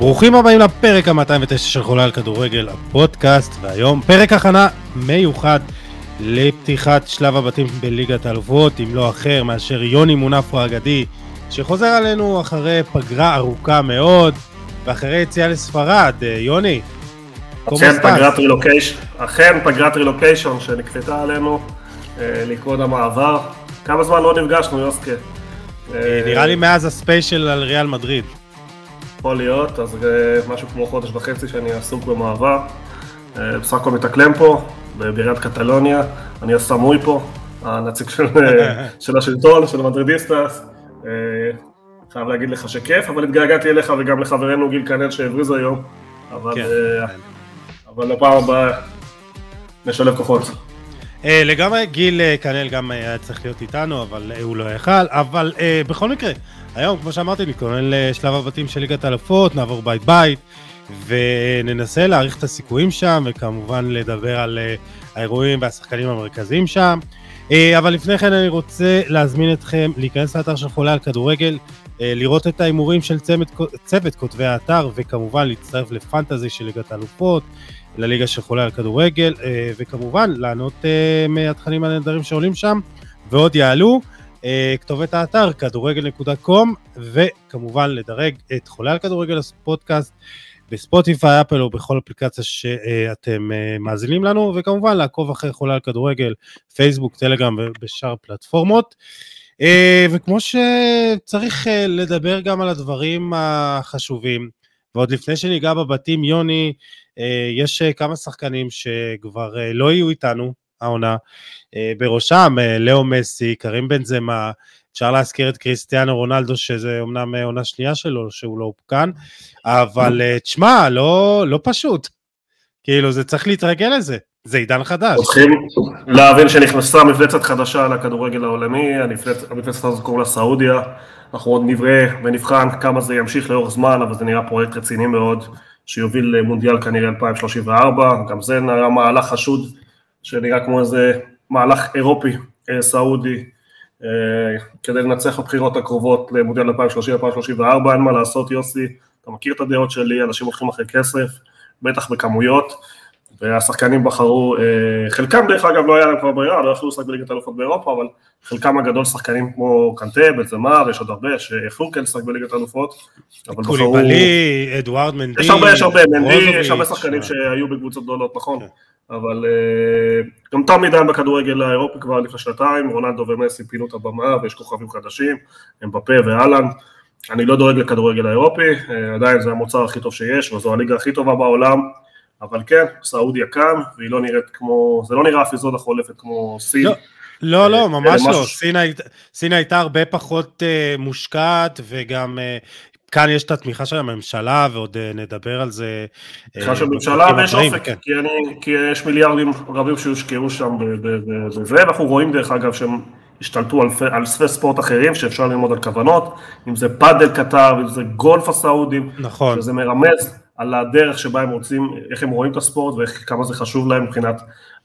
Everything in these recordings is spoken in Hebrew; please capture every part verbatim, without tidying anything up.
ברוכים הבאים לפרק ה-מאתיים ותשע של חולה על כדורגל, הפודקאסט, והיום פרק הכנה מיוחד לפתיחת שלב הבתים בליגת האלופות, אם לא אחר מאשר יוני מונפו האגדי, שחוזר עלינו אחרי פגרה ארוכה מאוד, ואחרי יציאה לספרד. יוני, אכן פגרת רילוקיישן, אכן פגרת רילוקיישן שנקפתה עלינו לכבוד המעבר. כמה זמן לא נפגשנו, יוסקה? נראה לי מאז הספיישל על ריאל מדריד. יכול להיות, אז משהו כמו חודש וחצי שאני עסוק במעבר. בסך הכל מתאקלם פה, בבירת קטלוניה, אני הסמוי פה, הנציג של, של השלטון, של המדרידיסטס. חייב להגיד לך שכיף, אבל התגעגעתי אליך וגם לחברנו גיל קנל שהבריז היום, אבל, כן. אבל לפעם הבאה נשלב כוחות. לגמרי, גיל קנל גם היה צריך להיות איתנו, אבל הוא לא יכל, אבל בכל מקרה, היום, כמו שאמרתי, נתכונן לשלב הבתים של ליגת האלופות, נעבור בית בית, וננסה להעריך את הסיכויים שם, וכמובן לדבר על האירועים והשחקנים המרכזיים שם. אבל לפני כן אני רוצה להזמין אתכם להיכנס לאתר של חולה על כדורגל, לראות את האימורים של צוות, צוות כותבי האתר, וכמובן להצטרף לפנטזי של ליגת האלופות, לליגה של חולה על כדורגל, וכמובן לענות מהתכנים הנהדרים שעולים שם, ועוד יעלו. כתובת האתר כדורגל נקודה קום, וכמובן לדרג את חולה על כדורגל הפודקאסט בספוטיפיי, אפל או בכל אפליקציה שאתם מאזינים לנו, וכמובן לעקוב אחרי חולה על כדורגל, פייסבוק, טלגרם ובשאר פלטפורמות. וכמו שצריך לדבר גם על הדברים החשובים, ועוד לפני שניגע בבתים, יוני, יש כמה שחקנים שכבר לא יהיו איתנו העונה, בראשם לאו מסי, קרים בנזמה, אפשר להזכיר את קריסטיאנו רונלדו, שזה אומנם עונה שנייה שלו, שהוא לא הופקן, אבל תשמע, לא, לא פשוט, כאילו זה צריך להתרגל לזה, זה עידן חדש. צריכים להבין שנכנסה מפלצת חדשה לכדורגל העולמי, המפלצת הזאת קוראים לה סעודיה, אנחנו עוד נברא ונבחן כמה זה ימשיך לאורך זמן, אבל זה נראה פרויקט רציני מאוד, שיוביל למונדיאל כנראה אלפיים שלושים וארבע, גם זה נראה מהלך חשוד, שנראה כמו איזה מהלך אירופי, סעודי, כדי לנצח בבחירות הקרובות למונדיאל אלפיים שלושים אלפיים שלושים וארבע, אין מה לעשות יוסי, אתה מכיר את הדעות שלי, אנשים הולכים אחרי כסף, בטח בכמויות, והשחקנים בחרו, חלקם דרך אגב לא היה להם כבר ברירה, לא יכלו לשחק בליגת האלופות באירופה, אבל חלקם הגדול שחקנים כמו קנטה, בנזמה, ויש עוד הרבה שיכלו כן לשחק בליגת האלופות, אבל בחרו... קוליבאלי, אדוארד מנדי, יש הרבה, יש הרבה, מנדי, יש הרבה שחקנים שהיו בקבוצות גדולות, נכון, אבל גם תמיד היה בכדורגל האירופי כבר לפני שנתיים, רונלדו ומסי פינו את הבמה, ויש כוכבים חדשים, אמבפה ואלן, אני לא דואג לכדורגל האירופי, עדיין זה המוצר הכי טוב שיש, וזו הליגה הכי טובה בעולם, אבל כן, סעודיה קם, והיא לא נראית כמו, זה לא נראה אפיזודה חולפת כמו סין. לא, לא, לא ממש לא, סין הייתה הרבה פחות מושקעת, וגם כאן יש את התמיכה של הממשלה, ועוד נדבר על זה. תמיכה של הממשלה ויש אופק, כי יש מיליארדים רבים שהושקעו שם בזה, ואנחנו רואים דרך אגב שהם השתלטו על ספי ספורט אחרים, שאפשר ללמוד על כוונות, אם זה פאדל קטר, אם זה גולף הסעודים, שזה מרמז על הדרך שבה הם רוצים, איך הם רואים את הספורט, וכמה זה חשוב להם מבחינת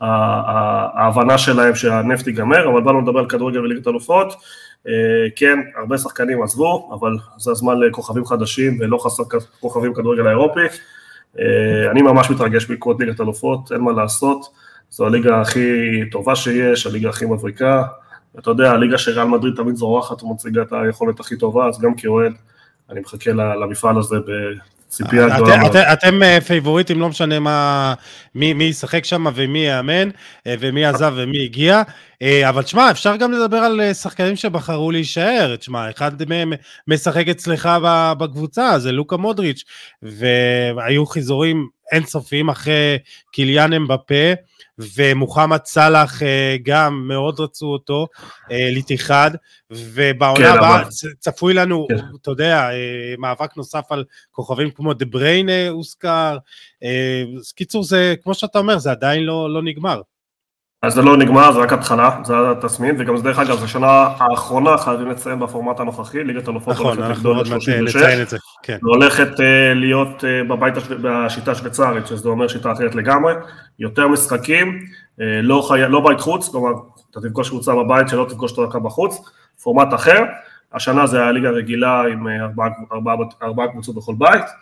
ההבנה שלהם שהנפט ייגמר, אבל באנו לדבר על כדורגל וליגת האלופות, כן, הרבה שחקנים עזבו, אבל זה הזמן לכוכבים חדשים, ולא חסר כוכבים כדורגל האירופי, אני ממש מתרגש בעקבות ליגת האלופות, אין מה לעשות, זו הליגה הכי טובה שיש, הליגה הכי מבריקה, אתה יודע, הליגה של ריאל מדריד תמיד זורחת ומציגה את היכולת הכי טובה, אז גם כאוהד, אני מחכה למפעל הזה בציפייה גדולה. אתם פייבוריטים, לא משנה מי ישחק שם ומי יאמן, ומי עזב ומי הגיע, אבל תשמע, אפשר גם לדבר על שחקנים שבחרו להישאר, תשמע, אחד מהם משחק אצלך בקבוצה, זה לוקה מודריץ', והיו חיזורים אינסופיים אחרי קיליאן אמבפה, ומוחמד סלאח גם מאוד רצו אותו לתיחד, ובעונה הבאה צפוי לנו, אתה יודע, מאבק נוסף על כוכבים כמו דה בריינה הוזכר, קיצור זה, כמו שאתה אומר, זה עדיין לא נגמר. אז זה לא נגמר, זה רק התחלה, זה התסמין, וגם זה דרך אגב, זה שנה האחרונה, חייבים לציין בפורמט הנוכחי, ליגת האלופות הולכת לגדול ל-שלושים ושש, והולכת להיות בבית בשיטה השוויצרית, שזה אומר שיטה אחרת לגמרי, יותר משחקים, לא בית חוץ, כלומר, אתה תפגוש קבוצה בבית שלא תפגוש אותה בחוץ, פורמט אחר, השנה זה הליגה הרגילה עם ארבעה קבוצות בכל בית,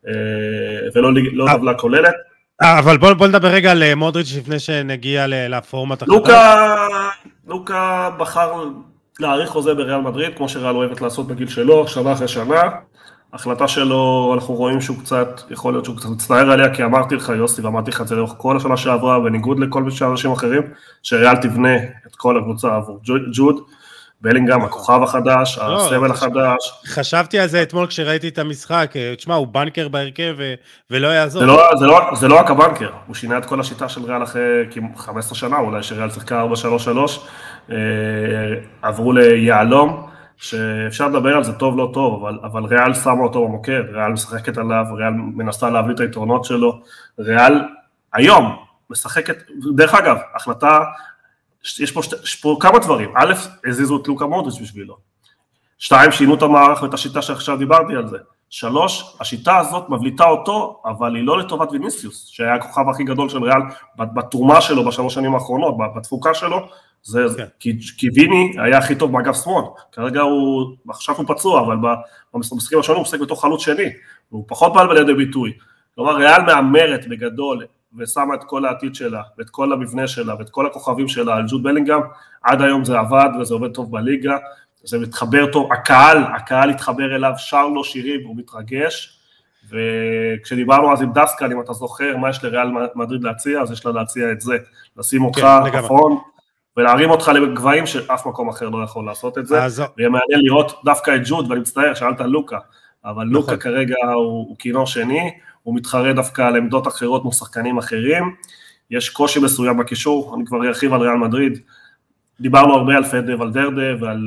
ולא טבלה כוללת. אבל בוא, בוא נדבר רגע על מודריץ' לפני שנגיע לפורמט החדש. לוקה, לוקה בחר להאריך חוזה בריאל מדריד, כמו שריאל אוהבת לעשות בגיל שלו, שנה אחרי שנה. החלטה שלו, אנחנו רואים שהוא קצת, יכול להיות שהוא קצת מצטער עליה, כי אמרתי לך יוסי, ואמרתי לך את זה לאורך כל השנה שעברה, בניגוד לכל אנשים אחרים, שריאל תבנה את כל הקבוצה עבור ג'וד, בלינגהם, הכוכב החדש, הסמל החדש. חשבתי על זה אתמול כשראיתי את המשחק, תשמע, הוא בנקר בהרכב ולא יעזור. זה לא רק הבנקר, הוא שינה את כל השיטה של ריאל אחרי חמש עשרה שנה, אולי שריאל שיחקה ארבע שלוש שלוש, עברו ליעלום, שאפשר לדבר על זה טוב לא טוב, אבל, אבל ריאל שמה אותו במוקד, ריאל משחקת עליו, ריאל מנסה להבליט את היתרונות שלו, ריאל היום משחקת, דרך אגב, החלטה, יש פה, שת, יש פה כמה דברים, א', הזיזו את לוקה מודריץ' בשבילו, שתיים, שינו את המערך ואת השיטה שעכשיו דיברתי על זה, שלוש, השיטה הזאת מבליטה אותו, אבל היא לא לטובת ויניסיוס, שהיה הכוכב הכי גדול של ריאל, בתרומה שלו בשלוש שנים האחרונות, בתפוקה שלו, זה, okay. כי, כי ויני היה הכי טוב באגף שמאל, כרגע הוא, עכשיו הוא פצוע, אבל במשחקים השונים הוא עוסק בתוך חלוץ שני, הוא פחות בא לידי ביטוי, כלומר ריאל מאמרת בגדול, ושמה את כל העתיד שלה, ואת כל המבנה שלה, ואת כל הכוכבים שלה על ג'וד בלינגהם, עד היום זה עבד, וזה עובד טוב בליגה, זה מתחבר טוב, הקהל, הקהל התחבר אליו, שר לו שירים, והוא מתרגש, וכשדיברנו אז עם דסקל, אם אתה זוכר, מה יש לריאל מדריד להציע, אז יש לה להציע את זה, לשים אותך אחרון, ולהרים אותך לגבהים שאף מקום אחר לא יכול לעשות את זה, ויהיה מעניין לראות דווקא את ג'וד, ואני מצטער, שאלת על לוקה, אבל לוקה כרגע הוא כינור שני, הוא מתחרה דווקא על עמדות אחרות מושחקנים אחרים, יש קושי מסוים בקישור, אני כבר ארחיב על ריאל מדריד, דיברנו הרבה על פדה ולדרדה, ועל...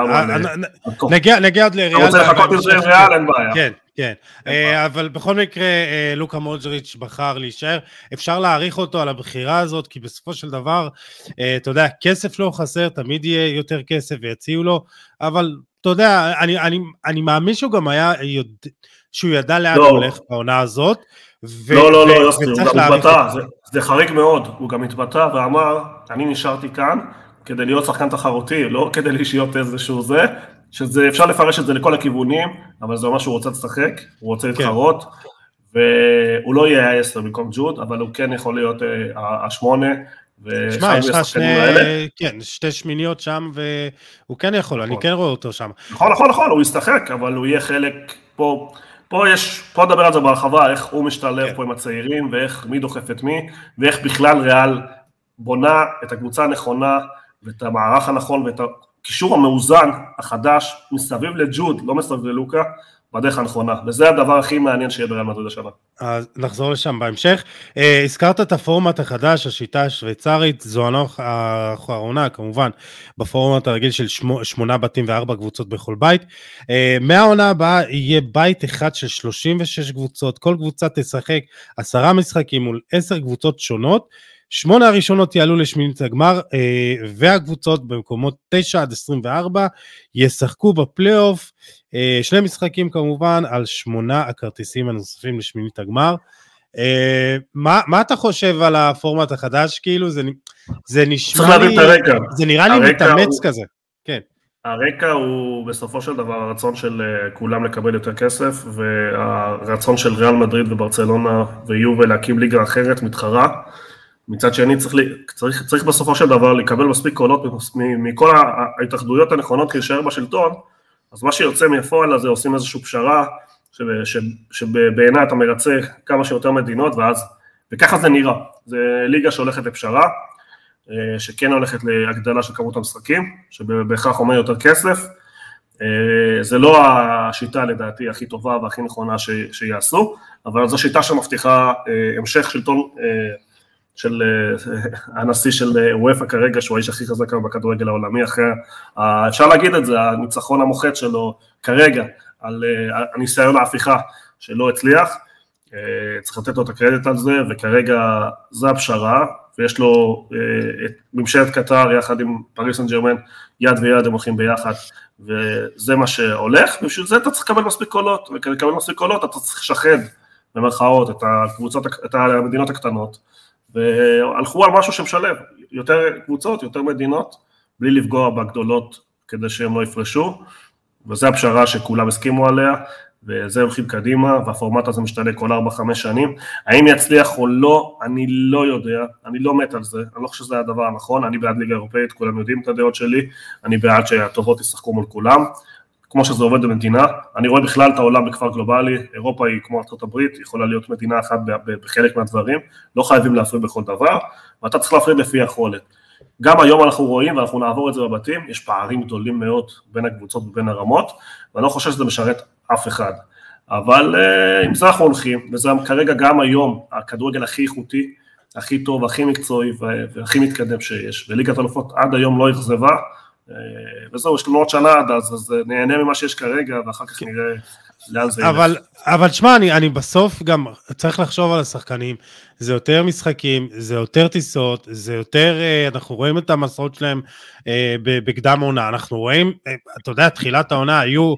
נגיע עוד לריאל. אתה רוצה לחכות עם זה עם ריאל, אין בעיה. כן, כן, אבל בכל מקרה, לוקה מודריץ' בחר להישאר, אפשר להעריך אותו על הבחירה הזאת, כי בסופו של דבר, אתה יודע, כסף לא חסר, תמיד יהיה יותר כסף ויציעו לו, אבל אתה יודע, אני מאמין שהוא גם היה, שהוא ידע לאן הוא הולך בעונה הזאת, לא, לא, לא, יוסי, הוא גם התבטא, זה חריג מאוד, הוא גם התבטא ואמר, אני נשארתי כאן, כדי להיות שחקן תחרותי, לא כדי להשיות איזשהו זה, שזה אפשר לפרש את זה לכל הכיוונים, אבל זה אומר שהוא רוצה לשחק, הוא רוצה להתחרות, והוא לא יהיה העשר במקום ג'וד, אבל הוא כן יכול להיות השמונה, שמע, יש לך שני, כן, שתי שמיניות שם, והוא כן יכול, אני כן רואה אותו שם. נכון, נכון, נכון, הוא ישתחק, אבל הוא יהיה חלק פה, פה יש, פה נדבר על זה בהרחבה, איך הוא משתלב פה עם הצעירים, ואיך מי דוחף את מי, ואיך בכלל ריאל בונה את הקבוצה הנכונה, ואת המערך הנכון, ואת הקישור המאוזן החדש, מסביב לג'וד, לא מסביב ללוקה, בדרך הנכונה, וזה הדבר הכי מעניין שיהיה בריאל מדריד השנה. אז נחזור לשם בהמשך. הזכרת את הפורמט החדש, השיטה השוויצרית, זו האחרונה, כמובן, בפורמט הרגיל של שמונה בתים וארבע קבוצות בכל בית. מהעונה הבאה יהיה בית אחד של שלושים ושש קבוצות, כל קבוצה תשחק עשרה משחקים מול עשר קבוצות שונות, שמונה הראשונות יעלו לשמינית הגמר, והקבוצות במקומות תשע עד עשרים וארבע ישחקו בפלייאוף, שני משחקים כמובן על שמונה הכרטיסים הנוספים לשמינית הגמר. מה, מה אתה חושב על הפורמט החדש? כאילו זה, זה נשמע לי, זה נראה לי מתאמץ כזה. כן. הרקע הוא בסופו של דבר הרצון של כולם לקבל יותר כסף, והרצון של ריאל מדריד וברצלונה ויובה להקים ליגה אחרת מתחרה, מצד שני צריך, צריך, צריך בסופו של דבר לקבל מספיק קולות מכל ההתאחדויות הנכונות להישאר בשלטון, אז מה שיוצא מהפועל הזה עושים איזושהי פשרה, שבעיניי אתה מרצה כמה שיותר מדינות, ואז, וככה זה נראה, זה ליגה שהולכת לפשרה, שכן הולכת להגדלה של כמות המשחקים, שבהכרח אומר יותר כסף, זה לא השיטה לדעתי הכי טובה והכי נכונה ש, שיעשו, אבל זו שיטה שמבטיחה המשך שלטון, של הנשיא של וופא כרגע, שהוא האיש הכי חזק בכדורגל העולמי, אחרי, אפשר להגיד את זה, הניצחון המוחץ שלו כרגע, על הניסיון ההפיכה שלא הצליח, צריך לתת לו את הקרדיט על זה, וכרגע זה הפשרה, ויש לו את ממשלת קטר יחד עם פריס סן ז'רמן, יד ויד הם הולכים ביחד, וזה מה שהולך, ובשביל זה אתה צריך לקבל מספיק קולות, וכדי לקבל מספיק קולות אתה צריך לשחד במרכאות את הקבוצות, את המדינות הקטנות, והלכו על משהו שמשלב, יותר קבוצות, יותר מדינות, בלי לפגוע בגדולות כדי שהם לא יפרשו, וזו הפשרה שכולם הסכימו עליה, וזה הולכים קדימה, והפורמט הזה משתנה כל ארבע חמש שנים. האם יצליח או לא, אני לא יודע, אני לא מת על זה, אני לא חושב שזה הדבר הנכון, אני בעד ליגה אירופאית, כולם יודעים את הדעות שלי, אני בעד שהטובות ישחקו מול כולם, כמו שזה עובד במדינה, אני רואה בכלל את העולם בכפר גלובלי, אירופה היא כמו ארצות הברית, יכולה להיות מדינה אחת בחלק מהדברים, לא חייבים להפריד בכל דבר, ואתה צריך להפריד לפי יכולת. גם היום אנחנו רואים, ואנחנו נעבור את זה בבתים, יש פערים גדולים מאוד בין הקבוצות ובין הרמות, ואני לא חושב שזה משרת אף אחד. אבל עם זה אנחנו הולכים, וזה כרגע גם היום הכדורגל הכי איכותי, הכי טוב, הכי מקצועי והכי מתקדם שיש, וליגת האלופות עד היום לא אכזבה, וזהו, יש לנו עוד שנה עד אז, אז נהנה ממה שיש כרגע, ואחר כך נראה לאן זה אבל, ילך. אבל תשמע, אני, אני בסוף גם צריך לחשוב על השחקנים, זה יותר משחקים, זה יותר טיסות, זה יותר, אנחנו רואים את המסעות שלהם בקדם עונה, אנחנו רואים, אתה יודע, תחילת העונה היו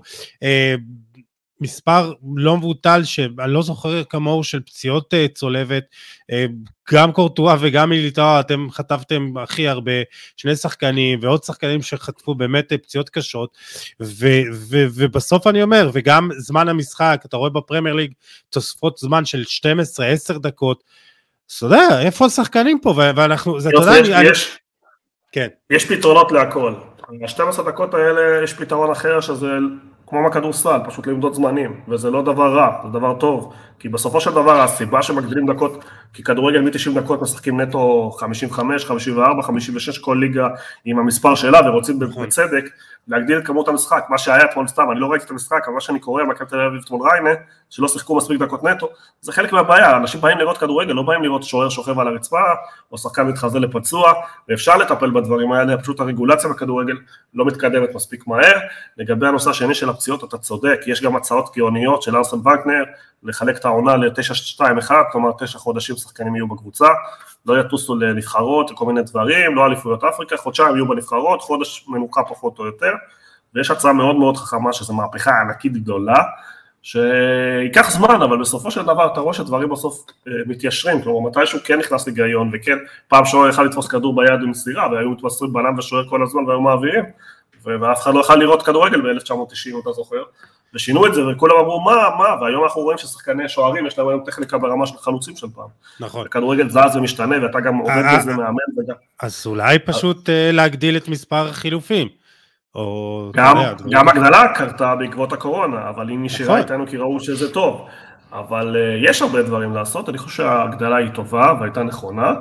מספר לא מבוטל, שאני לא זוכר כמוהו של פציעות צולבת, גם קורטואה וגם מיליטאו, אתם חטפתם הכי הרבה, שני שחקנים ועוד שחקנים שחטפו באמת פציעות קשות, ו- ו- ובסוף אני אומר, וגם זמן המשחק, אתה רואה בפרמייר ליג, תוספות זמן של שתים עשרה עשר דקות, אתה יודע, איפה השחקנים פה, ואנחנו, זה, אתה יודע, יש, אני... יש, כן. יש פתרונות להכל, ב-שתים עשרה דקות האלה יש פתרון אחר שזה... כמו מהכדורסל, פשוט למדוד זמנים, וזה לא דבר רע, זה דבר טוב, כי בסופו של דבר הסיבה שמגדילים דקות, כי כדורגל מ-תשעים דקות משחקים נטו חמישים וחמש, חמישים וארבע, חמישים ושש, כל ליגה עם המספר שלה, ורוצים בצדק להגדיל את כמות המשחק, מה שהיה אתמול סתם, אני לא ראיתי את המשחק, אבל מה שאני קורא, מכבי תל אביב אתמול ריינה, שלא שיחקו מספיק דקות נטו, זה חלק מהבעיה, אנשים באים לראות כדורגל, לא באים לראות שוער שוכב על הרצפה, או שחקן מתחזה לפצוע, ואפשר לטפל בדברים האלה, פשוט הרגולציה בכדורגל לא מתקדמת מספיק מהר. לגבי הנושא השני של הפציעות, אתה צודק, יש גם הצעות גאוניות של ארסן ונגנר, לחלק את העונה ל-תשע שתיים אחת, כלומר תשע חודשים שחקנים יהיו בקבוצה, לא יטוסו לנבחרות, כל מיני דברים, לא אליפויות אפריקה, חודשיים יהיו בנבחרות, חודש מנוחה פחות או יותר, ויש הצעה מאוד מאוד חכמה, שזו מהפכה ענקית גדולה, שיקח זמן, אבל בסופו של דבר אתה רואה שדברים בסוף מתיישרים, כלומר מתישהו כן נכנס לגיון, וכן פעם שוער יכול לתפוס כדור ביד במסירה, והיו מתבשרים בלם ושוער כל הזמן והיו מעבירים, ואף אחד לא יכול לראות כדורגל ב-אלף תשע מאות תשעים, אתה זוכר, ושינו את זה, וכולם אמרו מה, מה, והיום אנחנו רואים ששחקני שוערים, יש להם היום טכניקה ברמה של חלוצים של פעם. נכון. הכדורגל זז ומשתנה, ואתה גם עובד בזה מאמן וגם... אז אולי פשוט להגדיל את מספר החילופים. גם, גם הגדלה קרתה בעקבות הקורונה, אבל היא נשארה איתנו כי ראו שזה טוב. אבל יש הרבה דברים לעשות, אני חושב שההגדלה היא טובה והייתה נכונה,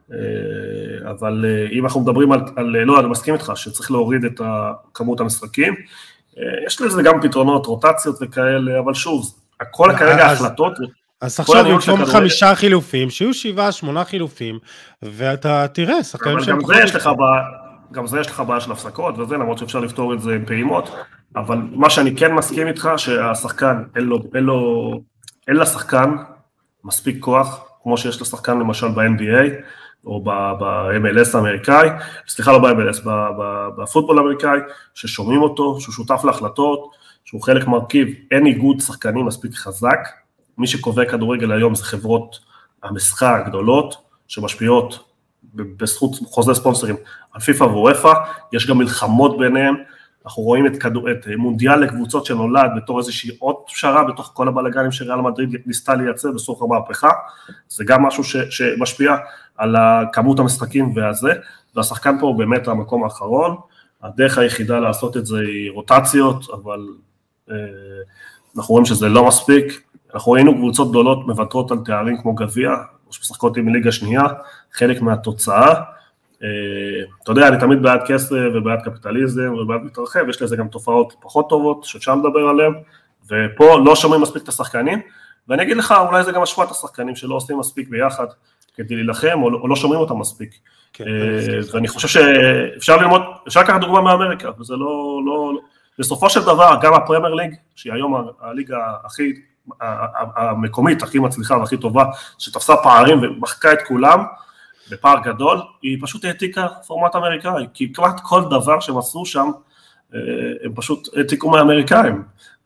אבל אם אנחנו מדברים על, על לא, אני מסכים איתך שצריך להוריד את כמות המשחקים, יש לזה גם פתרונות, רוטציות וכאלה, אבל שוב, הכל כרגע החלטות. אז עכשיו במקום חמישה חילופים, שיהיו שבעה, שמונה חילופים, ואתה תראה, שחקנים שהם פחות... גם זה יש לך בעיה של הפסקות, וזה למרות שאפשר לפתור את זה עם פעימות, אבל מה שאני כן מסכים איתך, שהשחקן, אין לו, אין לו, אין לשחקן מספיק כוח, כמו שיש לשחקן למשל ב-אן בי איי, או ב-אם אל אס האמריקאי, סליחה לא ב-אם אל אס, בפוטבול האמריקאי, ששומעים אותו, שהוא שותף להחלטות, שהוא חלק מרכיב, אין איגוד שחקנים מספיק חזק, מי שקובע כדורגל היום זה חברות המשחק הגדולות, שמשפיעות בזכות חוזה ספונסרים על פיפה ואופה, יש גם מלחמות ביניהם, אנחנו רואים את, כדור, את מונדיאל לקבוצות שנולד בתור איזושהי עוד פשרה, בתוך כל הבלגנים שריאל מדריד ניסתה לייצר בסוף המהפכה, זה גם משהו ש, שמשפיע על כמות המשחקים והזה, והשחקן פה הוא באמת המקום האחרון, הדרך היחידה לעשות את זה היא רוטציות, אבל אה, אנחנו רואים שזה לא מספיק, אנחנו ראינו קבוצות גדולות מבטרות על תארים כמו גביע, שמשחקות עם ליגה שנייה, חלק מהתוצאה, אתה יודע, אני תמיד בעד כסף ובעד קפיטליזם ובעד מתרחב, יש לזה גם תופעות פחות טובות שאפשר לדבר עליהן, ופה לא שומעים מספיק את השחקנים, ואני אגיד לך, אולי זה גם השפעת השחקנים שלא עושים מספיק ביחד כדי להילחם, או לא שומעים אותם מספיק. ואני חושב שאפשר ללמוד, אפשר לקחת דוגמה מאמריקה, וזה לא, לא, בסופו של דבר, גם הפרמייר ליג, שהיא היום הליגה הכי, המקומית הכי מצליחה והכי טובה, שתפסה פערים ומחקה את כולם, בפער גדול, היא פשוט העתיקה פורמט אמריקאי, כי כמעט כל דבר שהם עשו שם, הם פשוט העתיקו מהאמריקאים,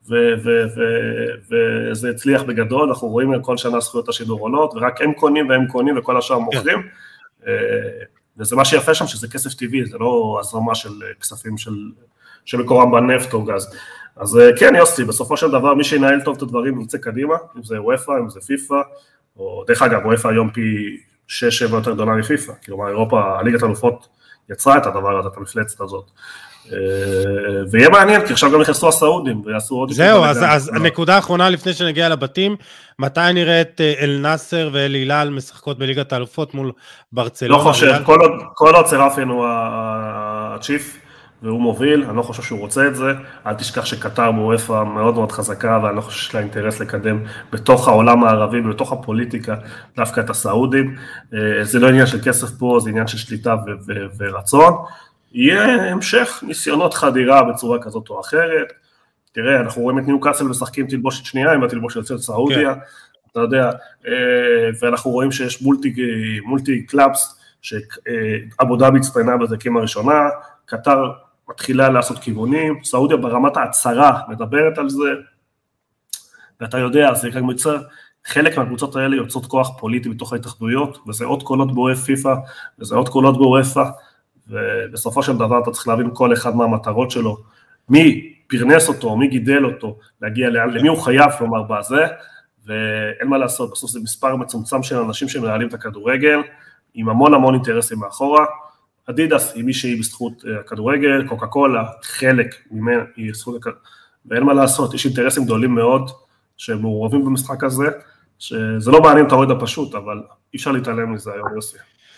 וזה הצליח בגדול, אנחנו רואים כל שנה זכויות השידור עולות, ורק הם קונים והם קונים וכל השאר מוכרים, וזה מה שיפה שם, שזה כסף טבעי, זה לא הזרמה של כספים שמקורם בנפט או גז. אז כן, יוסי, בסופו של דבר, מי שינהל טוב את הדברים יצא קדימה, אם זה וופא, אם זה פיפא, או דרך אגב, וופא היום פי שש שבע יותר גדולה מפיפא, כאילו, אירופה, הליגת האלופות יצרה את הדבר הזה, את המפלצת הזאת. ויהיה מעניין, כי עכשיו גם נכנסו הסעודים, ויעשו עוד... זהו, אז הנקודה האחרונה לפני שנגיע לבתים, מתי נראה את אל נאסר ואל הילל משחקות בליגת האלופות מול ברצלונה? לא חושב, כל עוד סרפיין הוא הצ'יף, והוא מוביל, אני לא חושב שהוא רוצה את זה, אל תשכח שקטר בוופא מאוד מאוד חזקה, ואני לא חושב שיש לה אינטרס לקדם בתוך העולם הערבי, ובתוך הפוליטיקה, דווקא את הסעודים, זה לא עניין של כסף פה, זה עניין של שליטה ו- ו- ורצון, יהיה המשך ניסיונות חדירה בצורה כזאת או אחרת, תראה, אנחנו רואים את ניוקאסל משחקים תלבושת שנייה, עם התלבושת של סעודיה, כן. אתה יודע, ואנחנו רואים שיש מולטי, מולטי קלאבס, שאבו דאבי הצטיינה בדקים הראשונה, קטר מתחילה לעשות כיוונים, סעודיה ברמת ההצהרה מדברת על זה, ואתה יודע, זה גם יוצא, חלק מהקבוצות האלה יוצאות כוח פוליטי בתוך ההתאחדויות, וזה עוד קולות באוהף פיפא, וזה עוד קולות באוהפה, ובסופו של דבר אתה צריך להבין כל אחד מהמטרות שלו, מי פרנס אותו, מי גידל אותו, להגיע לאן, למי הוא חייב לומר בזה, ואין מה לעשות, בסוף זה מספר מצומצם של אנשים שמנהלים את הכדורגל, עם המון המון אינטרסים מאחורה, אדידס היא מישהי בזכות הכדורגל, קוקה קולה, חלק ממנה היא זכות הכדורגל, ואין מה לעשות, יש אינטרסים גדולים מאוד, שמעורבים במשחק הזה, שזה לא מעניין את האוהד הפשוט, אבל אי אפשר להתעלם מזה היום, יוסי.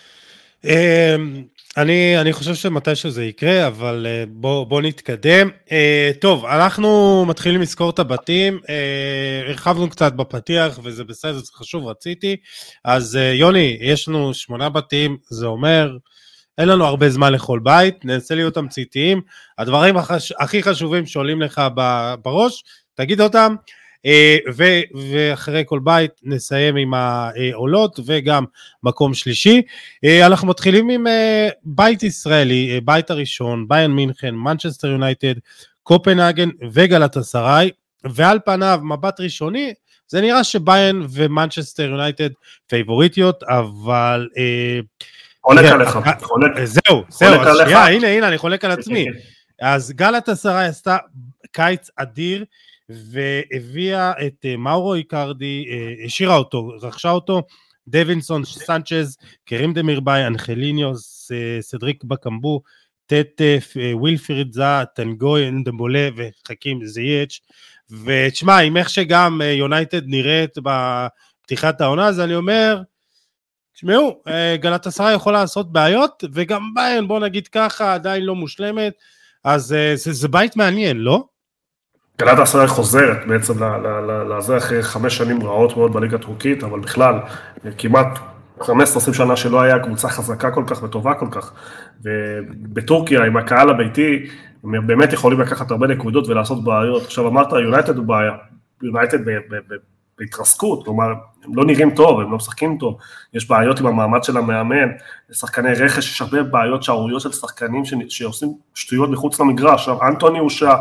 אני, אני חושב שמתי שזה יקרה, אבל בוא, בוא נתקדם. טוב, אנחנו מתחילים לזכור את הבתים, הרחבנו קצת בפתיח, וזה בסדר, זה חשוב, רציתי. אז יוני, יש לנו שמונה בתים, זה אומר, אין לנו הרבה זמן לכל בית, ננסה להיות תמציתיים, הדברים החש... הכי חשובים שעולים לך בראש, תגיד אותם, ו- ואחרי כל בית נסיים עם העולות וגם מקום שלישי. אנחנו מתחילים עם בית ישראלי, בית הראשון, ביירן מינכן, מנצ'סטר יונייטד, קופנהגן וגלאטסראי, ועל פניו מבט ראשוני, זה נראה שביירן ומנצ'סטר יונייטד פייבוריטיות, אבל חולק עליך, זהו, זהו, שנייה, הנה, הנה, אני חולק על עצמי. אז גלאטסראי עשתה קיץ אדיר, והביאה את מאורו איקרדי, השאירה אותו, רכשה אותו, דווינסון סנצ'ז, קרים דמירבאי, אנחליניוס, סדריק בקמבו, טטף, ווילפריד זה, טנגוי, אנדמבולה וחכים זייץ', ותשמע, עם איך שגם יונייטד נראית בפתיחת העונה, אז אני אומר, תשמעו, גלאטסראי יכול לעשות בעיות, וגם ביירן, בוא נגיד ככה, עדיין לא מושלמת, אז זה, זה בית מעניין, לא? גלאטסראי חוזרת בעצם לזה אחרי חמש שנים רעות מאוד בליגה הטורקית, אבל בכלל, כמעט חמש עשרה שנה שלא היה קבוצה חזקה כל כך וטובה כל כך, ובטורקיה עם הקהל הביתי, הם באמת יכולים לקחת הרבה נקודות ולעשות בעיות. עכשיו אמרת, יונייטד הוא בעיה, יונייטד בהתרסקות, כלומר, הם לא נראים טוב, הם לא משחקים טוב, יש בעיות עם המעמד של המאמן, שחקני רכש, יש הרבה בעיות שערוריות של שחקנים שעושים שטויות מחוץ למגרש. עכשיו, אנטוני הושע,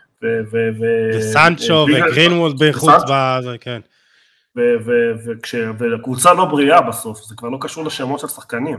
וסנצ'ו וגרינוולד בחוץ בזה, כן. וקבוצה לא בריאה בסוף, זה כבר לא קשור לשמות של שחקנים.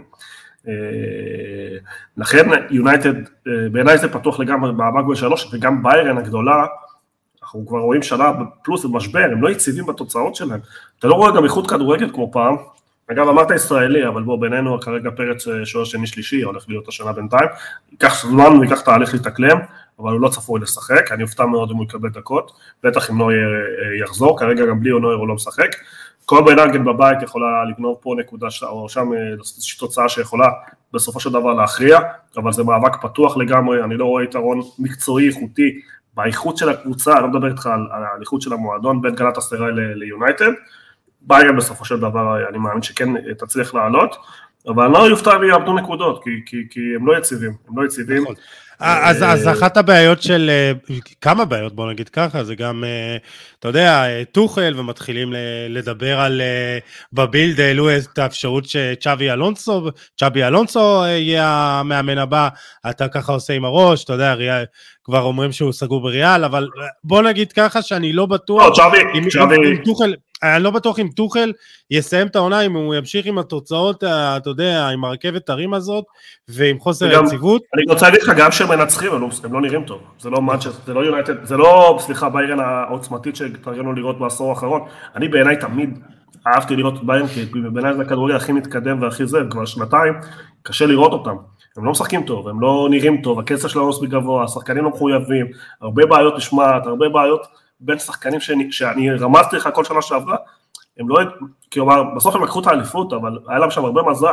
לכן יונייטד, בעיניי זה פתוח לגמרי במאבק שלוש, וגם ביירן הגדולה, אנחנו כבר רואים שנה פלוס במשבר, הם לא יציבים בתוצאות שלהם. אתה לא רואה גם איכות כדורגל כמו פעם, אגב אמרת ישראלי, אבל בוא בינינו כרגע פרץ שוער שני שלישי, הולך להיות השנה בינתיים, ייקח זמן ויקח תהליך להתאקלם, אבל הוא לא צפוי לשחק, אני אופתע מאוד אם הוא יקבל דקות, בטח אם נויר יחזור, כרגע גם בלי או נויר הוא לא משחק, קופנהגן בבית יכולה לגנוב פה נקודה, או שם איזושהי תוצאה שיכולה בסופו של דבר להכריע, אבל זה מאבק פתוח לגמרי, אני לא רואה יתרון מקצועי איכותי, באיכות של הקבוצה, אני לא מדבר איתך על האיכות של המועדון, בין גלאטסראי ליונייטד, ביירן בסופו של דבר, אני מאמין שכן תצליח לעלות, אבל אני לא יופתע ויאבדו נקודות, כי, כי, כי הם לא יציבים, הם לא יציבים. נכון. אז, אז אחת הבעיות של, כמה בעיות בוא נגיד ככה, זה גם, אתה יודע, טוחל ומתחילים לדבר על, בבילד העלו את האפשרות שצ'אבי אלונסו, צ'אבי אלונסו יהיה המאמן הבא, אתה ככה עושה עם הראש, אתה יודע, ריאל, כבר אומרים שהוא סגור בריאל, אבל בוא נגיד ככה שאני לא בטוח, לא, צ'אבי, עם, צ'אבי. עם, עם טוחל, אני לא בטוח אם טוחל יסיים את העונה, אם הוא ימשיך עם התוצאות, אתה יודע, עם הרכבת הרים הזאת, ועם חוסר יציבות. אני רוצה להגיד לך, גם שהם מנצחים, הם לא נראים טוב. זה לא מנצ'סטר, זה לא יונייטד, זה לא, סליחה, ביירן העוצמתית שתרגלנו לראות בעשור האחרון. אני בעיניי תמיד אהבתי לראות את ביירן, כי בעיניי זה הכדורגל הכי מתקדם והכי זה, כבר שנתיים, קשה לראות אותם. הם לא משחקים טוב, הם לא נראים טוב, הקצב שלנו מספיק גבוה, השחקנים לא מחויבים, הרבה בעיות משמעת, הרבה בעיות בין שחקנים שאני, שאני רמזתי לך כל שנה שעברה, הם לא, כלומר, בסוף הם לקחו את האליפות, אבל היה להם שם הרבה מזל,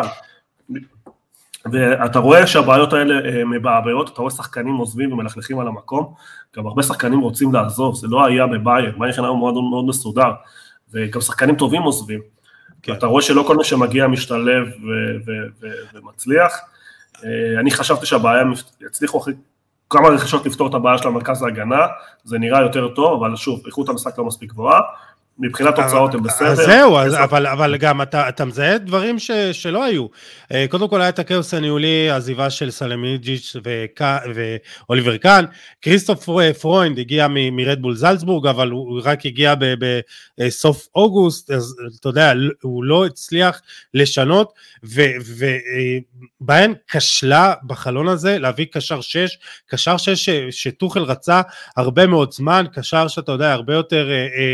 ואתה רואה שהבעיות האלה מבעבעות, אתה רואה שחקנים עוזבים ומלכלכים על המקום, גם הרבה שחקנים רוצים לעזוב, זה לא היה בביירן, ביירן היה מאוד מאוד מסודר, וגם שחקנים טובים עוזבים, כן. אתה רואה שלא כל מי שמגיע משתלב ו- ו- ו- ומצליח, אני חשבתי שהבעיה, יצליחו אחרי כמה רכישות לפתור את הבעיה של המרכז להגנה, זה נראה יותר טוב, אבל שוב, איכות המשחק לא מספיק גבוהה, מבחינת תוצאות הם בסדר. אז זהו, אבל גם אתה מזהה דברים שלא היו. קודם כל היה את הכאוס הניהולי, העזיבה של סלמיג'יץ' ואוליבר קאן, כריסטוף פרוינד הגיע מרדבול זלצבורג, אבל הוא רק הגיע בסוף אוגוסט, אז אתה יודע, הוא לא הצליח לשנות, ובהן כשלה בחלון הזה להביא קשר שש, קשר שש שטוחל רצה הרבה מאוד זמן, קשר שאתה יודע, הרבה יותר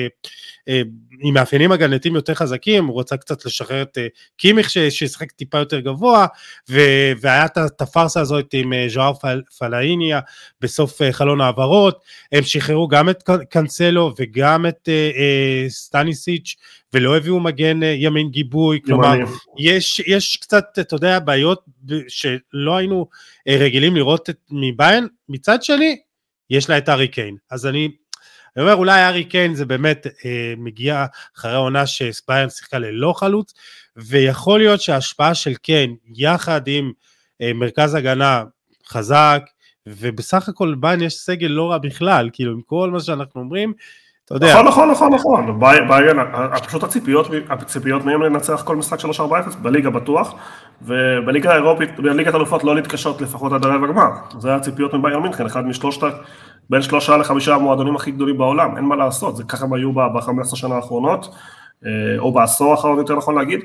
עם מאפיינים הגנתיים יותר חזקים, הוא רוצה קצת לשחרר את קימיך שישחק טיפה יותר גבוה, והיה את הפרסה הזאת עם ז'ואר פלאיניה בסוף חלון העברות, הם שחררו גם את קנסלו וגם את סטניסיץ' ולא הביאו מגן ימין גיבוי, כלומר יש, יש קצת, אתה יודע, בעיות שלא היינו רגילים לראות מביירן, מצד שני, יש לה את הארי קיין, אז אני אני אומר, אולי הארי קיין זה באמת אה, מגיע אחרי העונה שביירן שיחקה ללא חלוץ, ויכול להיות שההשפעה של קיין, יחד עם אה, מרכז הגנה חזק, ובסך הכל ביירן יש סגל לא רע בכלל, כאילו עם כל מה שאנחנו אומרים, אתה יודע. נכון, נכון, נכון, נכון, ביירן, פשוט הציפיות, הציפיות מהם לנצח כל משחק שלוש ארבע אפס, בליגה בטוח, ובליגה האירופית, בליגת אלופות לא להתקשות לפחות עד הרבע גמר, זה הציפיות מביירן מינכן, אחד משלושת בין שלושה לחמישה המועדונים הכי גדולים בעולם, אין מה לעשות, זה ככה הם היו ב-חמש עשרה שנה האחרונות, או בעשור האחרון יותר נכון להגיד,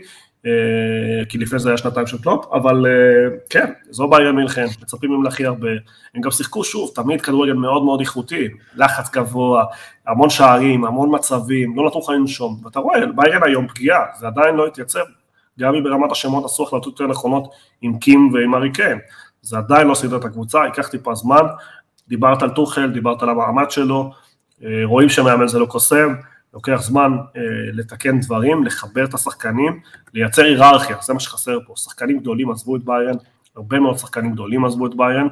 כי לפני זה היה שנתיים של קלופ, אבל כן, זו ביירן מינכן, מצפים מהם להכי הרבה, הם גם שיחקו שוב, תמיד כדורגל מאוד מאוד איכותי, לחץ גבוה, המון שערים, המון מצבים, לא נתנו לך לנשום, ואתה רואה, ביירן היום פגיעה, זה עדיין לא התייצב, גם אם ברמת השמות עשו החלטות יותר נכונות עם קים ועם הארי קיין, זה עדיין לא סידר את הקבוצה, ייקח טיפה זמן, דיברת על טוחל, דיברת על המעמד שלו, רואים שמאמן זה לא קוסם, לוקח זמן לתקן דברים, לחבר את השחקנים, לייצר היררכיה, זה מה שחסר פה, שחקנים גדולים עזבו את ביירן, הרבה מאוד שחקנים גדולים עזבו את ביירן,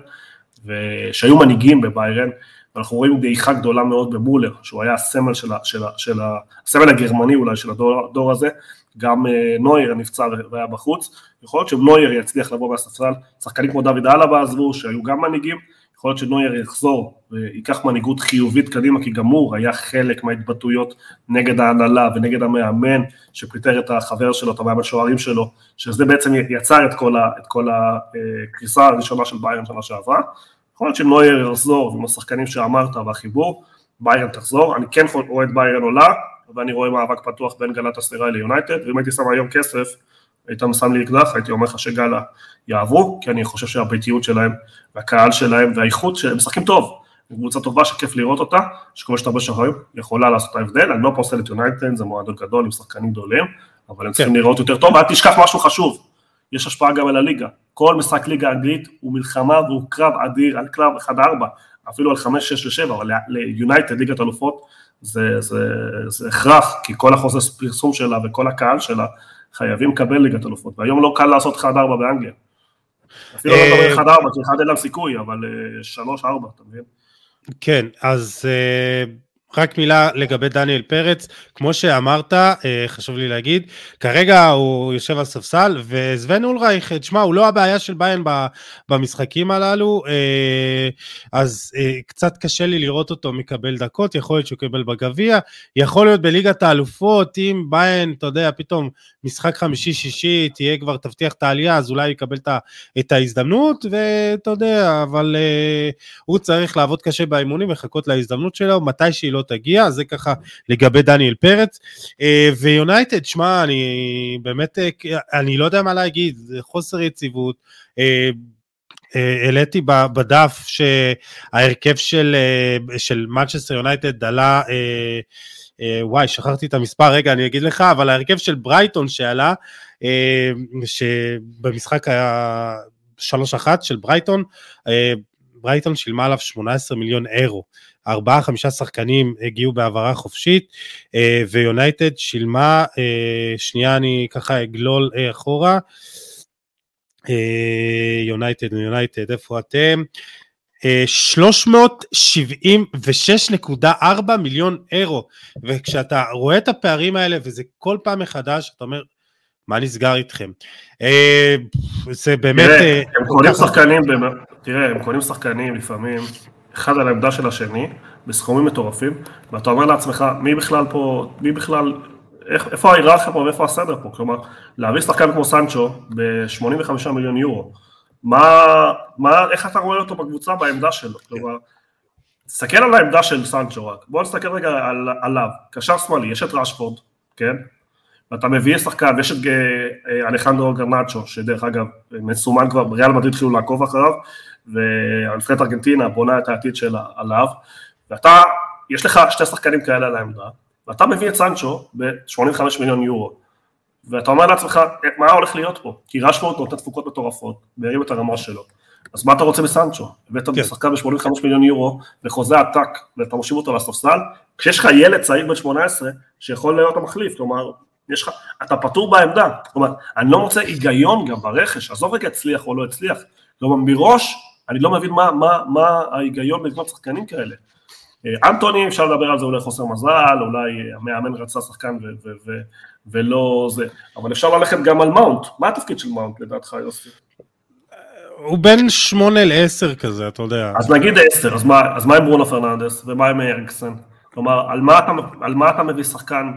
ושהיו מנהיגים בביירן, ואנחנו רואים דעיכה גדולה מאוד במולר, שהוא היה הסמל של, של, של, הסמל הגרמני אולי של הדור הזה, גם נויר נפצע והיה בחוץ, יכול להיות שנויר יצליח לבוא מהספסל, שחקנים כמו דוד אלבה עזבו, שהיו גם מנהיגים, יכול להיות שנויר יחזור ויקח מנהיגות חיובית קדימה, כי גם הוא היה חלק מההתבטאויות נגד ההנהלה ונגד המאמן, שפיטר את החבר שלו, את המאמן שוערים שלו, שזה בעצם יצר את כל, ה, את כל הקריסה הראשונה של ביירן שנה שעברה, יכול להיות שנויר יחזור עם השחקנים שאמרת והחיבור, ביירן תחזור, אני כן רואה את ביירן עולה, ואני רואה מאבק פתוח בין גלאטסראי ליונייטד, ואם הייתי שם היום כסף, היית שם לי אקדח, הייתי אומר לך שגלה יעברו, כי אני חושב שהביתיות שלהם, והקהל שלהם, והאיכות שהם משחקים טוב, קבוצה טובה שכיף לראות אותה, שכובשת הרבה שחרים, יכולה לעשות את ההבדל, אני לא פוסל את יונייטד, זה מועדון גדול עם שחקנים גדולים, אבל הם צריכים לראות יותר טוב, ואל תשכח משהו חשוב, יש השפעה גם על הליגה, כל משחק ליגה אנגלית הוא מלחמה והוא קרב אדיר על קרב אחד ארבע, אפילו על חמש שש לשבע, אבל ליונייטד ליגת אלופות זה, זה, זה הכרח, כי כל החוזה פרסום שלה וכל הקהל שלה חייבים לקבל ליגת אלופות, והיום לא קל לעשות אחד ארבע באנגליה. אפילו לא מדבר אחד ארבע, כי אחד אין להם סיכוי, אבל שלוש ארבע, אתה מבין? כן, אז רק מילה לגבי דניאל פרץ, כמו שאמרת, חשוב לי להגיד, כרגע הוא יושב על ספסל, וסבן אולרייך, תשמע, הוא לא הבעיה של ביירן במשחקים הללו, אז קצת קשה לי לראות אותו מקבל דקות, יכול להיות שהוא יקבל בגביע, יכול להיות בליגת האלופות, אם ביירן, אתה יודע, פתאום משחק חמישי-שישי, תהיה כבר תבטיח את העלייה, אז אולי יקבל את ההזדמנות, ואתה יודע, אבל הוא צריך לעבוד קשה באימונים, לחכות להזדמנות שלו, מתי שהיא לא לא תגיע, זה ככה לגבי דניאל פרץ, ויונייטד, שמה, אני באמת, אני לא יודע מה להגיד, זה חוסר יציבות, העליתי בדף שההרכב של, של מנצ'סטר יונייטד עלה, וואי, שכחתי את המספר, רגע, אני אגיד לך, אבל ההרכב של ברייטון שעלה, שבמשחק היה שלוש אחת של ברייטון, ברייטון שילמה עליו שמונה עשרה מיליון אירו, ארבעה חמישה שחקנים הגיעו בעברה חופשית, ויונייטד שילמה, שנייה אני ככה אגלול אחורה, יונייטד, יונייטד, איפה אתם? שלוש מאות שבעים ושש נקודה ארבע מיליון אירו, וכשאתה רואה את הפערים האלה, וזה כל פעם מחדש, אתה אומר, מה נסגר איתכם? זה באמת... תראה, הם קונים שחקנים, תראה, הם קונים שחקנים לפעמים, אחד על העמדה של השני, בסכומים מטורפים, ואתה אומר לעצמך, מי בכלל פה, מי בכלל, איפה ההיררכיה פה ואיפה הסדר פה? כלומר, להביא שחקן כמו סנצ'ו ב-שמונים וחמישה מיליון יורו, מה, מה, איך אתה רואה אותו בקבוצה בעמדה שלו? כלומר, תסתכל על העמדה של סנצ'ו רק, בואו נסתכל רגע על, עליו, קשר שמאלי, יש את רשפורד, כן? ואתה מביא שחקן, ויש את אלחנדרו גרנצ'ו, שדרך אגב, מסומן כבר, ריאל מדריד התחילו לעקוב אחריו, והנבחרת ארגנטינה בונה את העתיד שלה עליו, ואתה, יש לך שתי שחקנים כאלה על העמדה, ואתה מביא את סנצ'ו ב-שמונים וחמישה מיליון יורו, ואתה אומר לעצמך, מה הולך להיות פה? כי רשפורד נותן תפוקות מטורפות, והרים את הרמה שלו. אז מה אתה רוצה בסנצ'ו? הבאת בשחקן ב-שמונים וחמישה מיליון יורו, וחוזה עתק, ואתה מושיב אותו לספסל, כשיש לך ילד צעיר בן שמונה עשרה, שיכול להיות המחליף, כלומר, יש לך, אתה פטור בעמדה, כלומר, אני לא מוצא היגיון גם ברכש, עזוב רגע הצליח או לא הצליח, כלומר, מראש, אני לא מבין מה, מה, מה ההיגיון בקנות שחקנים כאלה. אנטוני, אפשר לדבר על זה, אולי חוסר מזל, אולי המאמן רצה שחקן ו- ו- ו- ולא זה, אבל אפשר ללכת גם על מאונט, מה התפקיד של מאונט לדעתך, יוסי? הוא בין שמונה לעשר כזה, אתה יודע. אז נגיד עשר, אז מה, אז מה עם ברונו פרננדס, ומה עם אריקסן? כלומר, על מה אתה, על מה אתה מביא שחקן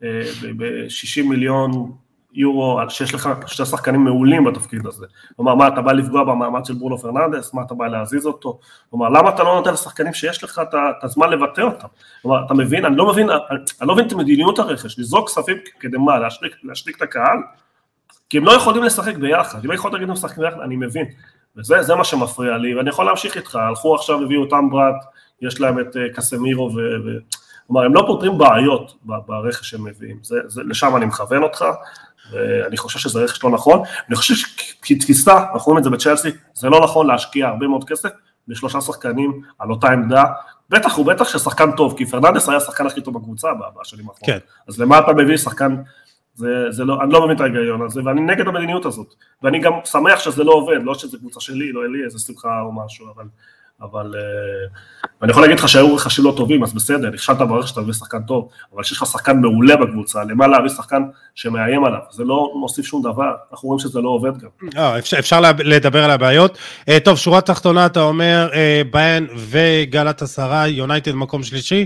ב-שישים מיליון יורו, שיש לך שתי שחקנים מעולים בתפקיד הזה. כלומר, מה, אתה בא לפגוע במעמד של ברונו פרננדס? מה, אתה בא להזיז אותו? כלומר, למה אתה לא נותן לשחקנים שיש לך את הזמן לבטא אותם? כלומר, אתה מבין, אני לא מבין, אני לא מבין את מדיניות הרכש, לזרוק כספים כדי מה, להשתיק, להשתיק את הקהל? כי הם לא יכולים לשחק ביחד, אם יכולים להגיד לשחק ביחד, אני מבין. וזה, זה מה שמפריע לי, ואני יכול להמשיך איתך, הלכו עכשיו, הביאו אותם ברט, יש להם את קסמירו ו... ו... כלומר, הם לא פותרים בעיות ברכש שהם מביאים, זה, זה, לשם אני מכוון אותך, ואני חושב שזה רכש לא נכון, אני חושב שכתפיסה, אנחנו רואים את זה בצ'לסי, זה לא נכון להשקיע הרבה מאוד כסף, בשלושה שחקנים על אותה עמדה, בטח ובטח ששחקן טוב, כי פרננדס היה השחקן הכי טוב בקבוצה בשנים האחרונות, כן. אז למה אתה מביא שחקן, זה, זה לא, אני לא מבין את ההיגיון הזה, ואני נגד המדיניות הזאת, ואני גם שמח שזה לא עובד, לא שזה קבוצה שלי, לא אלי, איזה שמחה או משהו, אבל... אבל אני יכול להגיד לך שהיו רכשים לא טובים, אז בסדר, נכשלת ברכש שאתה מביא שחקן טוב, אבל שיש לך שחקן מעולה בקבוצה, למה להביא שחקן שמאיים עליו, זה לא מוסיף שום דבר, אנחנו רואים שזה לא עובד גם. אפשר לדבר על הבעיות. טוב, שורה תחתונה, אתה אומר, ביין וגלאטסראי, יונייטד מקום שלישי?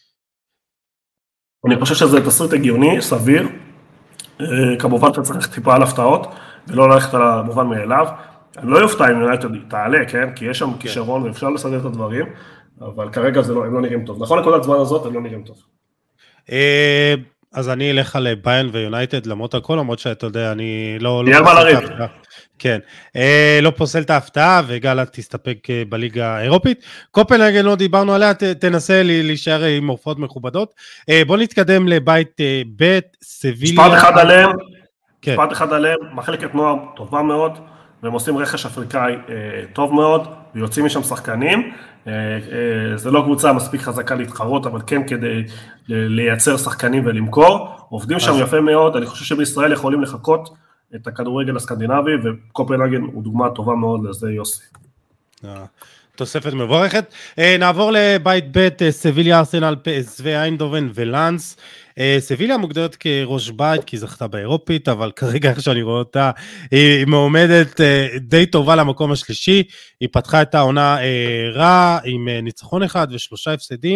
אני חושב שזה תסריט הגיוני, סביר, כמובן אתה צריך טיפה על הפתעות, ולא ללכת על המובן מאליו, אני לא יופתע אם יונייטד תעלה, כן? כי יש שם כישרון ואפשר לסדר את הדברים, אבל כרגע זה לא, הם לא נראים טוב. נכון, נקודת זמן הזאת, הם לא נראים טוב. אז אני אלך על ביין ויונייטד, למרות הכל, למרות שאתה יודע, אני לא... תהיה מה לריב. כן, לא פוסל את ההפתעה, וגאלה תסתפק בליגה האירופית. קופנהגן לא דיברנו עליה, תנסה להישאר עם הופעות מכובדות. בוא נתקדם לבית ב' סביליה. משפט אחד עליהם, משפט אחד עליהם, מחלקת נוער טובה מאוד, והם עושים רכש אפריקאי אה, טוב מאוד, ויוצאים משם שחקנים, אה, אה, זה לא קבוצה מספיק חזקה להתחרות, אבל כן כדי לייצר שחקנים ולמכור, עובדים שם יפה מאוד, אני חושב שבישראל יכולים לחכות את הכדורגל הסקנדינבי, וקופנהגן הוא דוגמה טובה מאוד לזה יוסי. תוספת מבורכת. נעבור לבית ב' סביליה, ארסנל, פי אס וי, איינדובן ולנס. סביליה מוגדרת כראש בית, כי זכתה באירופית, אבל כרגע איך שאני רואה אותה, היא מעומדת די טובה למקום השלישי, היא פתחה את העונה רע, עם ניצחון אחד ושלושה הפסדים,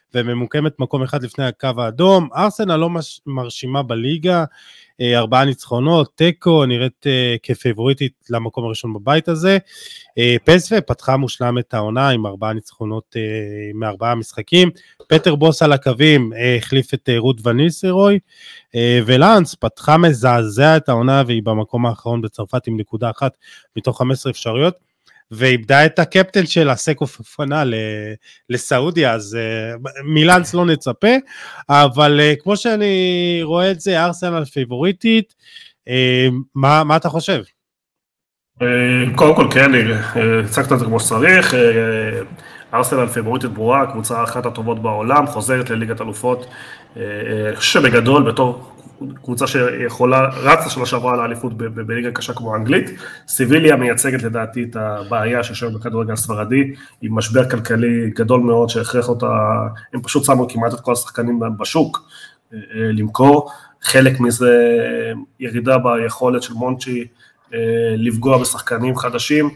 וממוקמת מקום אחד לפני הקו האדום. ארסנל לא מרשימה בליגה, ארבעה ניצחונות, טקו, נראית כפייבוריטית למקום הראשון בבית הזה. פסווה פתחה מושלם את העונה עם ארבעה ניצחונות מארבעה משחקים. פטר בוס על הקווים החליף את רות וניסרוי, ולאנס פתחה מזעזע את העונה, והיא במקום האחרון בצרפת עם נקודה אחת מתוך חמש עשרה אפשריות, ואיבדה את הקפטן של הסקו פופנה לסעודיה, אז מילאנס לא נצפה, אבל כמו שאני רואה את זה, ארסנל פייבוריטית, מה, מה אתה חושב? קודם כל כן, הצגת את זה כמו שצריך, ארסנל פייבוריטית ברורה, קבוצה אחת הטובות בעולם, חוזרת לליגת אלופות, שבגדול בתור קבוצה שיכולה, רצה של השבוע על האליפות בליגה קשה כמו האנגלית. סיביליה מייצגת לדעתי את הבעיה שיושבת בכדורגל הספרדי, עם משבר כלכלי גדול מאוד שהכרח אותה, הם פשוט שמו כמעט את כל השחקנים בשוק למכור, חלק מזה ירידה ביכולת של מונצ'י לפגוע בשחקנים חדשים,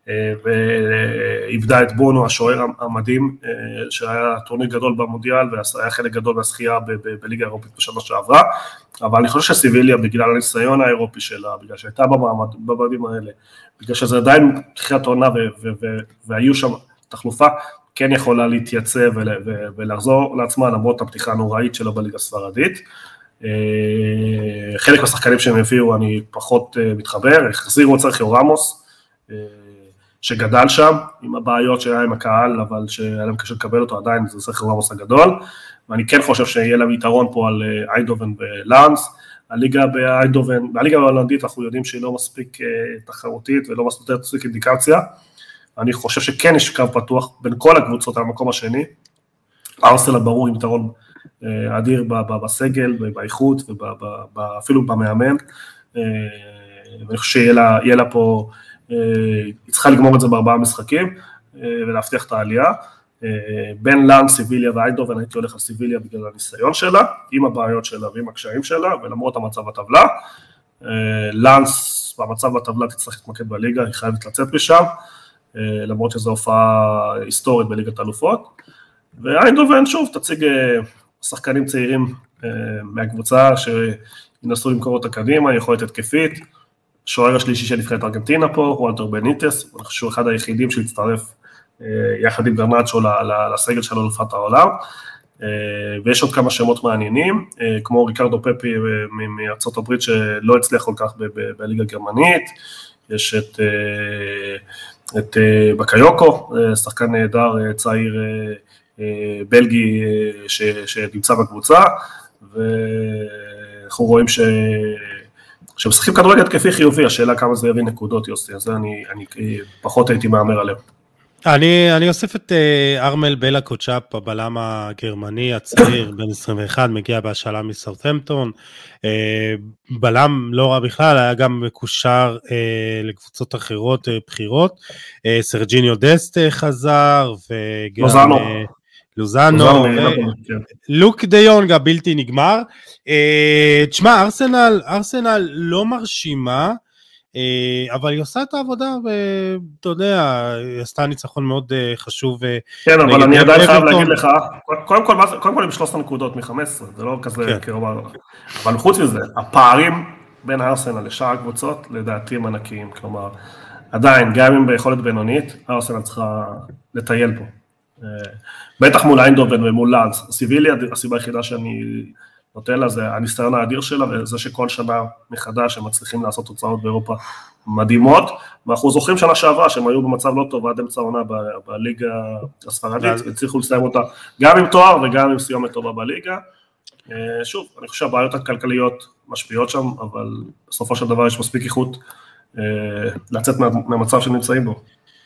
ואיבדה את בונו, השוער המדהים, שהיה טורניר גדול במונדיאל, והיה חלק גדול מהשחייה בליגה האירופית בשנה שעברה, אבל אני חושב שסיביליה, בגלל הניסיון האירופי שלה, בגלל שהייתה במעמדים האלה, בגלל שזה עדיין תחילת עונה, והיו שם תחלופה, כן יכולה להתייצב ולחזור לעצמה, למרות הפתיחה הנוראית שלה בליגה הספרדית. חלק מהשחקנים שהם הביאו, אני פחות מתחבר, החזירו את סרחיו רמוס, שגדל שם, עם הבעיות שהיה עם הקהל, אבל שהיה להם קשה לקבל אותו, עדיין זה סרחיו רמוס הגדול, ואני כן חושב שיהיה להם יתרון פה על איידובן ולאנס. הליגה באיידובן, בליגה ההולנדית אנחנו יודעים שהיא לא מספיק תחרותית, ולא מספיק אינדיקציה, אני חושב שכן יש קו פתוח בין כל הקבוצות על המקום השני, ארסנל ברור עם יתרון אדיר בסגל, באיכות, ואפילו במאמן, ואני חושב שיהיה לה פה, היא צריכה לגמור את זה בארבעה משחקים, ולהבטיח את העלייה, בין לאנס, סיביליה ואיידובן, הייתי הולך על סיביליה בגלל הניסיון שלה, עם הבעיות שלה ועם הקשיים שלה, ולמרות המצב בטבלה, לאנס במצב בטבלה תצטרך להתמקד בליגה, היא חייבת לצאת משם, למרות שזו הופעה היסטורית בליגת אלופות, ואיידובן שוב תציג שחקנים צעירים מהקבוצה שינסו למכור אותה קדימה, יכולת התקפית, שוער השלישי של נבחרת ארגנטינה פה, וולטר בניטס, אני חושב שהוא אחד היחידים שהצטרף יחד עם גרנצ'ו לסגל של אלופת העולם, ויש עוד כמה שמות מעניינים, כמו ריקרדו פפי מארצות הברית שלא הצליח כל כך בליגה הגרמנית, יש את, את בקיוקו, שחקן נהדר, צעיר בלגי ש, שנמצא בקבוצה, ואנחנו רואים ש... שמשחקים כדורגל התקפי חיובי, השאלה כמה זה יביא נקודות, יוסי, אז אני, אני פחות הייתי מאמר עליהם. אני, אני אוסף את uh, ארמל בלה קוצ'אפ, הבלם הגרמני הצעיר, בן עשרים ואחת, מגיע בהשאלה מסאות'המפטון, uh, בלם לא רע בכלל, היה גם מקושר uh, לקבוצות אחרות uh, בחירות, uh, סרג'יניו דסט uh, חזר, וגם... לוזאנו. Uh, לוזאנו, לוק דיונג הבלתי נגמר. תשמע, ארסנל, ארסנל לא מרשימה, אבל היא עושה את העבודה, ואתה יודע, היא עשתה ניצחון מאוד חשוב. כן, אבל אני עדיין חייב להגיד לך, קודם כל, קודם כל עם שלוש נקודות מ-חמש עשרה, זה לא כזה כרומר, אבל חוץ מזה, הפערים בין ארסנל לשאר הקבוצות, לדעתי הם ענקיים, כלומר, עדיין, גם אם ביכולת בינונית, ארסנל צריכה לטייל פה. בטח מול איינדובן ומול לאנס, סיביליה, הסיבה היחידה שאני נותן לה, זה הניסיון האדיר שלה, וזה שכל שנה מחדש הם מצליחים לעשות תוצאות באירופה מדהימות, ואנחנו זוכרים שנה שעברה שהם היו במצב לא טוב עד אמצע העונה בליגה הספרדית, והצליחו לסיים אותה גם עם תואר וגם עם סיומת טובה בליגה. שוב, אני חושב שהבעיות הכלכליות משפיעות שם, אבל בסופו של דבר יש מספיק איכות לצאת מהמצב שנמצאים בו.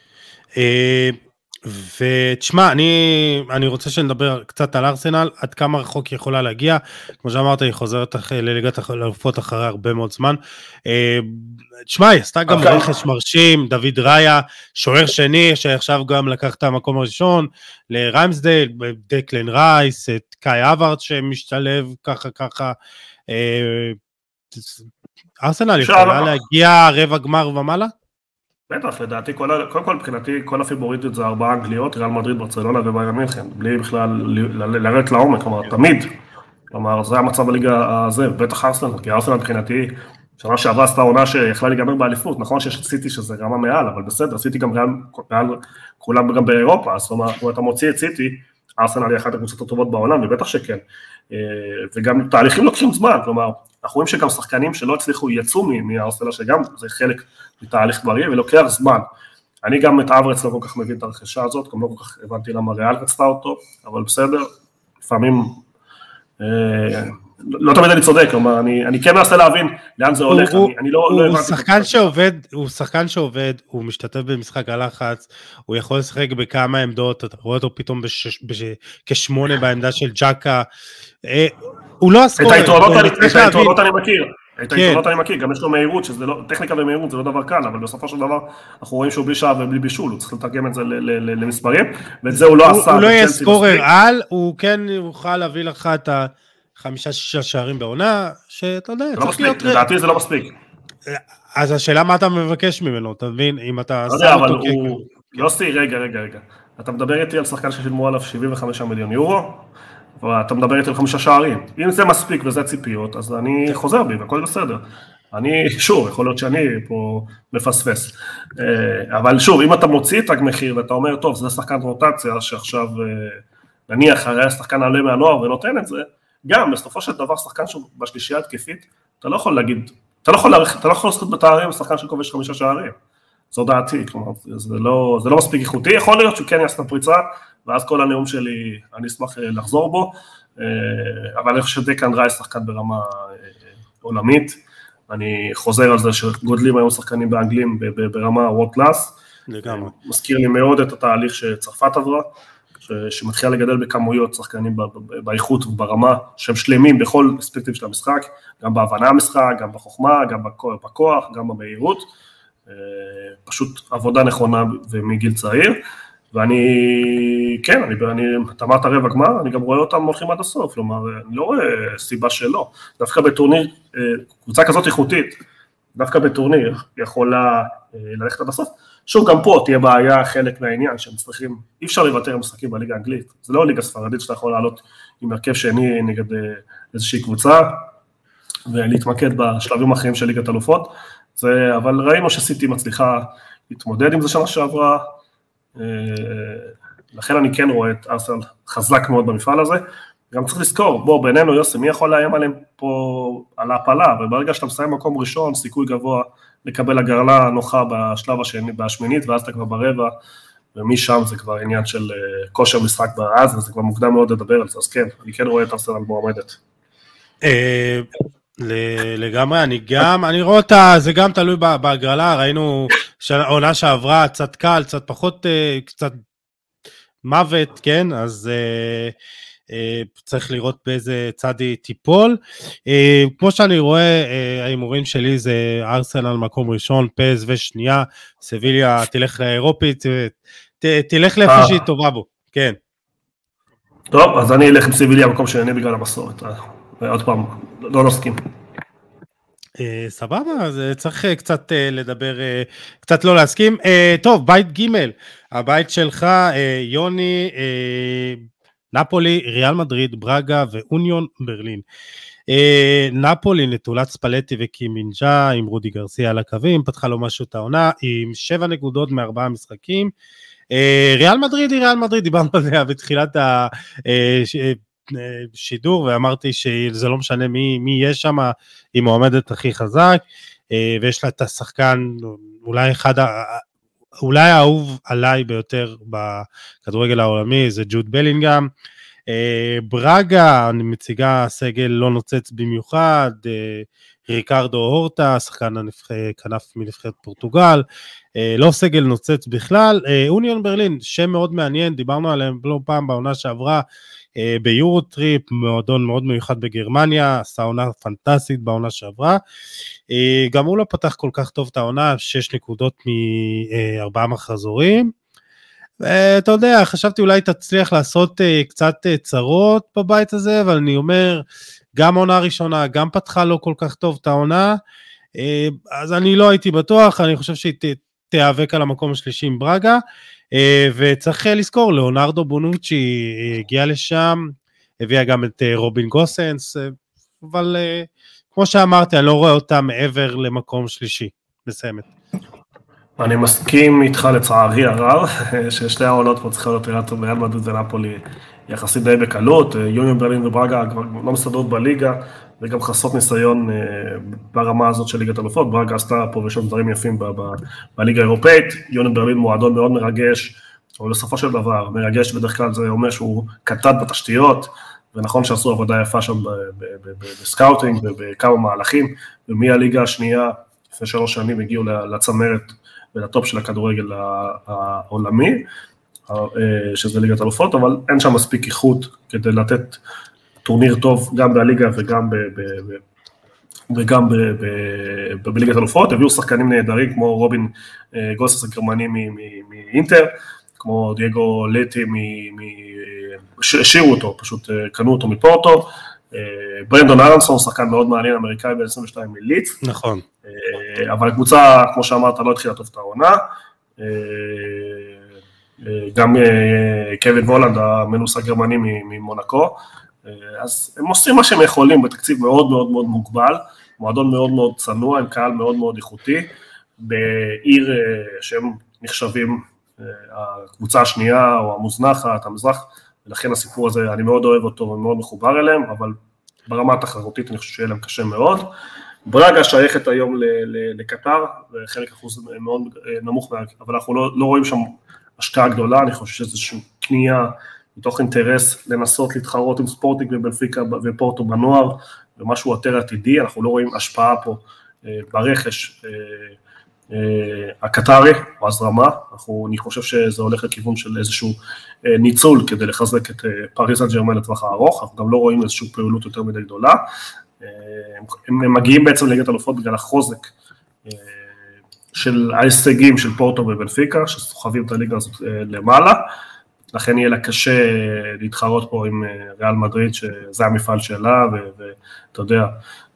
ותשמע, אני, אני רוצה שנדבר קצת על ארסנל, עד כמה רחוק היא יכולה להגיע, כמו שאמרת, היא חוזרת לליגת האלופות אחרי הרבה מאוד זמן, תשמע, היא עשתה גם רכש מרשים, דוד ראיה, שוער שני, שעכשיו גם לקח את המקום הראשון, לריימסדייל, דקלן רייס, את קאי אברט שמשתלב ככה ככה, ארסנל יכולה להגיע רבע גמר ומעלה? בטח, לדעתי, קודם כל, מבחינתי, כל הפיבוריטיות זה ארבעה אנגליות, ריאל מדריד, ברצלונה וביירן מינכן, בלי בכלל לרדת לעומק, כלומר, תמיד. כלומר, זה המצב בליגה הזה, בטח ארסנל, כי ארסנל מבחינתי, שנה שעברה עשתה עונה שיכלה להיגמר באליפות, נכון שיש את סיטי שזה רמה מעל, אבל בסדר, סיטי גם ריאל, כולם גם באירופה, זאת אומרת, אתה מוציא את סיטי, ארסנל היא אחת הקבוצות הטובות בעולם, ובטח שכן. וגם תהליכים לוקחים זמן, כלומר, אנחנו רואים שגם שחקנים שלא הצליחו יצאו מהארסנל, שגם זה חלק מתהליך בריא, ולוקח זמן. אני גם את אברץ לא כל כך מבין את הרכישה הזאת, גם לא כל כך הבנתי למה ריאל רצתה אותו, אבל בסדר, לפעמים, לא תמיד אני צודק, כלומר, אני כן מנסה להבין לאן זה הולך, אני לא הבנתי. הוא שחקן שעובד, הוא שחקן שעובד, הוא משתתף במשחק הלחץ, הוא יכול לשחק בכמה עמדות, אתה רואה אותו פתאום כשמונה בעמדה של ג'קה, הוא לא הסקורר. את היתרונות אני מכיר, את היתרונות אני מכיר, גם יש לו מהירות, שזה לא, טכניקה ומהירות זה לא דבר קל, אבל בסופו של דבר אנחנו רואים שהוא בלי שעה ובלי בישול, הוא צריך לתרגם את זה למספרים, ואת זה הוא לא עשה. הוא לא יהיה סקורר על, הוא כן יוכל להביא לך את ה... חמישה שישה שערים בעונה, שאתה יודע, זה לא מספיק, לדעתי זה לא מספיק. אז השאלה מה אתה מבקש ממנו, אתה מבין, אם אתה... לא יודע, אבל הוא... יוסי, רגע, רגע, רגע. אתה מדבר איתי על שחקן ששילמו עליו שבעים וחמישה מיליון יורו, ואתה מדבר איתי על חמישה שערים. אם זה מספיק וזה ציפיות, אז אני חוזר בי, והכל בסדר. אני, שוב, יכול להיות שאני פה מפספס. אבל שוב, אם אתה מוציא את המחיר, ואתה אומר, טוב, זה שחקן רוטציה, שעכשיו נניח, הרי השחקן עלה מהנוער ונותן את זה, גם, בסופו של דבר, שחקן שהוא בשלישייה התקפית, אתה לא יכול להגיד, אתה לא יכול להעריך, אתה לא יכול לעשות בתארים שחקן שכובש חמישה שערים. זו דעתי, כלומר, זה לא, זה לא מספיק איכותי, יכול להיות שהוא כן יעשה את הפריצה, ואז כל הנאום שלי, אני אשמח לחזור בו, אבל אני חושב שדקן רייס שחקן ברמה עולמית, אני חוזר על זה שגודלים היום שחקנים באנגלים ברמה וורד קלאס, מזכיר לי מאוד את התהליך שצרפת עברה, שמתחילה לגדל בכמויות שחקנים באיכות וברמה, שהם שלמים בכל אספקטים של המשחק, גם בהבנה המשחק, גם בחוכמה, גם בכוח, גם במהירות, פשוט עבודה נכונה ומגיל צעיר, ואני, כן, אני, אני, אתה אמרת רבע גמר, אני גם רואה אותם הולכים עד הסוף, כלומר, אני לא רואה סיבה שלא, דווקא בטורניר, קבוצה כזאת איכותית, דווקא בטורניר יכולה ללכת עד הסוף, שוב, גם פה תהיה בעיה חלק מהעניין, שהם צריכים, אי אפשר לוותר משחקים בליגה האנגלית, זה לא ליגה ספרדית שאתה יכול לעלות עם הרכב שני נגד איזושהי קבוצה, ולהתמקד בשלבים האחרים של ליגת אלופות, זה, אבל ראינו שסיטי מצליחה להתמודד עם זה שנה שעברה, לכן אני כן רואה את ארסנל חזק מאוד במפעל הזה, גם צריך לזכור, בוא, בינינו יוסי, מי יכול לאיים עליהם פה על ההפלה, וברגע שאתה מסיים מקום ראשון, סיכוי גבוה לקבל הגרלה נוחה בשלב השני, בשמינית, ואז אתה כבר ברבע, ומשם זה כבר עניין של כושר משחק באז, וזה כבר מוקדם מאוד לדבר על זה, אז כן, אני כן רואה את ארסנל מועמדת. לגמרי, אני גם, אני רואה אותה, זה גם תלוי בהגרלה, ראינו עונה שעברה, קצת קל, קצת פחות, קצת מוות, כן, אז צריך לראות באיזה צד היא טיפול. כמו שאני רואה, ההימורים שלי זה ארסנל מקום ראשון, פז ושנייה, סביליה תלך לאירופית, תלך לאיפה שהיא טובה בו, כן. טוב, אז אני אלך עם סביליה מקום שני בגלל המסורת, עוד פעם, לא נסכים. סבבה, אז צריך קצת לדבר, קצת לא להסכים. טוב, בית ג' הבית שלך, יוני, נפולי, ריאל מדריד, ברגה ואוניון ברלין. נפולי נטולת ספלטי וקימינג'ה, עם רודי גרסיה על הקווים, פתחה לו משהו את העונה, עם שבע נקודות מארבעה משחקים. ריאל מדריד היא ריאל מדריד, דיברנו על זה בתחילת השידור, ואמרתי שזה לא משנה מי, מי יש שם, היא מועמדת הכי חזק, ויש לה את השחקן, אולי אחד ה... אולי האהוב עליי ביותר בכדורגל העולמי, זה ג'וד בלינגהם. ברגה, אני מציגה סגל לא נוצץ במיוחד, ריקרדו הורטה, שחקן כנף מנבחרת פורטוגל, לא סגל נוצץ בכלל. אוניון ברלין, שם מאוד מעניין, דיברנו עליהם לא פעם בעונה שעברה, ביורוטריפ, מועדון מאוד מיוחד בגרמניה, עשה עונה פנטסטית בעונה שעברה, גם הוא לא פתח כל כך טוב את העונה, שש נקודות מארבעה מחזורים, ואתה יודע, חשבתי אולי תצליח לעשות קצת צרות בבית הזה, אבל אני אומר, גם עונה ראשונה, גם פתחה לא כל כך טוב את העונה, אז אני לא הייתי בטוח, אני חושב שהיא תיאבק על המקום השלישי עם ברגה, וצריך לזכור, לאונרדו בונוצ'י הגיע לשם, הביאה גם את רובין גוסנס, אבל כמו שאמרתי, אני לא רואה אותה מעבר למקום שלישי, מסיימת. אני מסכים איתך לצערי הרב, ששתי העונות פה צריכה להיות ריאל מדריד ונאפולי יחסית די בקלות, יוניון ברלין וברגה כבר לא מסתדרות בליגה, וגם חסרות ניסיון ברמה הזאת של ליגת אלופות, ברגה עשתה פה ושם דברים יפים בליגה האירופאית, יוניון ברלין מועדון מאוד מרגש, אבל בסופו של דבר, מרגש בדרך כלל זה אומר שהוא קטן בתשתיות, ונכון שעשו עבודה יפה שם בסקאוטינג ובכמה מהלכים, ומהליגה השנייה, לפני שלוש שנים הגיעו לצמרת ולטופ של הכדורגל העולמי, שזה ליגת אלופות, אבל אין שם מספיק איכות כדי לתת טורניר טוב גם בליגה וגם ב, ב, ב, וגם ב, ב, ב, בליגת אלופות, הביאו שחקנים נהדרים כמו רובין גוסס הגרמני מאינטר, כמו דייגו לטי, השאירו אותו, פשוט קנו אותו מפורטו, ברנדון ארנסון, שחקן מאוד מעניין, אמריקאי ב-עשרים ושתיים מליץ. נכון. אבל הקבוצה, כמו שאמרת, לא התחילה טוב את העונה. גם קווין וולנד, המנוס הגרמני ממונקו. אז הם עושים מה שהם יכולים בתקציב מאוד מאוד מאוד מוגבל, מועדון מאוד מאוד צנוע, עם קהל מאוד מאוד איכותי, בעיר שהם נחשבים, הקבוצה השנייה או המוזנחת, המזרח, ולכן הסיפור הזה, אני מאוד אוהב אותו ומאוד מחובר אליהם, אבל ברמה התחרותית אני חושב שיהיה להם קשה מאוד. ברגה שייכת היום לקטר, וחלק אחוז מאוד נמוך, אבל אנחנו לא, לא רואים שם השקעה גדולה, אני חושב שזה איזושהי קנייה מתוך אינטרס לנסות להתחרות עם ספורטינג ובנפיקה ופורטו בנוער, ומשהו יותר עתידי, אנחנו לא רואים השפעה פה ברכש הקטרי או הזרמה, אנחנו, אני חושב שזה הולך לכיוון של איזשהו ניצול כדי לחזק את פריז סן ז'רמן לטווח הארוך, אנחנו גם לא רואים איזושהי פעילות יותר מדי גדולה, הם מגיעים בעצם לליגת אלופות בגלל החוזק של ההישגים של פורטו ובנפיקה, שסוחבים את הליגה הזאת למעלה, לכן יהיה לה קשה להתחרות פה עם ריאל מדריד, שזה המפעל שלה, ואתה יודע,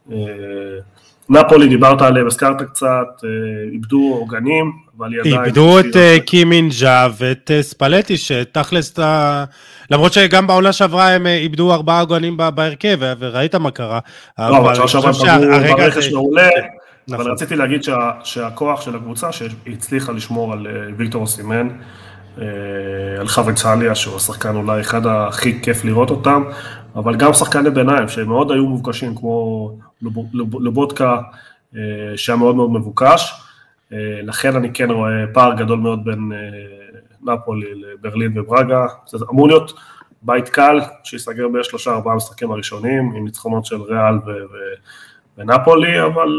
נפולי דיברת עליה, הזכרת קצת, איבדו אורגנים, אבל היא עדיין... איבדו את קימינג'ה ואת ספלטי, שתכלס, למרות שגם בעונה שעברה הם איבדו ארבעה אורגנים בהרכב, וראית מה קרה. לא, אבל שעברה פגעו ברכש מעולה, אבל רציתי להגיד שהכוח של הקבוצה, שהצליחה לשמור על ויקטור אוסימן, על חווי צהליה, שהוא השחקן אולי אחד הכי כיף לראות אותם, אבל גם שחקני ביניים, שהם מאוד היו מבוקשים, כמו לובודקה, שהיה מאוד מאוד מבוקש, לכן אני כן רואה פער גדול מאוד בין נפולי לברלין וברגה, זה אמור להיות בית קל, שיסגר בשלושה ארבעה משחקים הראשונים, עם ניצחונות של ריאל ונפולי, אבל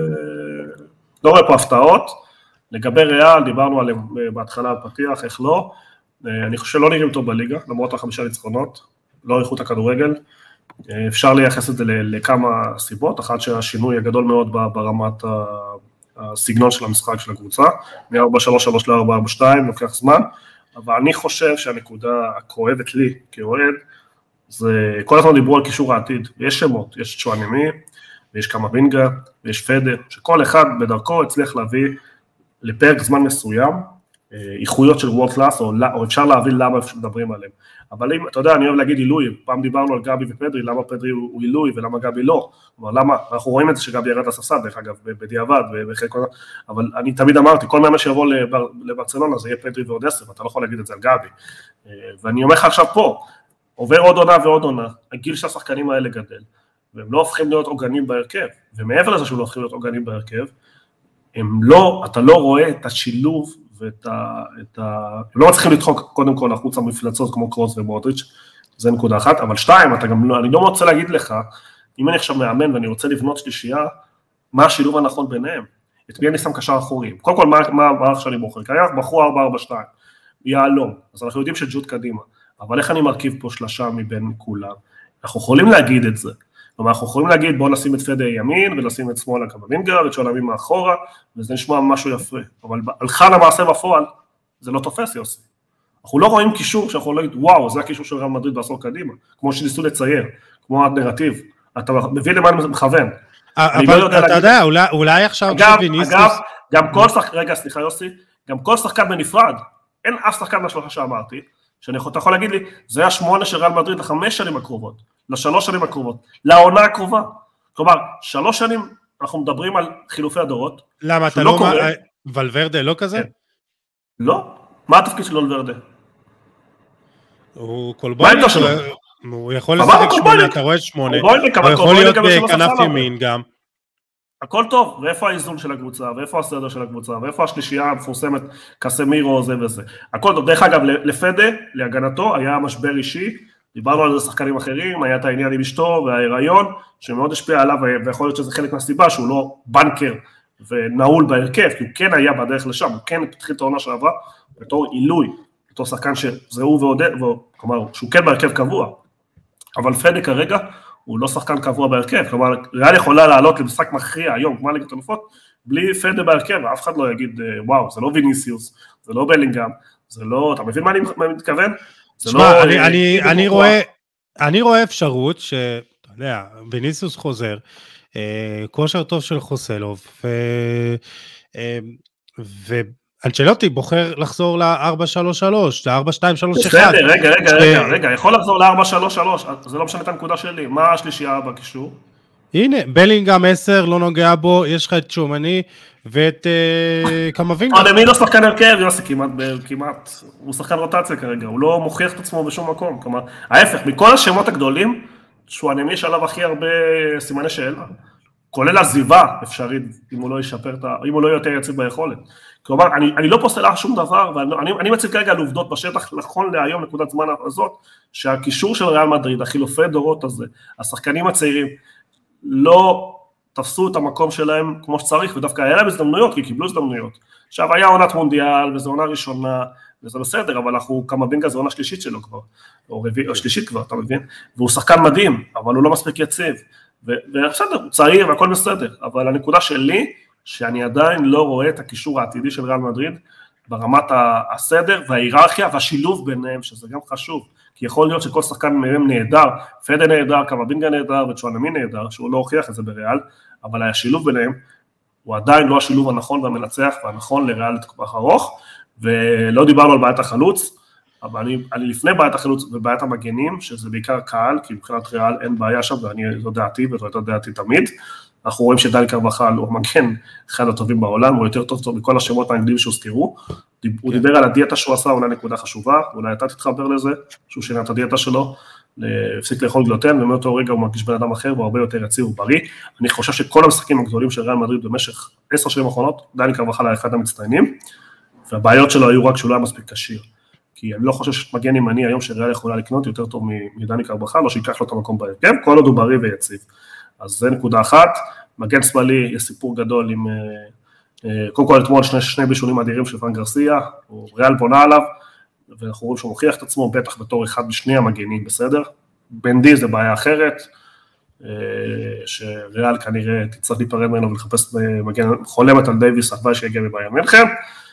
לא רואה פה הפתעות, לגבי ריאל, דיברנו עליהם בהתחלה בפתיח, איך לא, אני חושב שלא נראים טוב בליגה, למרות החמישה ניצחונות, לא איכות הכדורגל, אפשר לייחס את זה לכמה סיבות, אחת שהשינוי הגדול מאוד ברמת הסגנון של המשחק של הקבוצה, מ-ארבע שלוש שלוש ל-ארבע ארבע שתיים, לוקח זמן, אבל אני חושב שהנקודה הכואבת לי כאוהד, זה כל הזמן דיברו על קישור העתיד, ויש שמות, יש צ'ואנמי, ויש כמה וינגה, ויש פדר, שכל אחד בדרכו הצליח להביא לפרק זמן מסוים, איכויות של וורלד קלאס, או, או אפשר להבין למה מדברים עליהם. אבל אם, אתה יודע, אני אוהב להגיד עילוי, פעם דיברנו על גבי ופדרי, למה פדרי הוא, הוא עילוי ולמה גבי לא, אבל למה, אנחנו רואים את זה שגבי ירד לספסל, דרך אגב, בדיעבד, ובחלק, אבל אני תמיד אמרתי, כל מאמן שיבוא לבר, לברצלונה, זה יהיה פדרי ועוד עשר, ואתה לא יכול להגיד את זה על גבי. ואני אומר לך עכשיו פה, עובר עוד עונה ועוד עונה, הגיל של השחקנים האלה גדל, והם לא הופכים להיות עוגנים בהרכב, ומעבר לזה שהם לא הופכים להיות עוגנים בהרכב, הם לא, אתה לא רואה את השילוב ואת ה, את ה... הם לא מצליחים לדחוק קודם כל החוץ המפלצות כמו קרוס ומודריץ', זה נקודה אחת, אבל שתיים, אתה גם לא, אני לא רוצה להגיד לך, אם אני עכשיו מאמן ואני רוצה לבנות שלישייה, מה השילוב הנכון ביניהם? את מי אני שם קשר אחורי? קודם כל, מה, מה, מה עכשיו אני בוחר? כרגע בחרו ארבע ארבע שתיים, יעלום, אז אנחנו יודעים שג'וד קדימה, אבל איך אני מרכיב פה שלושה מבין כולם? אנחנו יכולים להגיד את זה, כלומר, אנחנו יכולים להגיד, בואו נשים את פדה ימין, ולשים את שמאלה כמה וינגר, ואת שולמים מאחורה, וזה נשמע משהו יפה. אבל הלכה למעשה בפועל, זה לא תופס, יוסי. אנחנו לא רואים קישור שאנחנו לא יודעים, וואו, זה הקישור של ריאל מדריד בעשור קדימה, כמו שניסו לצייר, כמו הנרטיב. אתה מבין למה אני מכוון. אבל אתה יודע, אולי עכשיו... אגב, גם כל שחקן, רגע, סליחה יוסי, גם כל שחקן בנפרד, אין אף שחקן מהשלושה שאמרתי, שאני יכול, אתה יכול להגיד לי, זה היה שמונה של ריאל מדריד לחמש שנים הקרובות, לשלוש שנים הקרובות, לעונה הקרובה. כלומר, שלוש שנים אנחנו מדברים על חילופי הדורות. למה, אתה לא, מה, ולוורדה לא כזה? לא. מה התפקיד של ולוורדה? הוא קולבויניק, הוא יכול לשחק שמונה, אתה רואה שמונה, הוא יכול להיות בכנף ימין גם. הכל טוב, ואיפה האיזון של הקבוצה, ואיפה הסדר של הקבוצה, ואיפה השלישייה המפורסמת, קסמירו, זה וזה. הכל טוב, דרך אגב, לפדה, להגנתו, היה משבר אישי, דיברנו על זה שחקנים אחרים, היה את העניין עם אשתו וההיריון, שמאוד השפיע עליו, ויכול להיות שזה חלק מהסיבה, שהוא לא בנקר ונעול בהרכב, כי הוא כן היה בדרך לשם, הוא כן התחיל את העונה שעברה, בתור עילוי, בתור שחקן שזה הוא ועודד, כלומר, שהוא כן בהרכב קבוע, אבל פדה כרגע, הוא לא שחקן קבוע בהרכב, כלומר, ריאל יכולה לעלות למשחק מכריע היום, כמו ליגת האלופות, בלי פדה בהרכב, אף אחד לא יגיד, וואו, זה לא ויניסיוס, זה לא בלינגהאם, זה לא, אתה מבין מה אני מתכוון? שמע, אני, אני, אני רואה, אני רואה אפשרות ש, אתה יודע, ויניסיוס חוזר, כושר טוב של חוסלוב, ואנצ'לוטי בוחר לחזור ל-ארבע שלוש שלוש, ל-ארבע שתיים שלוש אחת. רגע, רגע, רגע, רגע, רגע, יכול לחזור ל-ארבע שלוש שלוש, זה לא משנה את הנקודה שלי, מה השלישייה בקישור? הנה, בלינגהאם עשר, לא נוגע בו, יש לך את שומני, ואת קמבינגה. אבל מי לא שחקן הרכב, יוסי, כמעט, כמעט, הוא שחקן רוטציה כרגע, הוא לא מוכיח את עצמו בשום מקום, כלומר, ההפך, מכל השמות הגדולים, שואנמי יש עליו הכי הרבה סימני שאלה, כולל עזיבה אפשרית, אם הוא לא ישפר את ה... אם הוא לא יותר יציב ביכולת. כלומר, אני, אני לא פוסל לך שום דבר, ואני אני מציב כרגע על עובדות בשטח, נכון להיום, נקודת זמן הזאת, שהקישור של ריאל מדריד, החילופי דורות הזה, השחקנים הצעירים, לא תפסו את המקום שלהם כמו שצריך, ודווקא היה להם הזדמנויות, כי קיבלו הזדמנויות. עכשיו, היה עונת מונדיאל, וזו עונה ראשונה, וזה בסדר, אבל אנחנו קמבינגה זו עונה שלישית שלו כבר, או, רביע, או שלישית כבר, אתה מבין? והוא שחקן מדהים, אבל הוא לא מספיק יציב. ובסדר, הוא צעיר והכל בסדר, אבל הנקודה שלי, שאני עדיין לא רואה את הקישור העתידי של ריאל מדריד, ברמת הסדר וההיררכיה והשילוב ביניהם, שזה גם חשוב, כי יכול להיות שכל שחקן מהם נהדר, פדה נהדר, קמבינגה נהדר, וצ'ואנמי נהדר, שהוא לא הוכיח את זה בריאל, אבל השילוב ביניהם, הוא עדיין לא השילוב הנכון והמנצח, והנכון לריאל לתקופה ארוך, ולא דיברנו על בעיית החלוץ, אבל אני, אני לפני בעיית החילוץ ובעיית המגנים, שזה בעיקר קהל, כי מבחינת ריאל אין בעיה שם, ואני לא דעתי, וזו הייתה דעתי תמיד. אנחנו רואים שדני קרבחל הוא מגן אחד הטובים בעולם, הוא יותר טוב טוב מכל השמות האנגלים שהוזכרו, הוא דיבר על הדיאטה שהוא עשה, אולי נקודה חשובה, אולי אתה תתחבר לזה, שהוא שינה את הדיאטה שלו, להפסיק לאכול גלוטן, ומאותו רגע הוא מרגיש בן אדם אחר, והוא הרבה יותר יציב ובריא. אני חושב שכל המשחקים הגדולים של ריאל מדריד במשך עשר שנים האחרונות, דני קרבחל היה אחד המצטיינים, והבעיות שלו היו רק שהוא לא היה מספיק כשיר. כי אני לא חושב שמגן ימני היום שריאל יכולה לקנות יותר טוב מדני קרבחל, או שיקח לו את המקום בהרכב, כל עוד הוא בריא ויציב. אז זה נקודה אחת. מגן שמאלי, יש סיפור גדול עם, קודם כל אתמול שני, שני בישולים אדירים של פרן גרסיה, הוא ריאל בונה עליו, ואנחנו רואים שהוא מוכיח את עצמו, בטח בתור אחד בשני המגנים, בסדר? בנדי זה בעיה אחרת, שריאל כנראה תצטרך להיפרד ממנו ולחפש מגן, חולמת על דייביס, הלוואי שיגיע מבעיה מלחם,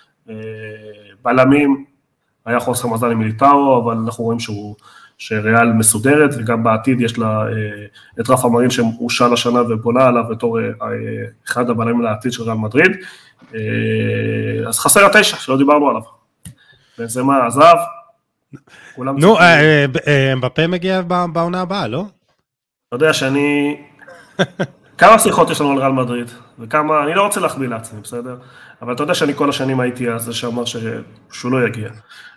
בלמים, היה חוסר מזל עם מיליטאו, אבל אנחנו רואים שהוא, שריאל מסודרת, וגם בעתיד יש לה את רף המרין שאושה לשנה ובונה עליו בתור אחד הבלמים לעתיד של ריאל מדריד, אז חסר התשע, שלא דיברנו עליו. וזה מה, עזב, נו, אמבפה מגיע בעונה הבאה, לא? אתה יודע שאני, כמה שיחות יש לנו על ריאל מדריד, וכמה, אני לא רוצה להחביא לעצמי, בסדר? אבל אתה יודע שאני כל השנים הייתי אז, זה שאמר שהוא לא יגיע.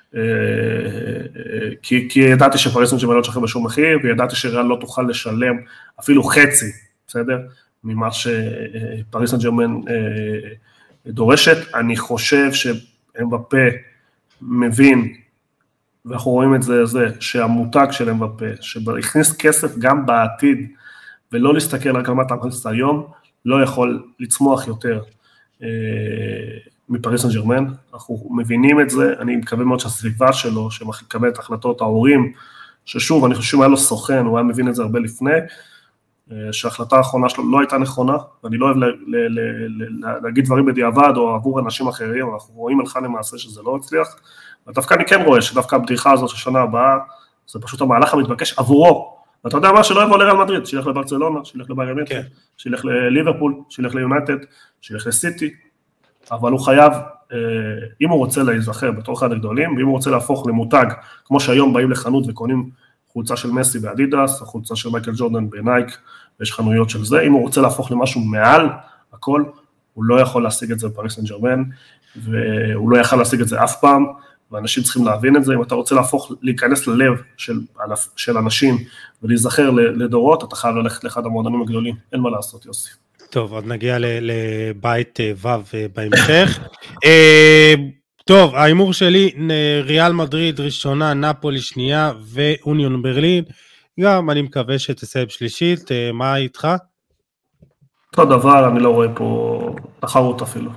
כי, כי ידעתי שפריס סן ז'רמן לא תשחרר בשום מחיר, וידעתי שריאל לא תוכל לשלם אפילו חצי, בסדר? ממה שפריס סן ז'רמן דורשת. אני חושב שאמבפה מבין, ואנחנו רואים את זה, זה שהמותג של אמבפה, שהכניס כסף גם בעתיד, ולא להסתכל רק על מה אתה מכניס היום, לא יכול לצמוח יותר מפריס סן ז'רמן, אנחנו מבינים את זה, אני מקווה מאוד שהסביבה שלו, שמקבל את החלטות ההורים, ששוב, אני חושב שהוא היה לו סוכן, הוא היה מבין את זה הרבה לפני, שההחלטה האחרונה שלו לא הייתה נכונה, ואני לא אוהב להגיד דברים בדיעבד, או עבור אנשים אחרים, אנחנו רואים הלכה למעשה שזה לא הצליח, ודווקא אני כן רואה שדווקא הבדיחה הזאת של שנה הבאה, זה פשוט המהלך המתבקש עבורו, ואתה יודע מה, שלא יבוא לריאל מדריד, שילך לברצלונה, שילך לביירן מינכן, שילך לליברפול, שילך ליונייטד, שילך לסיטי, אבל הוא חייב, אם הוא רוצה להיזכר בתור אחד הגדולים, ואם הוא רוצה להפוך למותג, כמו שהיום באים לחנות וקונים חולצה של מסי באדידס, החולצה של מייקל ג'ורדן בנייק, ויש חנויות של זה, אם הוא רוצה להפוך למשהו מעל הכל, הוא לא יכול להשיג את זה בפריס סן ז'רמן, והוא לא יכול להשיג את זה אף פעם, ואנשים צריכים להבין את זה, אם אתה רוצה להפוך, להיכנס ללב של, של אנשים, ולהיזכר לדורות, אתה חייב ללכת לאחד המועדונים הגדולים, אין מה לעשות, יוסי. טוב, עוד נגיע לבית ו' בהמשך. טוב, האימור שלי, ריאל מדריד ראשונה, נפולי שנייה, ואוניון ברלין, גם אני מקווה שתסיים שלישית, מה איתך? אותו דבר, אני לא רואה פה תחרות אפילו.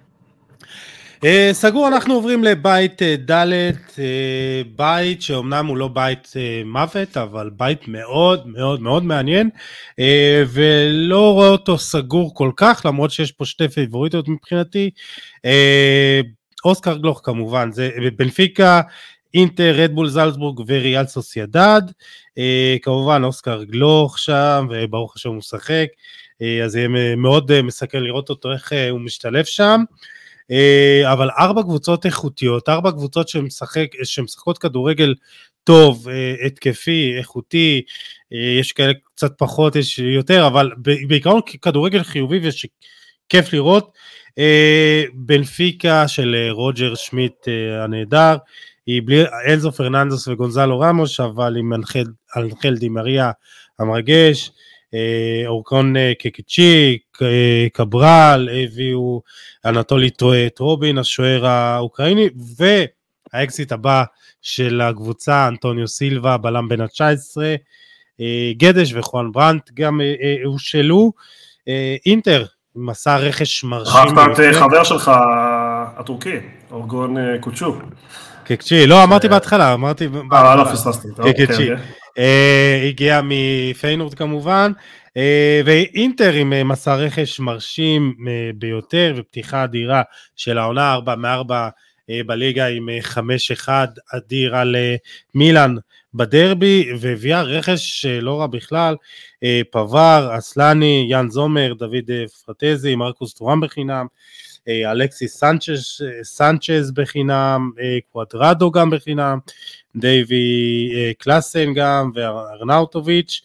סגור, אנחנו עוברים לבית ד', בית שאומנם הוא לא בית מוות, אבל בית מאוד מאוד מאוד מעניין, ולא רואה אותו סגור כל כך, למרות שיש פה שתי פייבוריטות מבחינתי, אוסקר גלוך כמובן, זה בנפיקה, אינטר, רדבול זלצבורג וריאל סוסיידד, כמובן אוסקר גלוך שם, וברוך השם הוא משחק, אז יהיה מאוד מסקרן לראות אותו איך הוא משתלב שם, אבל ארבע קבוצות איכותיות, ארבע קבוצות שמשחק, שמשחקות כדורגל טוב, התקפי, איכותי, יש כאלה קצת פחות, יש יותר, אבל בעיקרון כדורגל חיובי ושכיף לראות, בנפיקה של רוג'ר שמיט הנהדר, היא בלי אלזו פרננדוס וגונזלו רמוש, אבל עם אנחל די מריה המרגש, אורקון קקצ'י, קברל, הביאו אנטולי טרובין, השוער האוקראיני, והאקסיט הבא של הקבוצה, אנטוניו סילבה, בלם בן ה-תשע עשרה, גדש וחואן ברנט גם הושלו, אינטר, מסע רכש מרשים. חפת את חבר שלך, הטורקי, אורגון קוצ'ו. קקצ'י, לא, אמרתי בהתחלה, אמרתי... אה, לא פספסתי. קקצ'י. הגיע מפיינורד כמובן, ואינטר עם מסע רכש מרשים ביותר, ופתיחה אדירה של העונה ארבע מארבע בליגה עם חמש אחד אדיר על מילאן בדרבי, והביאה רכש לא רע בכלל, פבר, אסלני, יאן זומר, דוד פרטזי, מרקוס טורם בחינם, אלכסיס סנצ'ז, סנצ'ז בחינם, קוואדרדו גם בחינם, דייבי קלאסן גם, וארנאוטוביץ',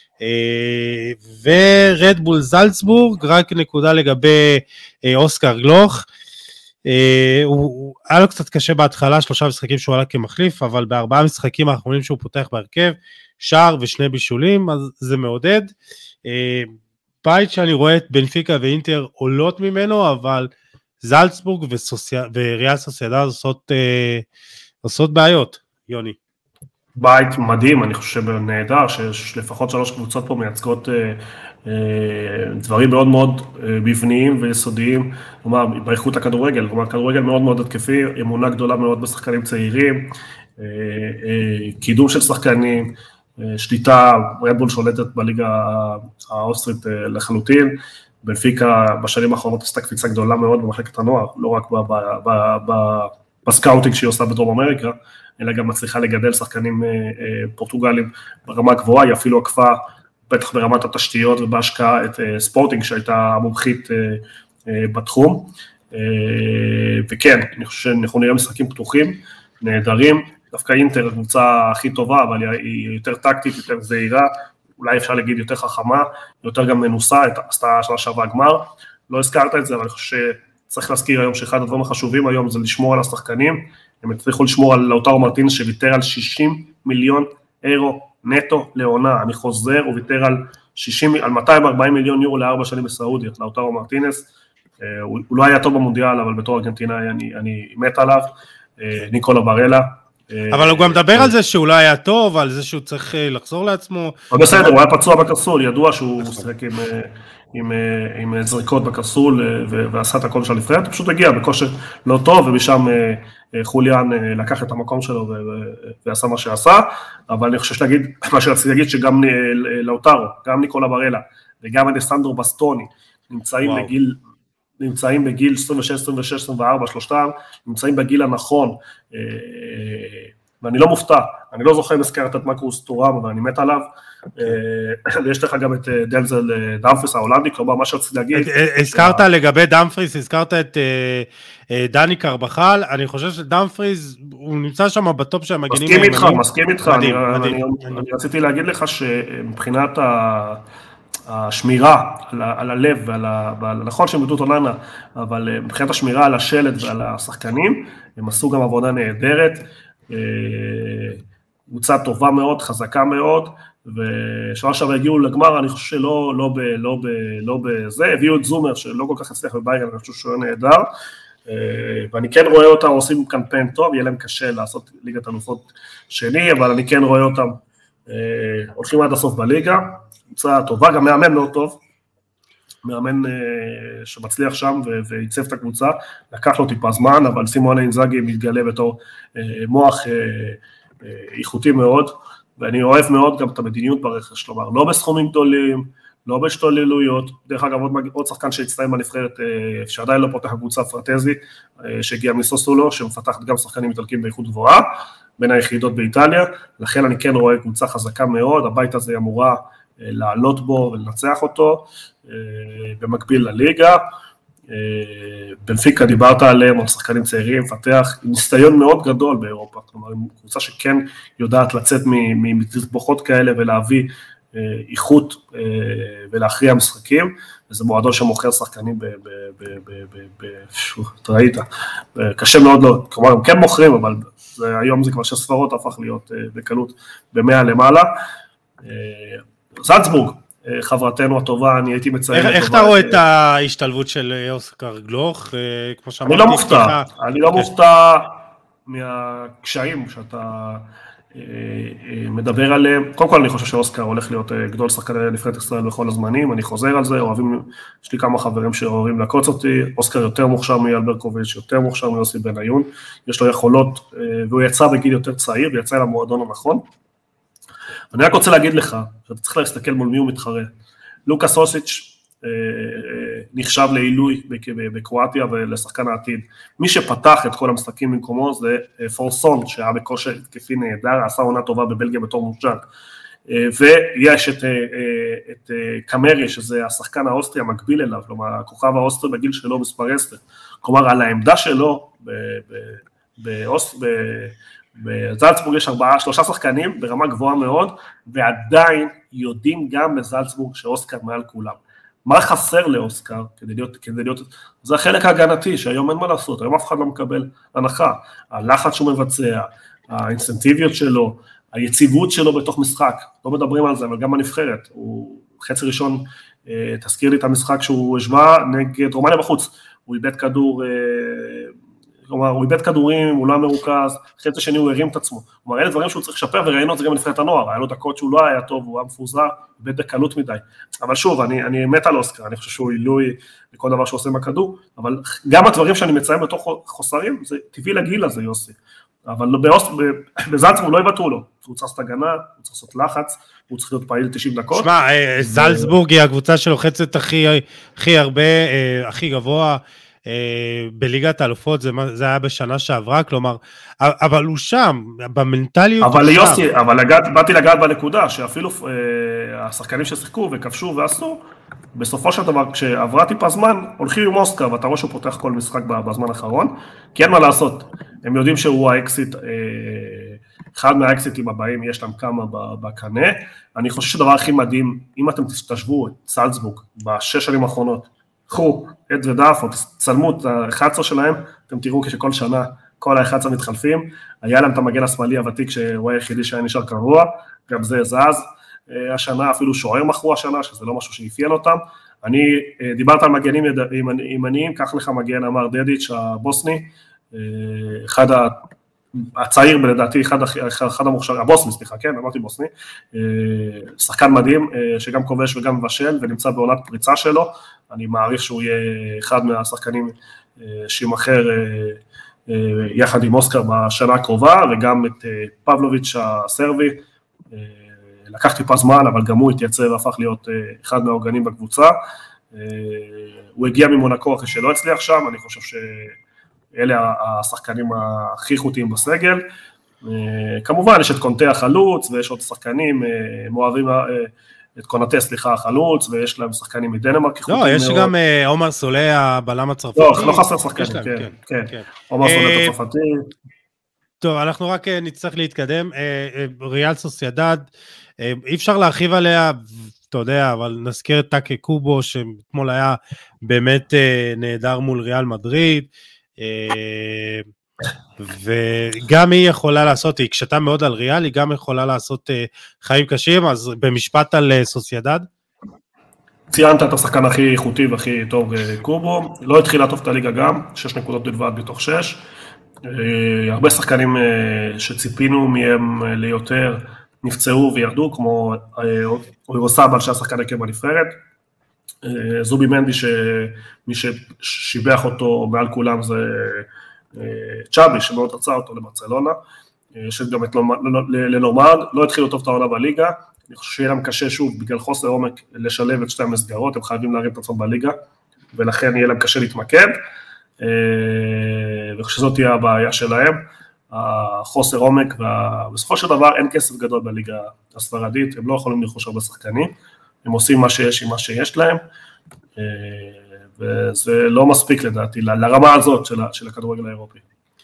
ורדבול זלצבורג, רק נקודה לגבי אוסקר גלוך, הוא היה לו קצת קשה בהתחלה, שלושה משחקים שהוא עלה כמחליף, אבל בארבעה משחקים האחרונים שהוא פותח בהרכב, שער ושני בישולים, אז זה מעודד, בית שאני רואה את בנפיקה ואינטר עולות ממנו, אבל זלצבורג וריאל סוסיידד עושות, עושות בעיות, יוני. בית מדהים, אני חושב נהדר, שיש לפחות שלוש קבוצות פה מייצגות אה, אה, דברים מאוד מאוד אה, מבניים ויסודיים, כלומר, באיכות הכדורגל, כלומר, כדורגל מאוד מאוד התקפי, אמונה גדולה מאוד בשחקנים צעירים, אה, אה, קידום של שחקנים, אה, שליטה, רדבול שולטת בליגה האוסטרית אה, לחלוטין, בנפיקה בשנים האחרונות עשתה קפיצה גדולה מאוד במחלקת הנוער, לא רק ב, ב, ב, ב, בסקאוטינג שהיא עושה בדרום אמריקה, אלא גם מצליחה לגדל שחקנים פורטוגלים ברמה גבוהה, היא אפילו עקפה, בטח ברמת התשתיות ובהשקעה את ספורטינג, שהייתה מומחית בתחום, וכן, אני חושב שאנחנו נראה משחקים פתוחים, נהדרים, דווקא אינטר קבוצה הכי טובה, אבל היא יותר טקטית, יותר זהירה, אולי אפשר להגיד יותר חכמה, יותר גם מנוסה, עשתה שנה שעברה גמר, לא הזכרת את זה, אבל אני חושב שצריך להזכיר היום שאחד הדברים החשובים היום זה לשמור על השחקנים, הם הצליחו לשמור על לאוטרו מרטינס שוויתר על שישים מיליון אירו נטו לעונה, אני חוזר, הוא ויתר על, שישים, על מאתיים וארבעים מיליון יורו לארבע שנים בסעודיה, לאוטרו מרטינס, הוא, הוא לא היה טוב במונדיאל, אבל בתור ארגנטינאי אני, אני מת עליו, ניקולה ברלה. אבל הוא גם מדבר על זה שהוא לא היה טוב, על זה שהוא צריך לחזור לעצמו. אבל בסדר, הוא היה פצוע בקרסול, ידוע שהוא משחק עם... עם, עם זריקות בקרסול ועשה את הכל של הנבחרת, הוא פשוט הגיע בכושר לא טוב, ומשם חוליאן לקח את המקום שלו ועשה מה שעשה, אבל אני חושב להגיד, מה שרציתי להגיד שגם לאוטרו, גם ניקולה ברלה, וגם אלסנדרו בסטוני, נמצאים וואו. בגיל, נמצאים בגיל עשרים ושש, עשרים ושש, עשרים וארבע, שלושתם, נמצאים בגיל הנכון, ואני לא מופתע, אני לא זוכר אם הזכרת את מקרוס טורם, אבל אני מת עליו, ויש לך גם את דנזל דמפריס ההולנדי, כלומר מה שרציתי להגיד. הזכרת לגבי דמפריס, הזכרת את דני קרבחל, אני חושב שדמפריס, הוא נמצא שם בטופ של המגנים. מסכים איתך, מסכים איתך, אני רציתי להגיד לך שמבחינת השמירה על הלב ועל נכון שהם יודעות אוננה, אבל מבחינת השמירה על השלד ועל השחקנים, הם עשו גם עבודה נהדרת, קבוצה טובה מאוד, חזקה מאוד, ושעה שווה הגיעו לגמר, אני חושב שלא לא ב, לא ב, לא בזה, הביאו את זומר שלא כל כך הצליח בבייגן, אני חושב שהוא נהדר, ואני כן רואה אותם עושים קמפיין טוב, יהיה להם קשה לעשות ליגת אלופות שני, אבל אני כן רואה אותם הולכים עד הסוף בליגה, קבוצה טובה, גם מאמן לא טוב, מאמן שמצליח שם וייצב את הקבוצה, לקח לו טיפה זמן, אבל סימונה אינזאגי מתגלה בתור מוח איכותי מאוד, ואני אוהב מאוד גם את המדיניות ברכש, כלומר, לא בסכומים גדולים, לא בשתוללויות, דרך אגב עוד, עוד שחקן שהצטיים בנבחרת, שעדיין לא פותח קבוצה פרטזי, שהגיע מסוסולו, שמפתחת גם שחקנים איטלקים באיכות גבוהה, בין היחידות באיטליה, לכן אני כן רואה קבוצה חזקה מאוד, הבית הזה אמורה לעלות בו ולנצח אותו, במקביל לליגה, בנפיקה דיברת עליהם, עוד שחקנים צעירים, פתח, עם ניסיון מאוד גדול באירופה, כלומר, קבוצה שכן יודעת לצאת מתסבוכות כאלה ולהביא איכות ולהכריע משחקים, וזה מועדון שמוכר שחקנים, ראית, קשה מאוד לא, כלומר, הם כן מוכרים, אבל היום זה כבר שספרות הפך להיות בקלות במאה למעלה. זלצבורג, חברתנו הטובה, אני הייתי מציין. איך אתה רואה את ההשתלבות של אוסקר גלוך? אני לא מופתע, אני לא מופתע מהקשיים שאתה מדבר עליהם. קודם כל אני חושב שאוסקר הולך להיות גדול שחקני נבחרת ישראל בכל הזמנים, אני חוזר על זה, אוהבים, יש לי כמה חברים שאוהבים לקוץ אותי, אוסקר יותר מוכשר מאייל ברקוביץ', יותר מוכשר מיוסי בניון, יש לו יכולות, והוא יצא בגיל יותר צעיר, ויצא למועדון הנכון. אני רק רוצה להגיד לך, שאתה צריך להסתכל מול מי הוא מתחרה. לוקאס אוסיץ' נחשב לעילוי בקרואטיה ולשחקן העתיד. מי שפתח את כל המשחקים במקומו זה פורסון, שהיה בכושר התקפי נהדר, עשה עונה טובה בבלגיה בתור מושן. ויש את, את קמרי, שזה השחקן האוסטרי המקביל אליו, כלומר, הכוכב האוסטרי בגיל שלו מספר עשר. כלומר, על העמדה שלו באוסטרי, בזלצבורג יש ארבעה, שלושה שחקנים ברמה גבוהה מאוד, ועדיין יודעים גם בזלצבורג שאוסקר מעל כולם. מה חסר לאוסקר כדי להיות, כדי להיות, זה החלק ההגנתי, שהיום אין מה לעשות, היום אף אחד לא מקבל הנחה, הלחץ שהוא מבצע, האינסטנטיביות שלו, היציבות שלו בתוך משחק, לא מדברים על זה, אבל גם הנבחרת, הוא חצי ראשון, תזכיר לי את המשחק שהוא השווה נגד רומניה בחוץ, הוא איבד כדור, כלומר, הוא איבד כדורים, הוא לא מרוכז, חצי שני הוא הרים את עצמו. כלומר, אלה דברים שהוא צריך לשפר, וראינו את זה גם בנבחרת הנוער, היה לו דקות שהוא לא היה טוב, הוא היה מפוזר, איבד בקלות מדי. אבל שוב, אני, אני מת על אוסקר, אני חושב שהוא עילוי לכל דבר שהוא עושה עם הכדור, אבל גם הדברים שאני מציין בתוך חוסרים, זה טבעי לגיל הזה, יוסי. אבל בזלצבורג לא יוותרו לו, הוא צריך לעשות הגנה, הוא צריך לעשות לחץ, הוא צריך להיות פעיל תשעים דקות. שמע, זלצבורג היא הקבוצה שלוחצת הכי, הכי הרבה, הכי גבוה, בליגת האלופות, זה, זה היה בשנה שעברה, כלומר, אבל הוא שם, במנטליות אבל הוא יוסי, שם. אבל לגעת, באתי לגעת בנקודה, שאפילו אה, השחקנים ששיחקו וכבשו ועשו, בסופו של דבר, כשעברה טיפה זמן, הולכים עם אוסקר, ואתה רואה שהוא פותח כל משחק בזמן האחרון, כי אין מה לעשות, הם יודעים שהוא האקסיט, אה, אחד מהאקסיטים הבאים, יש להם כמה בקנה, אני חושב שדבר הכי מדהים, אם אתם תשתשבו את זלצבורג, בשש שנים האחרונות, קחו עד ודף, או תצלמו את ה-אחד עשר שלהם, אתם תראו כשכל שנה, כל ה-אחד עשר מתחלפים, היה להם את המגן השמאלי הוותיק, שהוא היחידי שהיה נשאר קרוע, גם זה זז, השנה אפילו שוער מכרו השנה, שזה לא משהו שאפיין אותם, אני דיברת על מגנים ימניים, קח לך מגן, אמר דדיץ' הבוסני, אחד הצעיר בלדעתי, אחד, אחד המוכשר, הבוסני, סליחה, כן, אמרתי בוסני, שחקן מדהים, שגם כובש וגם מבשל, ונמצא בעונת פריצה שלו, אני מעריך שהוא יהיה אחד מהשחקנים שימחר יחד עם אוסקר בשנה הקרובה, וגם את פבלוביץ' הסרבי, לקח טיפה זמן, אבל גם הוא התייצב והפך להיות אחד מהאורגנים בקבוצה, הוא הגיע ממונקו אחרי שלא הצליח שם, אני חושב שאלה השחקנים הכי איכותיים בסגל, כמובן, יש את קונטה החלוץ, ויש עוד שחקנים, הם אוהבים את קונטה, סליחה, החלוץ, ויש להם שחקנים מדנמרק איכותיים מאוד. לא, יש גם עומר סולה, הבלם הצרפתי. לא, לא חסר שחקנים, כן, כן. עומר סולה הצרפתי. טוב, אנחנו רק נצטרך להתקדם. ריאל סוסיידד, אי אפשר להרחיב עליה, אתה יודע, אבל נזכיר את טאקה קובו, שאתמול היה באמת נהדר מול ריאל מדריד, וגם היא יכולה לעשות, היא הקשתה מאוד על ריאל, היא גם יכולה לעשות חיים קשים, אז במשפט על סוסיידד. ציינת את השחקן הכי איכותי והכי טוב קובו, לא התחילה טוב את הליגה גם, שש נקודות בלבד בתוך שש, הרבה שחקנים שציפינו מהם ליותר נפצעו וירדו, כמו אוירוסאבל שהשחקן הרכב בנבחרת, זובי מנדי שמי ששיבח אותו מעל כולם זה צ'אבי שמאוד רצה אותו לברצלונה, יש גם את לנורמד, לא התחילו טוב את העונה בליגה, אני חושב שיהיה להם קשה שוב בגלל חוסר עומק לשלב את שתי המסגרות, הם חייבים להרים את עצמם בליגה, ולכן יהיה להם קשה להתמקד, ושזאת תהיה הבעיה שלהם, החוסר עומק, ובסופו של דבר אין כסף גדול בליגה הספרדית, הם לא יכולים לרכוש הרבה שחקנים, הם עושים מה שיש עם מה שיש להם, וזה לא מספיק לדעתי, לרמה הזאת של הכדורגל האירופי.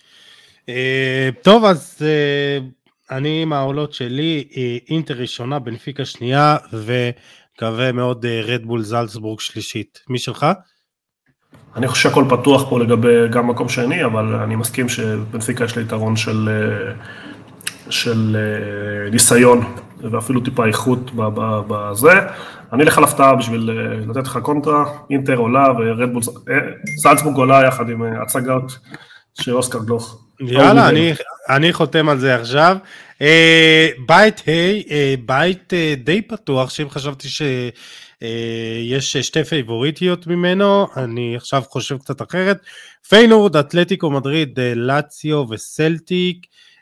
טוב, אז אני עם העולות שלי, אינטר ראשונה, בנפיקה שנייה, וכווה מאוד רדבול זלצבורג שלישית. מי שלך? אני חושב שהכל פתוח פה לגבי גם מקום שני, אבל אני מסכים שבנפיקה יש לי יתרון של, של ניסיון, ואפילו טיפה איכות בזה. אני אלך על הפתעה בשביל לתת לך קונטרה, אינטר עולה ורדבול, זלצבורג עולה יחד עם הצגות של אוסקר גלוך. יאללה, אני, אני חותם על זה עכשיו. בית היי, בית די פתוח, שאם חשבתי שיש שתי פייבוריטיות ממנו, אני עכשיו חושב קצת אחרת. פיינורד, אתלטיקו מדריד, לאציו וסלטיק,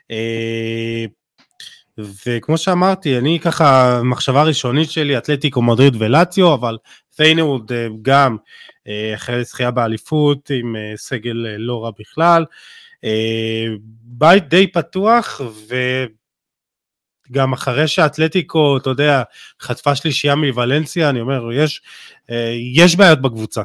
וכמו שאמרתי, אני ככה, מחשבה ראשונית שלי, אתלטיקו מדריד ולאציו, אבל פיינורד גם אחרי זכייה באליפות, עם סגל לא רע בכלל, בית די פתוח, וגם אחרי שהאתלטיקו, אתה יודע, חטפה שלישייה מוולנסיה, אני אומר, יש, יש בעיות בקבוצה.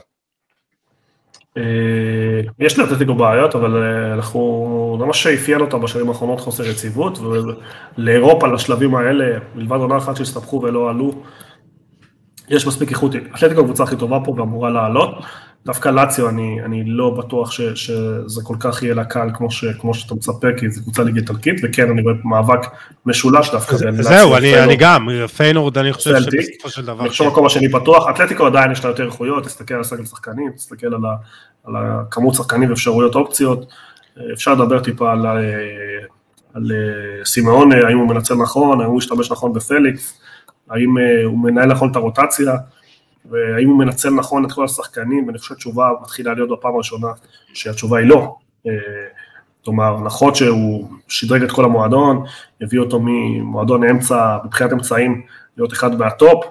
יש לאתלטיקו בעיות, אבל אנחנו ממש שאפיין אותה בשנים האחרונות חוסר יציבות, ולאירופה, לשלבים האלה, מלבד עונה אחת שהסתבכו ולא עלו, יש מספיק איכות. אתלטיקו הקבוצה הכי טובה פה ואמורה לעלות, דווקא לאציו אני, אני לא בטוח ש, שזה כל כך יהיה לה קל כמו, ש, כמו שאתה מצפה, כי זו קבוצה ליגה איטלקית, וכן אני רואה מאבק משולש דווקא. זהו, אני, אני גם, פיינורד, אני חושב שבסופו של דבר. אני חושב מקום השני פתוח, אתלטיקו עדיין יש לה יותר איכויות, תסתכל על סגל שחקנים, תסתכל על, ה, על הכמות שחקנים ואפשרויות אופציות, אפשר לדבר טיפה על, על סימאון, האם הוא מנצל נכון, האם הוא משתמש נכון בפליקס, האם הוא מנהל נכון את הרוטציה, והאם הוא מנצל נכון את כל השחקנים, ואני חושב שהתשובה מתחילה להיות בפעם הראשונה, שהתשובה היא לא. כלומר, נכון שהוא שדרג את כל המועדון, הביא אותו ממועדון אמצע, מבחינת אמצעים, להיות אחד מהטופ,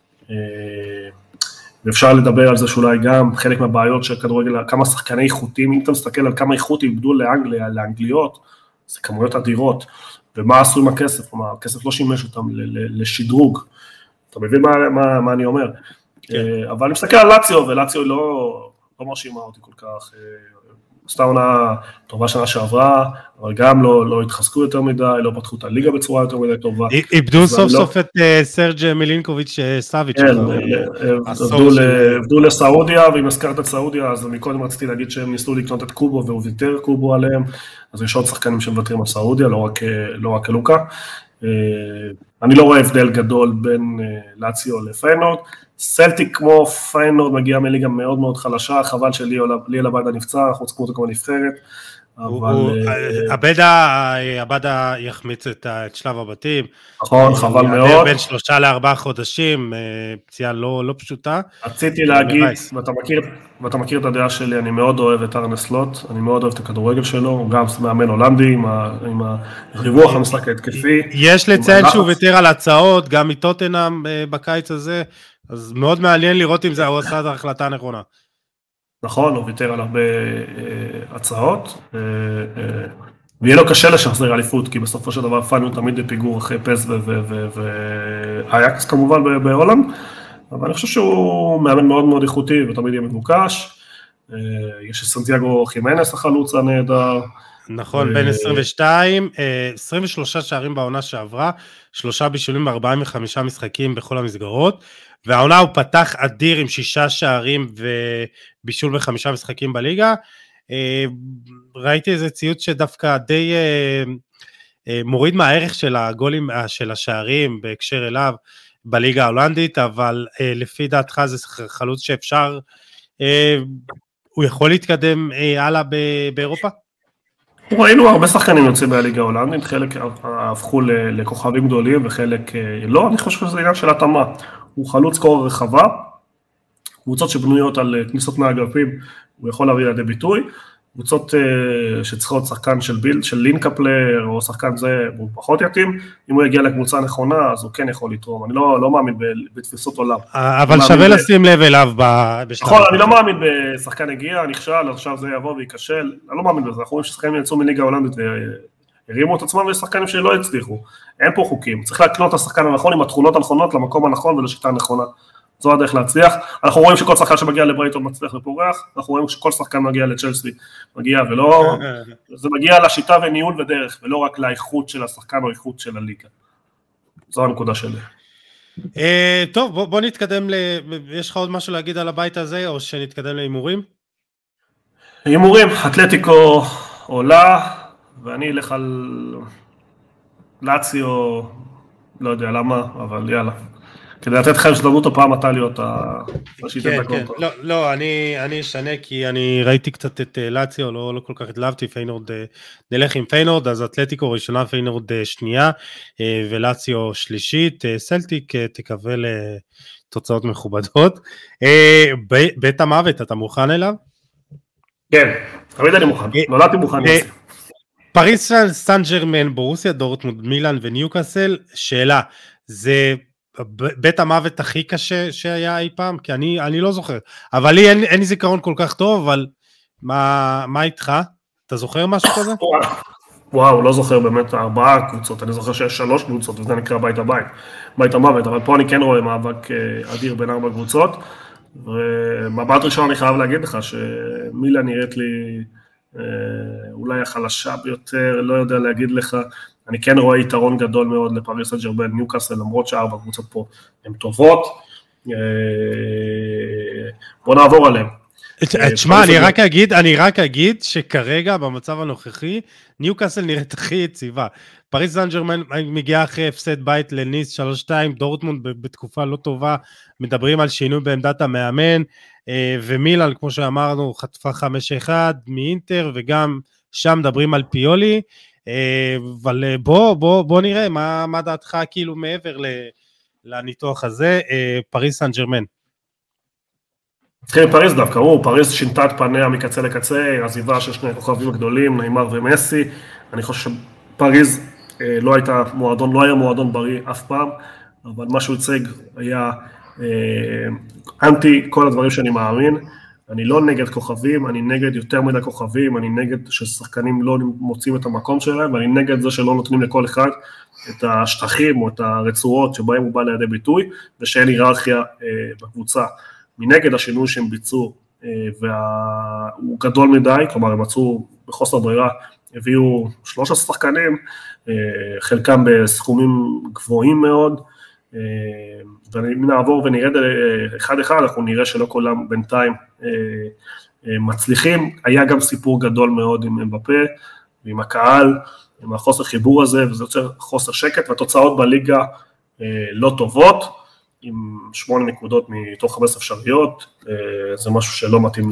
ואפשר לדבר על זה שאולי גם חלק מהבעיות של כדורגל, כמה שחקני איכותים, אם אתה מסתכל על כמה איכות איבדו לאנגליה, לאנגליות, זה כמויות אדירות, ומה עשו עם הכסף, כלומר, הכסף לא שימש אותם לשדרוג, אתה מבין מה, מה, מה אני אומר? אבל אני מסתכל על לאציו, ולאציו לא, לא מרשימה אותי כל כך, עשתה עונה טובה שנה שעברה, אבל גם לא, לא התחזקו יותר מדי, לא פתחו את הליגה בצורה יותר מדי טובה. איבדו סוף סוף את סרג' מילינקוביץ' סאביץ'. כן, עבדו לסעודיה, ואם הזכרת את סעודיה, אז מקודם רציתי להגיד שהם ניסו לקנות את קובו, והוא ויתר קובו עליהם, אז יש עוד שחקנים שמוותרים על סעודיה, לא רק לוקה. אני לא רואה הבדל גדול בין לאציו לפיינורד, סלטיק כמו פיינורד מגיע מליגה מאוד מאוד חלשה, חבל שלי אלבאדה נפצע, אנחנו צריכים אותו כמו נבחרת, אבל... עבדה יחמיץ את שלב הבתים. נכון, חבל מאוד. בין שלושה לארבעה חודשים, פציעה לא פשוטה. רציתי להגיד, ואתה מכיר את הדעה שלי, אני מאוד אוהב את ארנה סלוט, אני מאוד אוהב את הכדורגל שלו, הוא גם מאמן הולנדי עם הריווח המשחק ההתקפי. יש לציין שהוא ויתר על הצעות, גם מטוטנהאם בקיץ הזה, אז מאוד מעניין לראות אם זה הוא עשה את ההחלטה הנכונה. נכון, הוא ויתר על הרבה הצעות, ויהיה לו קשה לשחזר אליפות, כי בסופו של דבר פאני הוא תמיד בפיגור אחרי פס ואייקס כמובן בהולנד, אבל אני חושב שהוא מאמן מאוד מאוד איכותי ותמיד יהיה מבוקש. יש סנטיאגו חימנס החלוץ הנהדר. נכון, בין עשרים ושתיים, עשרים ושלושה שערים בעונה שעברה, שלושה בישולים ארבעים וחמישה משחקים בכל המסגרות, והעונה הוא פתח אדיר עם שישה שערים ובישול בחמישה משחקים בליגה. ראיתי איזה ציוץ שדווקא די מוריד מהערך של הגולים, של השערים בהקשר אליו בליגה ההולנדית, אבל לפי דעתך זה חלוץ שאפשר, הוא יכול להתקדם הלאה באירופה? ראינו הרבה שחקנים יוצאים מהליגה ההולנדית, חלק הפכו לכוכבים גדולים וחלק לא, אני חושב שזה עניין של התאמה. הוא חלוץ קור רחבה, קבוצות שבנויות על כניסות מהאגפים, הוא יכול להביא לידי ביטוי, קבוצות שצריכות שחקן של בילד, של לינקאפלר או שחקן זה, הוא פחות יתאים, אם הוא יגיע לקבוצה נכונה, אז הוא כן יכול לתרום, אני לא, לא מאמין בתפיסות עולם. אבל שווה לשים לב אליו בשלב. נכון, אני לא מאמין בשחקן הגיע, נכשל, עכשיו זה יבוא ויקשל, אני לא מאמין בזה, אנחנו רואים ששחקנים יצאו מליגה ההולנדית והרימו את עצמם, ויש שחקנים שלא הצליחו, אין פה חוקים, צריך להקנות את השחקן הנכון עם התכונות הנכונות למקום הנכון ולשיטה הנכונה. זו הדרך להצליח, אנחנו רואים שכל שחקן שמגיע לברייטון מצליח ופורח, אנחנו רואים שכל שחקן מגיע לצ'לסי, מגיע ולא, זה מגיע לשיטה וניהול ודרך, ולא רק לאיכות של השחקן או איכות של הליגה. זו הנקודה שלי. טוב, בוא נתקדם, יש לך עוד משהו להגיד על הבית הזה, או שנתקדם להימורים? הימורים, אתלטיקו עולה, ואני אלך על לאציו, לא יודע למה, אבל יאללה. כדי לתת לך הזדמנות הפעם אתה להיות כן, כן, לא, לא, אני אשנה כי אני ראיתי קצת את לאציו, לא כל כך התלהבתי, פיינורד, נלך עם פיינורד, אז אתלטיקו ראשונה, פיינורד שנייה, ולאציו שלישית, סלטיק תקווה לתוצאות מכובדות. בית המוות, אתה מוכן אליו? כן, תמיד אני מוכן, נולדתי מוכן. פריס סן ז'רמן, ברוסיה, דורטמונד, מילאן וניוקאסל, שאלה, זה בית המוות הכי קשה שהיה אי פעם, כי אני, אני לא זוכר, אבל לי אין, אין לי זיכרון כל כך טוב, אבל מה, מה איתך? אתה זוכר משהו כזה? וואו, לא זוכר באמת ארבעה קבוצות, אני זוכר שיש שלוש קבוצות, וזה נקרא בית הבית, בית המוות, אבל פה אני כן רואה מאבק אדיר בין ארבע קבוצות, ומבט ראשון אני חייב להגיד לך, שמילה נראית לי אולי החלשה ביותר, לא יודע להגיד לך, אני כן רואה יתרון גדול מאוד לפריס סן ז'רמן, ניוקאסל, למרות שהארבע קבוצות פה הן טובות. בוא נעבור עליהן. תשמע, אני רק אגיד, אני רק אגיד שכרגע במצב הנוכחי, ניוקאסל נראית הכי יציבה. פריס סן ז'רמן מגיעה אחרי הפסד בית לניס שלוש שתיים, דורטמונד בתקופה לא טובה, מדברים על שינוי בעמדת המאמן, ומילאן, כמו שאמרנו, חטפה חמש אחד מאינטר, וגם שם מדברים על פיולי, אבל בוא, בוא, בוא נראה מה, מה דעתך כאילו מעבר לניתוח הזה, פריס סן ז'רמן. נתחיל פריס דווקא, הוא, פריס שינתה את פניה מקצה לקצה, עזיבה של שני כוכבים הגדולים, ניימר ומסי, אני חושב שפריס לא הייתה מועדון, לא היה מועדון בריא אף פעם, אבל מה שהוא הצג היה אנטי כל הדברים שאני מאמין, אני לא נגד כוכבים, אני נגד יותר מדי כוכבים, אני נגד ששחקנים לא מוצאים את המקום שלהם, ואני נגד זה שלא נותנים לכל אחד את השטחים או את הרצועות שבהם הוא בא לידי ביטוי, ושאין היררכיה אה, בקבוצה. מנגד השינוי שהם ביצעו, אה, והוא גדול מדי, כלומר הם מצאו בחוסר ברירה, הביאו שלושה שחקנים, אה, חלקם בסכומים גבוהים מאוד, ונעבור ונרד אחד אחד, אנחנו נראה שלא כולם בינתיים מצליחים, היה גם סיפור גדול מאוד עם אמבפה, ועם הקהל, עם החוסר חיבור הזה, וזה יוצר חוסר שקט, והתוצאות בליגה לא טובות, עם שמונה נקודות מתוך חמש אפשריות, זה משהו שלא מתאים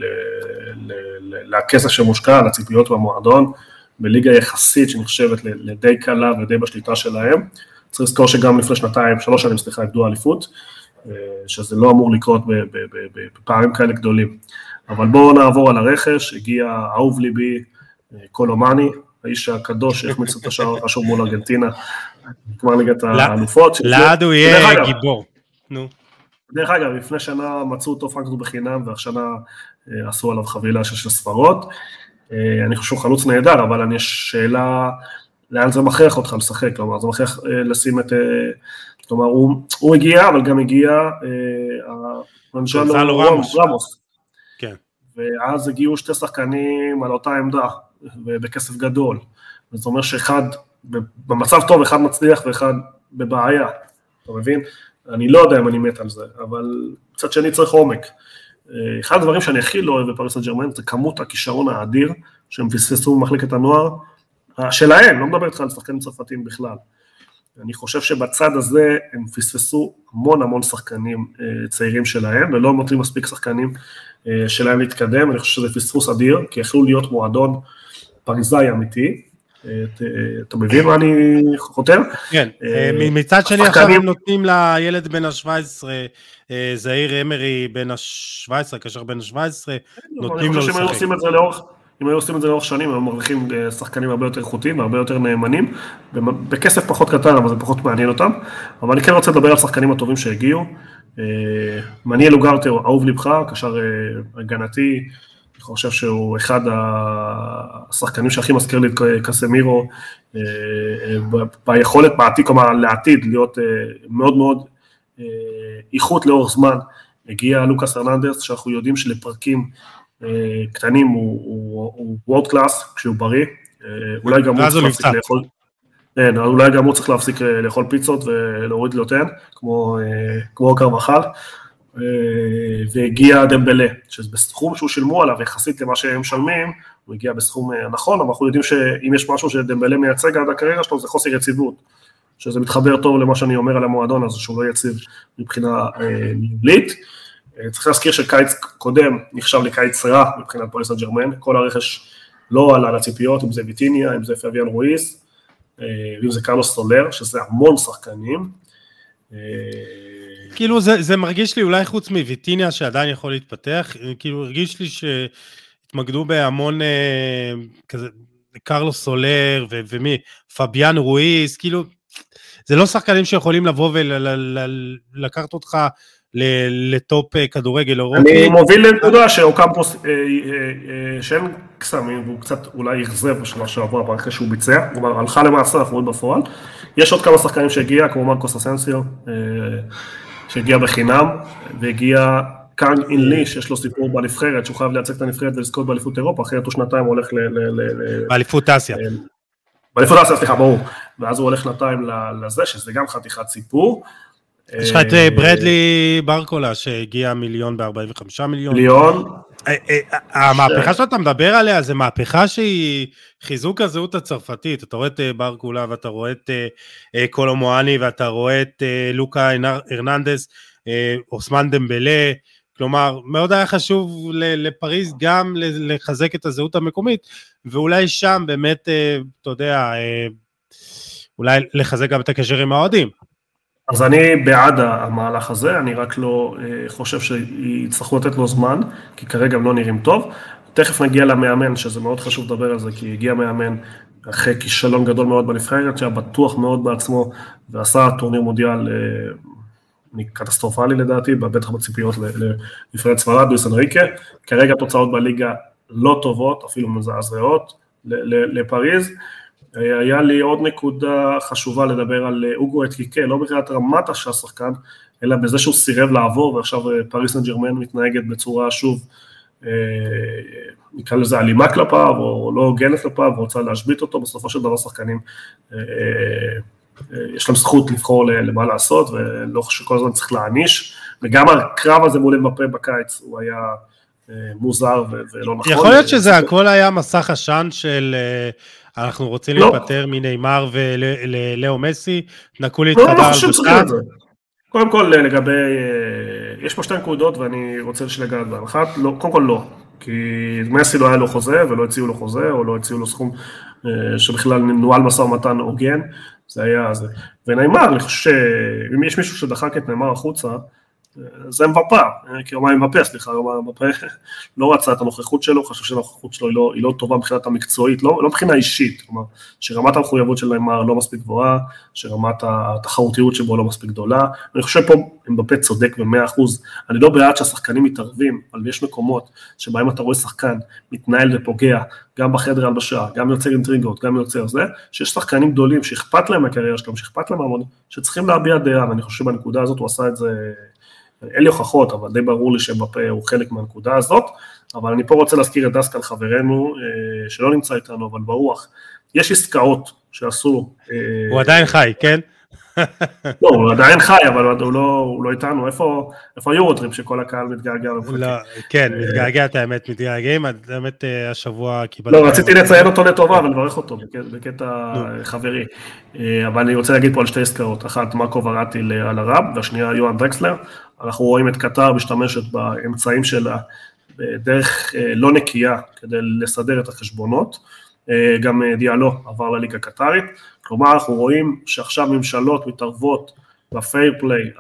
לכסף שמושקע, לציפיות במועדון, בליגה יחסית שנחשבת לדי קלה ודי בשליטה שלהם, צריך לזכור שגם לפני שנתיים, שלוש שנים, סליחה, עבדו אליפות, שזה לא אמור לקרות בפערים כאלה גדולים. אבל בואו נעבור על הרכש, הגיע אהוב ליבי, קולומני, האיש הקדוש שהחמיץ את השער החשוב מול ארגנטינה, כבר ליגת האלופות. לעד הוא יהיה גיבור. דרך אגב, לפני שנה מצאו אותו פרנקפורט בחינם, והשנה עשו עליו חבילה של ספרות. אני חושב שהוא חלוץ נהדר, אבל אני יש שאלה, לאן זה מכריח אותך לשחק, כלומר, זה מכריח לשים את, כלומר, הוא, הוא הגיע, אבל גם הגיע, גונזלו רמוס. רמוס. כן. ואז הגיעו שתי שחקנים על אותה עמדה, ובכסף גדול. זאת אומרת שאחד, במצב טוב, אחד מצליח ואחד בבעיה. אתה מבין? אני לא יודע אם אני מת על זה, אבל קצת שני צריך עומק. אחד הדברים שאני הכי לא אוהב בפריס סן ז'רמן, זה כמות הכישרון האדיר, שהם פספסו במחלקת הנוער, שלהם, לא מדבר איתך על שחקנים צרפתיים בכלל. אני חושב שבצד הזה הם פספסו המון המון שחקנים צעירים שלהם, ולא מותרים מספיק שחקנים שלהם להתקדם, אני חושב שזה פספוס אדיר, כי יכלו להיות מועדון פריזאי אמיתי, אתה מבין מה אני חותר? כן, מצד שני עכשיו הם נותנים לילד בן ה-שבע עשרה, זעיר אמרי בן ה-שבע עשרה, כאשר בן ה-שבע עשרה, נותנים לו לשחק. אם היו עושים את זה לאורך שנים, הם מרוויחים שחקנים הרבה יותר איכותיים, הרבה יותר נאמנים, בכסף פחות קטן, אבל זה פחות מעניין אותם, אבל אני כן רוצה לדבר על שחקנים הטובים שהגיעו, מניאל אוגרטה, אהוב לבך, קשר הגנתי, אני חושב שהוא אחד השחקנים שהכי מזכיר לי את קסמירו, ביכולת בעתיד, כלומר לעתיד, להיות מאוד מאוד איכות לאורך זמן. הגיע לוקאס הרננדס, שאנחנו יודעים שלפרקים קטנים הוא וורד קלאס, כשהוא בריא, אולי גם הוא צריך להפסיק לאכול, אולי גם הוא צריך להפסיק לאכול פיצות ולהוריד גלוטן, כמו קרבחל. והגיע דמבלה, שבסכום שהוא שילמו עליו, יחסית למה שהם משלמים, הוא הגיע בסכום נכון, אבל אנחנו יודעים שאם יש משהו שדמבלה מייצג עד הקריירה שלו, זה חוסר יציבות, שזה מתחבר טוב למה שאני אומר על המועדון הזה, שהוא לא יציב מבחינה ניהולית. צריך להזכיר שקיץ קודם נחשב לקיץ רע מבחינת פריס סן ז'רמן, כל הרכש לא עלה לציפיות, אם זה ויטיניה, אם זה פביאן רויס, ואם זה קרלוס סולר, שזה המון שחקנים. כאילו זה, זה מרגיש לי אולי חוץ מוויטיניה שעדיין יכול להתפתח, כאילו הרגיש לי שהתמקדו בהמון אה, כזה, קרלוס סולר ו- ומי, פביאן רויס, כאילו זה לא שחקנים שיכולים לבוא ולקחת אותך לטופ כדורגל אירופי. אני מוביל לנקודה שאוקמפוס, שאין קסמים, והוא קצת אולי יחזב בשנה שעברה, אחרי שהוא ביצע, כלומר, הלכה למעשה, אנחנו רואים בפועל. יש עוד כמה שחקנים שהגיע, כמו מרקוס אסנסיו, שהגיע בחינם, והגיע קאנג אינלי, שיש לו סיפור בנבחרת, שהוא חייב לייצג את הנבחרת ולזכות באליפות אירופה, אחרי אותו שנתיים הוא הולך ל... באליפות אסיה. באליפות אסיה, סליחה, ברור. ואז הוא הולך שנתיים לזה, שזה גם חתיכת סיפור. יש לך את ברדלי ברקולה, שהגיע מיליון ב-ארבעים וחמישה מיליון. מיליון. המהפכה שאתה מדבר עליה, זה מהפכה שהיא חיזוק הזהות הצרפתית. אתה רואה את ברקולה, ואתה רואה את קולו מואני, ואתה רואה את לוקה הרננדס, אוסמן דמבלה. כלומר, מאוד היה חשוב לפריז גם לחזק את הזהות המקומית, ואולי שם באמת, אתה יודע, אולי לחזק גם את הקשר עם האוהדים. אז אני בעד המהלך הזה, אני רק לא חושב שיצטרכו לתת לו זמן, כי כרגע הם לא נראים טוב. תכף נגיע למאמן, שזה מאוד חשוב לדבר על זה, כי הגיע מאמן אחרי כישלון גדול מאוד בנבחרת, שהיה בטוח מאוד בעצמו, ועשה טורניר מונדיאל קטסטרופלי לדעתי, בטח בציפיות לנבחרת ספרד, לואיס אנריקה. כרגע התוצאות בליגה לא טובות, אפילו מזעזעות לפריז. היה לי עוד נקודה חשובה לדבר על אוגו אטקיקה, לא בקריאת רמת השחקן, אלא בזה שהוא סירב לעבור, ועכשיו פריס סן ז'רמן מתנהגת בצורה שוב, נקרא לזה אלימה כלפיו, או לא הוגנת כלפיו, ורוצה להשבית אותו, בסופו של דבר שחקנים, יש להם זכות לבחור למה לעשות, ולא חושב שכל הזמן צריך להעניש, וגם הקרב הזה מול אמבפה בקיץ, הוא היה מוזר ולא נכון. יכול להיות שזה הכל היה מסך עשן של... אנחנו רוצים להיפטר מניימר ולאו מסי, נקו להתחבר על בשקת. קודם כל לגבי, יש פה שתי נקודות ואני רוצה לשלגעת בהן. אחת, קודם כל לא, כי מסי לא היה לו חוזה ולא הציעו לו חוזה, או לא הציעו לו סכום שבכלל נועל משא ומתן הוגן, זה היה זה. וניימר, אני חושב שאם יש מישהו שדחק את ניימר החוצה, זה מבפה, כי יומיים מבפה, סליחה, יומיים מבפה לא רצה את הנוכחות שלו, חושב שהנוכחות שלו היא לא, היא לא טובה מבחינת המקצועית, לא, לא מבחינה אישית, כלומר, שרמת המחויבות של נאמר לא מספיק גבוהה, שרמת התחרותיות שבו לא מספיק גדולה, אני חושב פה מבפה צודק ב-מאה אחוז, אני לא בעד שהשחקנים מתערבים, אבל יש מקומות שבהם אתה רואה שחקן מתנהל ופוגע, גם בחדר הלבשה, גם יוצר אינטריגות, גם יוצר זה, שיש שחקנים גדולים שאכפת להם מהקריירה שלהם, שאכפת להם המון, שצריכים להביע דעה, ואני חושב בנקודה הזאת הוא עשה את זה, אין לי הוכחות, אבל די ברור לי שבפה הוא חלק מהנקודה הזאת, אבל אני פה רוצה להזכיר את דסקל חברנו, שלא נמצא איתנו, אבל ברוח, יש עסקאות שעשו. הוא עדיין חי, כן? לא, הוא עדיין חי, אבל הוא לא, הוא לא איתנו, איפה, איפה היורוטריפ שכל הקהל מתגעגע? לא, כן, מתגעגע, את האמת, מתגעגעים, האמת השבוע קיבלתי... לא, רציתי לציין אותו לטובה ולברך אותו בקטע חברי, אבל אני רוצה להגיד פה על שתי עסקאות, אחת מקו וראטי על הרב, והשנייה יואן דרקסלר, אנחנו רואים את קטר משתמשת באמצעים שלה, בדרך לא נקייה, כדי לסדר את החשבונות, גם דיאלו עבר לליגה קטרית, כלומר אנחנו רואים שעכשיו ממשלות מתערבות בפייר פליי,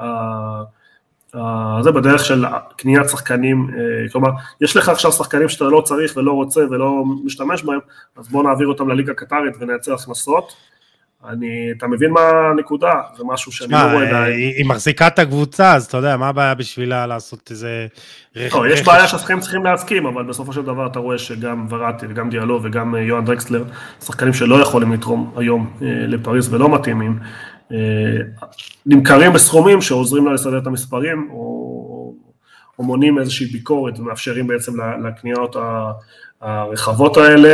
זה בדרך של קניית שחקנים, כלומר יש לך עכשיו שחקנים שאתה לא צריך ולא רוצה ולא משתמש בהם, אז בוא נעביר אותם לליגה קטרית ונייצר הכנסות, אני, אתה מבין מה הנקודה? זה משהו שאני לא רואה די. היא מחזיקה את הקבוצה, אז אתה יודע, מה הבעיה בשבילה לעשות איזה רכש? יש בעיה שהשחקנים צריכים להסכים, אבל בסופו של דבר אתה רואה שגם וראטי וגם דיאלו וגם יואן דרקסלר, שחקנים שלא יכולים לתרום היום לפריז ולא מתאימים, נמכרים בסכומים שעוזרים לה לסדר את המספרים, או, או מונים איזושהי ביקורת ומאפשרים בעצם לקניות הרחבות האלה,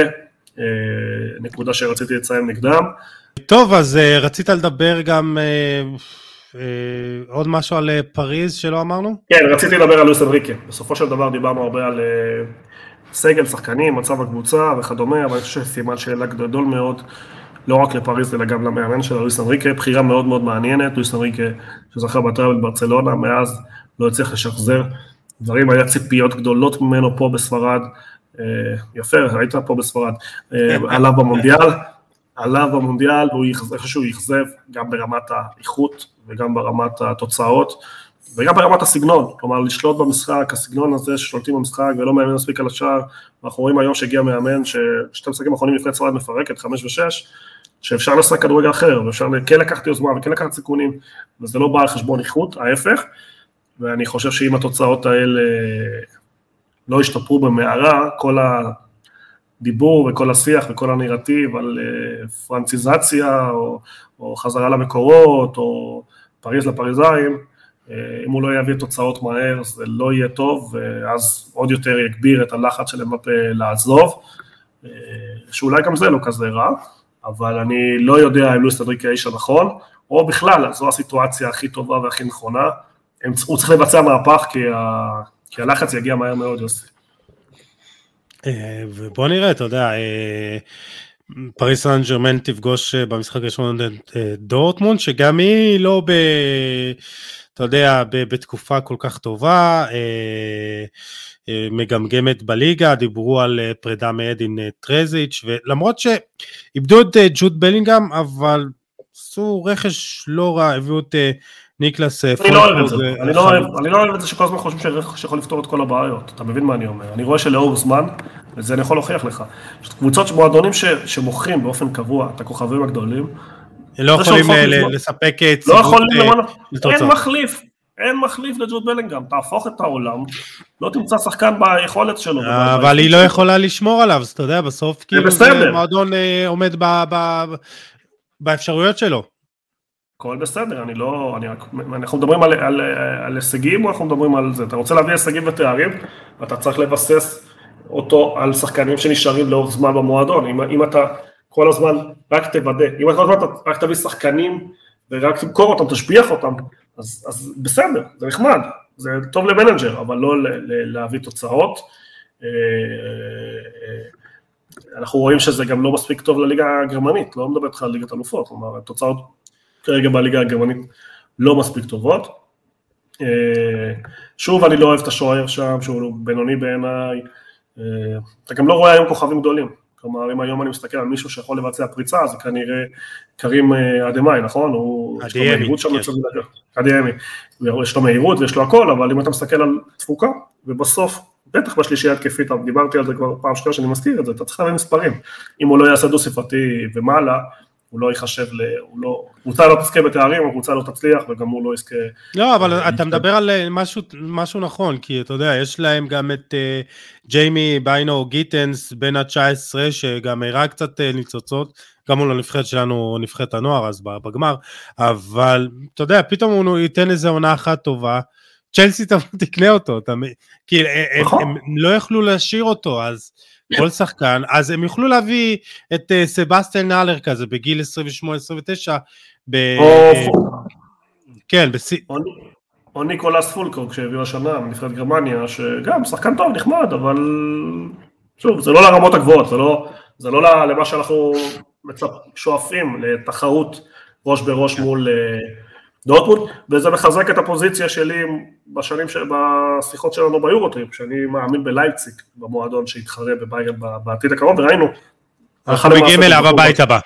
נקודה שרציתי לציין נגדם. טוב, אז uh, רצית לדבר גם uh, uh, עוד משהו על uh, פריז שלא אמרנו? כן, רציתי לדבר על לואיס אנריקה. בסופו של דבר דיברנו הרבה על uh, סגל, שחקנים, מצב הקבוצה וכדומה, אבל אני חושב שסימן שאלה גדול מאוד, לא רק לפריז אלא גם למאמן של לואיס אנריקה, בחירה מאוד מאוד מעניינת, לואיס אנריקה שזכה בטראבל בברצלונה, מאז לא הצליח לשחזר דברים, היה ציפיות גדולות ממנו פה בספרד, uh, יפה, היית פה בספרד, uh, עליו במונדיאל, עליו במונדיאל, והוא יחזב, שהוא יחזב גם ברמת האיכות, וגם ברמת התוצאות, וגם ברמת הסגנון, כלומר, לשלוט במשחק, הסגנון הזה ששולטים במשחק, ולא מאמן מספיק על השאר, ואנחנו רואים היום שהגיע מאמן, ששתי משחקים האחרונים לפני ספרד מפרקת, חמש ושש, שאפשר לשחק כדורגל אחר, ואפשר כן לקחת יוזמה, וכן לקחת סיכונים, וזה לא בא על חשבון איכות, ההפך, ואני חושב שאם התוצאות האלה לא השתפרו במערה, כל ה... דיבור וכל השיח וכל הנרטיב על uh, פרנציזציה או, או חזרה למקורות או פריז לפריזאים, uh, אם הוא לא יביא תוצאות מהר זה לא יהיה טוב, ואז עוד יותר יגביר את הלחץ של אמבפה לעזוב, uh, שאולי גם זה לא כזה רע, אבל אני לא יודע אם לואיס אנריקה האיש הנכון, או בכלל, זו הסיטואציה הכי טובה והכי נכונה, הוא צריך לבצע מהפך כי, ה, כי הלחץ יגיע מהר מאוד יוסי. ובוא נראה, אתה יודע, פריס סן ז'רמן תפגוש במשחק הראשון את דורטמונד, שגם היא לא ב... אתה יודע, בתקופה כל כך טובה, מגמגמת בליגה, דיברו על פרידה מעדין טרזיץ', ולמרות שאיבדו את ג'וד בלינגהם, אבל עשו רכש לא רע, הביאו את... ניקלס אני לא אוהב את זה, אני לא אוהב את זה שכל הזמן חושבים שרכש יכול לפתור את כל הבעיות, אתה מבין מה אני אומר, אני רואה שלאור זמן, וזה אני יכול להוכיח לך, קבוצות מועדונים שמוכרים באופן קבוע את הכוכבים הגדולים, לא יכולים לספק ציבות לתוצאות, אין מחליף, אין מחליף לג'וד בלינגהם, תהפוך את העולם, לא תמצא שחקן ביכולת שלו, אבל היא לא יכולה לשמור עליו, אז אתה יודע, בסוף כאילו זה מועדון עומד באפשרויות שלו. הכל בסדר, אני לא, אני, אנחנו מדברים על, על, על הישגים או אנחנו מדברים על זה, אתה רוצה להביא הישגים ותארים, ואתה צריך לבסס אותו על שחקנים שנשארים לאורך זמן במועדון, אם, אם אתה כל הזמן רק תוודא, אם אתה כל הזמן רק תביא שחקנים ורק תמכור אותם, תשביח אותם, אז, אז בסדר, זה נחמד, זה טוב למנג'ר, אבל לא ל, ל, להביא תוצאות, אנחנו רואים שזה גם לא מספיק טוב לליגה הגרמנית, לא מדבר איתך על ליגת אלופות, כלומר, התוצאות כרגע בליגה הגרמנית לא מספיק טובות. שוב, אני לא אוהב את השוער שם, שהוא בינוני בעיניי. אתה גם לא רואה היום כוכבים גדולים. כלומר, אם היום אני מסתכל על מישהו שיכול לבצע פריצה, זה כנראה קרים אדמאי, נכון? הוא יש לו מהירות שם, אדמאי, יש לו מהירות ויש לו הכל, אבל אם אתה מסתכל על תפוקה, ובסוף, בטח בשלישי התקפית, דיברתי על זה כבר פעם שנייה שאני מזכיר את זה, אתה צריך להביא מספרים. אם הוא לא יעשה דו-ספרתי ומעלה, הוא לא יחשב, הוא לא, קבוצה לא תזכה בתארים, הקבוצה לא תצליח, וגם הוא לא יזכה. לא, אבל אתה מדבר על משהו נכון, כי אתה יודע, יש להם גם את ג'יימי ביינו גיטנס, בין ה-תשע עשרה, שגם הראה קצת ניצוצות, גם הוא לנבחרת שלנו, נבחרת הנוער, אז בגמר, אבל אתה יודע, פתאום הוא ייתן איזה עונה אחת טובה, צ'לסי תקנה אותו, כי הם לא יכלו להשאיר אותו, אז כל שחקן, אז הם יוכלו להביא את סבסטיאן נאלר כזה, בגיל עשרים ושמונה עשרים ותשע, כן, או ניקולס פולקוג, שהביאו השנה מנבחרת גרמניה, שגם שחקן טוב, נחמד, אבל שוב, זה לא לרמות הגבוהות, זה לא למה שאנחנו שואפים, לתחרות ראש בראש מול דורטמונד, וזה מחזק את הפוזיציה שלי בשנים, בשיחות שלנו ביורוטריפ, שאני מאמין בלייפציג, במועדון שהתחרה בביירן בעתיד הקרוב, וראינו. אנחנו מגיעים אליו הבית הבא.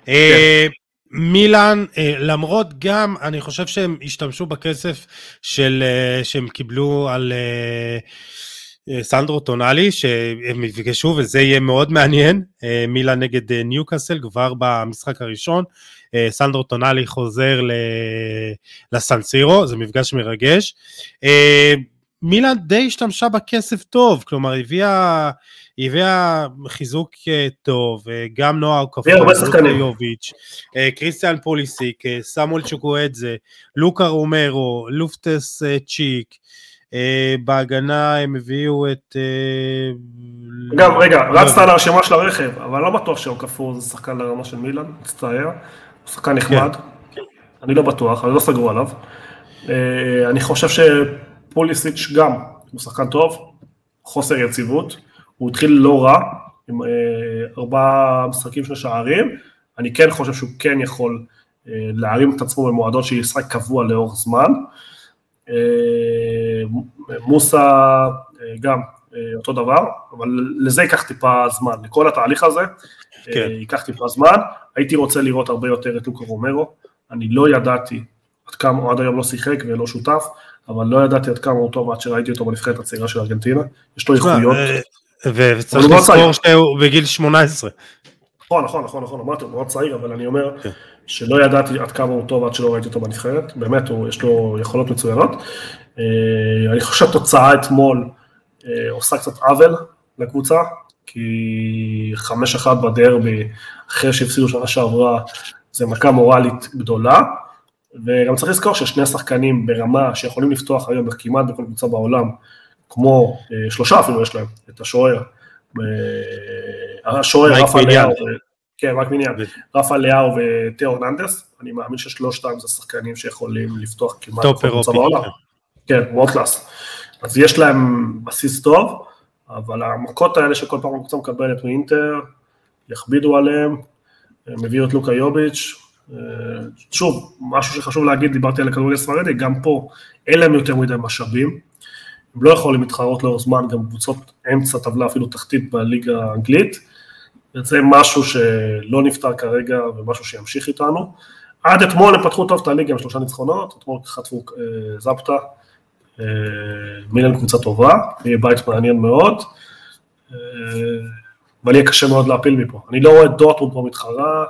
מילאן, למרות גם, אני חושב שהם השתמשו בכסף שהם קיבלו על סנדרו טונאלי, שהם יפגשו, וזה יהיה מאוד מעניין, מילאן נגד ניוקאסל, כבר במשחק הראשון, סנדרו טונאלי חוזר לסנסירו, זה מפגש מרגש, מילאן די השתמשה בכסף טוב, כלומר הביאה, הביאה חיזוק טוב, גם נועה קפוביץ', קריסטיאן פוליסיק, סמואל צ'וקואדזה, לוקה רומרו, לופטס צ'יק, בהגנה הם הביאו את... גם, רגע, רצת על הרשימה של הרכב, אבל לא בטוח שהוא כפור, זה שחקן לרמה של מילאן, מצטער, הוא שחקן נחמד, אני לא בטוח, אני לא סגרו עליו, אני חושב שפוליסיץ' גם הוא שחקן טוב, חוסר יציבות, הוא התחיל לא רע, עם ארבעה משחקים של שערים, אני כן חושב שהוא כן יכול להרים את עצמו במועדון שישחק קבוע לאורך זמן, מוסה גם אותו דבר, אבל לזה ייקח טיפה זמן, לכל התהליך הזה ייקח טיפה זמן, הייתי רוצה לראות הרבה יותר את לוקה רומרו, אני לא ידעתי עד כמה, הוא עד היום לא שיחק ולא שותף, אבל לא ידעתי עד כמה הוא טוב עד שראיתי אותו בנבחרת הצעירה של ארגנטינה, יש לו איכויות. וצריך לזכור שהוא בגיל שמונה עשרה. נכון, נכון, נכון, נכון, אמרתי, הוא מאוד צעיר, אבל אני אומר שלא ידעתי עד כמה הוא טוב עד שלא ראיתי אותו בנבחרת, באמת, יש לו יכולות מצוינות. אני חושב שהתוצאה אתמול עושה קצת עוול לקבוצה, כי חמש אחת בדרבי, אחרי שהפסידו שנה שעברה, זה מכה מורלית גדולה, וגם צריך לזכור ששני השחקנים ברמה שיכולים לפתוח היום כמעט בכל קבוצה בעולם, כמו שלושה אפילו יש להם, את השוער, השוער רפה ליאו, כן, רק מיניאן, רפה ליאו וטאו הרננדס, אני מאמין ששלושתם זה שחקנים שיכולים לפתוח כמעט בכל קבוצה בעולם. כן, מאוד קלאס. אז יש להם בסיס טוב, אבל המכות האלה שכל פעם הקבוצה מקבלת מאינטר, יכבידו עליהם, הם הביאו את לוקה יוביץ', שוב, משהו שחשוב להגיד, דיברתי על הכדורגל הספרדי, גם פה אין להם יותר מדי משאבים, הם לא יכולים להתחרות לאורך זמן, גם קבוצות אמצע טבלה, אפילו תחתית בליגה האנגלית, זה משהו שלא נפתר כרגע, ומשהו שימשיך איתנו. עד אתמול הם פתחו טוב את הליגה עם שלושה ניצחונות, אתמול חטפו זפטה, מילאן קבוצה טובה, יהיה בית מעניין מאוד, אבל יהיה קשה מאוד להפיל מפה. אני לא רואה את דורטמונד פה מתחרה,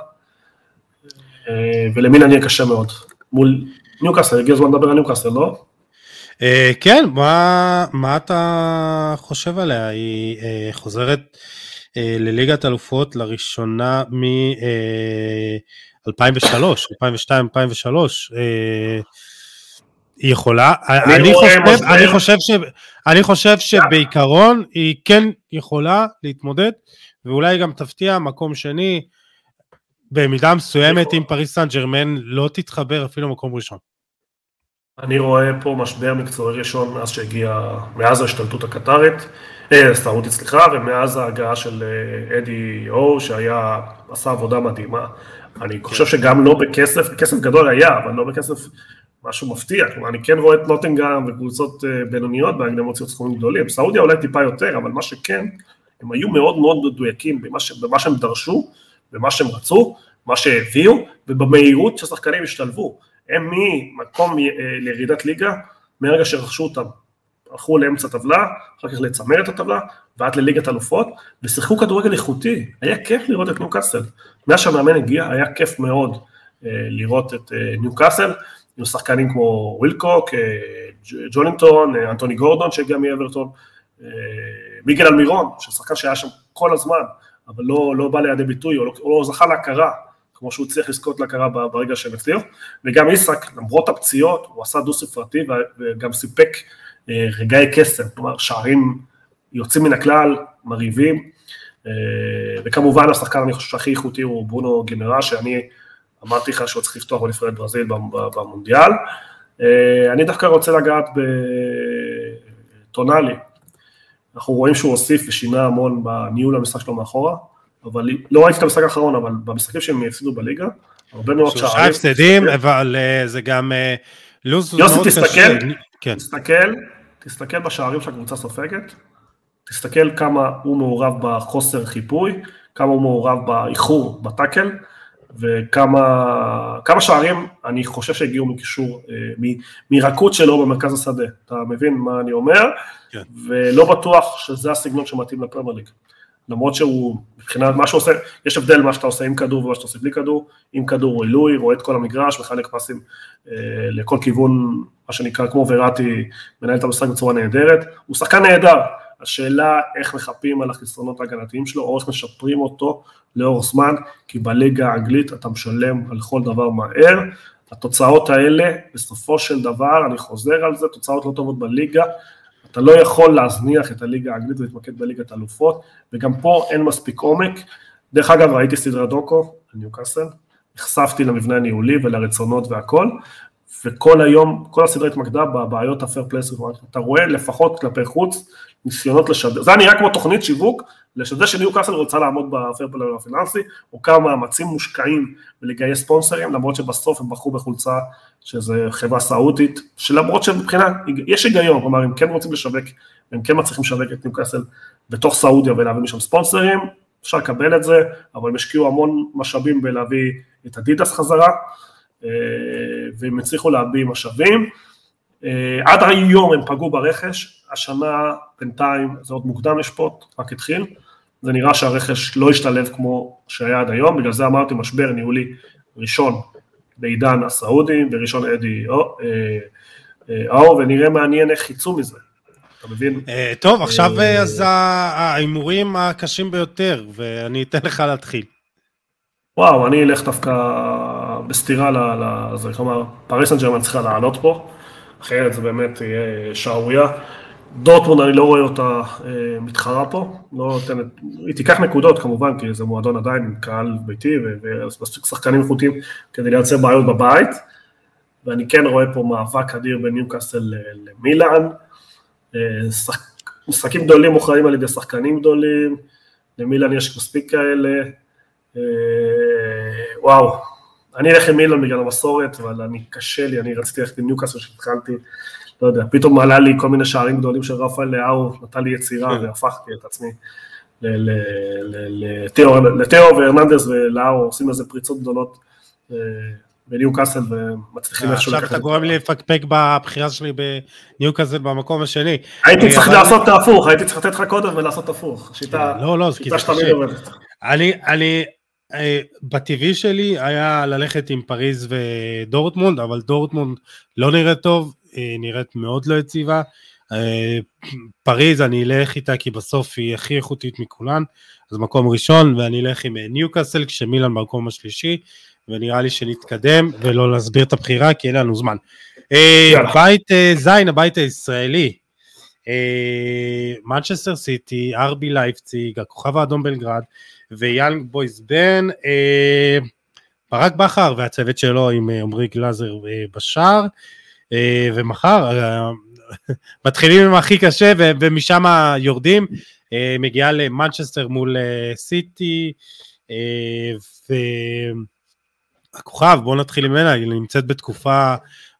ולמילאן יהיה קשה מאוד. מול ניוקאסל, הגיע הזמן לדבר על ניוקאסל, לא? כן, מה אתה חושב עליה? היא חוזרת לליגת אלופות לראשונה מ-אלפיים ושלוש, אלפיים ושתיים אלפיים ושלוש, היא יכולה, אני חושב שבעיקרון היא כן יכולה להתמודד, ואולי גם תפתיע מקום שני, במידה מסוימת אם פריס סן ז'רמן לא תתחבר אפילו מקום ראשון. אני רואה פה משבר מקצועי ראשון מאז שהגיע, מאז ההשתלטות הקטרית, אה, סטארותית סליחה, ומאז ההגעה של אדי או, שהיה, עשה עבודה מדהימה. אני חושב שגם לא בכסף, כסף גדול היה, אבל לא בכסף משהו מפתיע. כלומר, אני כן רואה את נוטינגהאם וקבוצות בינוניות, בהקדם מוציאות סכומים גדולים. סעודיה אולי טיפה יותר, אבל מה שכן, הם היו מאוד מאוד מדויקים במה, ש, במה שהם דרשו, במה שהם רצו, מה שהביאו, ובמהירות שהשחקנים השתלבו. הם ממקום לירידת ליגה, מרגע שרכשו אותם, הלכו לאמצע טבלה, אחר כך לצמרת הטבלה, ועד לליגת אלופות, ושיחקו כדורגל איכותי. היה כיף לראות את ניוקאסל. מאז שהמאמן הגיע, היה כיף מאוד לראות את ניוקאסל, עם שחקנים כמו ווילקוק, ג'ולינטון, אנטוני גורדון שהגיע מאברטון, מיגל אלמירון, ששחקן שהיה שם כל הזמן, אבל לא, לא בא לידי ביטוי, או לא, או לא זכה להכרה, כמו שהוא צריך לזכות להכרה ברגע שהם הצליחו, וגם איסק, למרות הפציעות, הוא עשה דו ספרתי, וגם סיפק רגעי קסם, כלומר שערים יוצאים מן הכלל, מריבים, וכמובן השחקן אני חושב שהכי איכותי הוא ברונו גמרה, שאני אמרתי לך שהוא צריך לפתוח בנבחרת ברזיל במונדיאל, אני דווקא רוצה לגעת בטונאלי, אנחנו רואים שהוא הוסיף ושינה המון בניהול המשחק שלו מאחורה, אבל לא ראיתי את המשחק האחרון, אבל במשחקים שהם הפסידו בליגה, הרבה מאוד שערים. שלושה הפסדים, אבל זה גם לוז מאוד קשה. יוסי, תסתכל, תסתכל בשערים שהקבוצה סופגת, תסתכל כמה הוא מעורב בחוסר חיפוי, כמה הוא מעורב באיחור, בטאקל, וכמה כמה שערים אני חושב שהגיעו מקישור, מרקות שלו במרכז השדה. אתה מבין מה אני אומר? כן. ולא בטוח שזה הסגנון שמתאים לפרמייר ליג. למרות שהוא, מבחינת מה שעושה, יש הבדל מה שאתה עושה עם כדור ומה שאתה עושה בלי כדור, עם כדור הוא עילוי, רואה את כל המגרש, מחלק פסים אה, לכל כיוון, מה שנקרא, כמו וראטי, מנהל את המשחק בצורה נהדרת, הוא שחקן נהדר, השאלה איך מחפים על החסרונות ההגנתיים שלו, או איך משפרים אותו לאור זמן, כי בליגה האנגלית אתה משלם על כל דבר מהר, התוצאות האלה, בסופו של דבר, אני חוזר על זה, תוצאות לא טובות בליגה, אתה לא יכול להזניח את הליגה האנגלית ולהתמקד בליגת האלופות, וגם פה אין מספיק עומק. דרך אגב, ראיתי סדרת דוקו, ניוקאסל, נחשפתי למבנה הניהולי ולרצונות והכל, וכל היום, כל הסדרה התמקדה בבעיות הפייר פלייס, אתה רואה לפחות כלפי חוץ, ניסיונות לשדר, זה נראה כמו תוכנית שיווק, לשדר שניוקאסל רוצה לעמוד בפייר פלייס הפיננסי, או כמה מאמצים מושקעים ולגייס ספונסרים, למרות שבסוף הם בחרו בחולצה, שזה חברה סעודית, שלמרות שמבחינה, יש היגיון, כלומר, הם כן רוצים לשווק, הם כן מצליחים לשווק את ניוקאסל בתוך סעודיה ולהביא משם ספונסרים, אפשר לקבל את זה, אבל הם השקיעו המון משאבים בלהביא את אדידס חזרה, והם הצליחו להביא משאבים, עד היום הם פגעו ברכש, השנה בינתיים זה עוד מוקדם לשפוט, רק התחיל, זה נראה שהרכש לא השתלב כמו שהיה עד היום, בגלל זה אמרתי משבר ניהולי ראשון בעידן הסעודי, בראשון אדי אור, ונראה מעניין איך חיצו מזה, אתה מבין? טוב, עכשיו אז האימורים הקשים ביותר, ואני אתן לך להתחיל. וואו, אני אלך דווקא בסתירה לזה, כלומר, פריס סן ז'רמן צריכה לעלות פה, אחרת זה באמת יהיה שערוריה. דורטמונד אני לא רואה אותה אה, מתחרה פה, לא נותנת, היא תיקח נקודות כמובן, כי זה מועדון עדיין עם קהל ביתי, ומספיק שחקנים איכותיים כדי לייצר בעיות בבית, ואני כן רואה פה מאבק אדיר בין ניוקאסל למילאן, אה, שח, משחקים גדולים מוכרעים על ידי שחקנים גדולים, למילאן יש מספיק כאלה, אה, וואו, אני אלך עם מילאן בגלל המסורת, אבל אני קשה לי, אני רציתי ללכת עם ניוקאסל שהתחלתי, לא יודע, פתאום מעלה לי כל מיני שערים גדולים של רפאל לאו, נתן לי יצירה והפכתי את עצמי לתיאו והרננדס ולאו, עושים איזה פריצות גדולות בניוקאסל ומצליחים איכשהו לקחת. עכשיו אתה גורם לי לפקפק בבחירה שלי בניוקאסל במקום השני. הייתי צריך לעשות את ההפוך, הייתי צריך לתת לך קודם ולעשות הפוך. לא, לא, זה קשה. אני... בטבעי שלי היה ללכת עם פריז ודורטמונד, אבל דורטמונד לא נראית טוב, נראית מאוד לא יציבה, פריז אני אלך איתה כי בסוף היא הכי איכותית מכולן, אז מקום ראשון, ואני אלך עם ניוקאסל כשמילאן במקום השלישי, ונראה לי שנתקדם ולא להסביר את הבחירה כי אין לנו זמן. בית זין, הבית הישראלי, מנצ'סטר סיטי, אר בי לייפציג, הכוכב האדום בלגרד, ויאנג בויז בן, אה, ברק בכר והצוות שלו עם עומרי גלאזר אה, בשער, אה, ומחר אה, מתחילים עם הכי קשה ו- ומשם יורדים, אה, מגיעה למנצ'סטר מול אה, סיטי, אה, והכוכב, בואו נתחיל ממנה, היא נמצאת בתקופה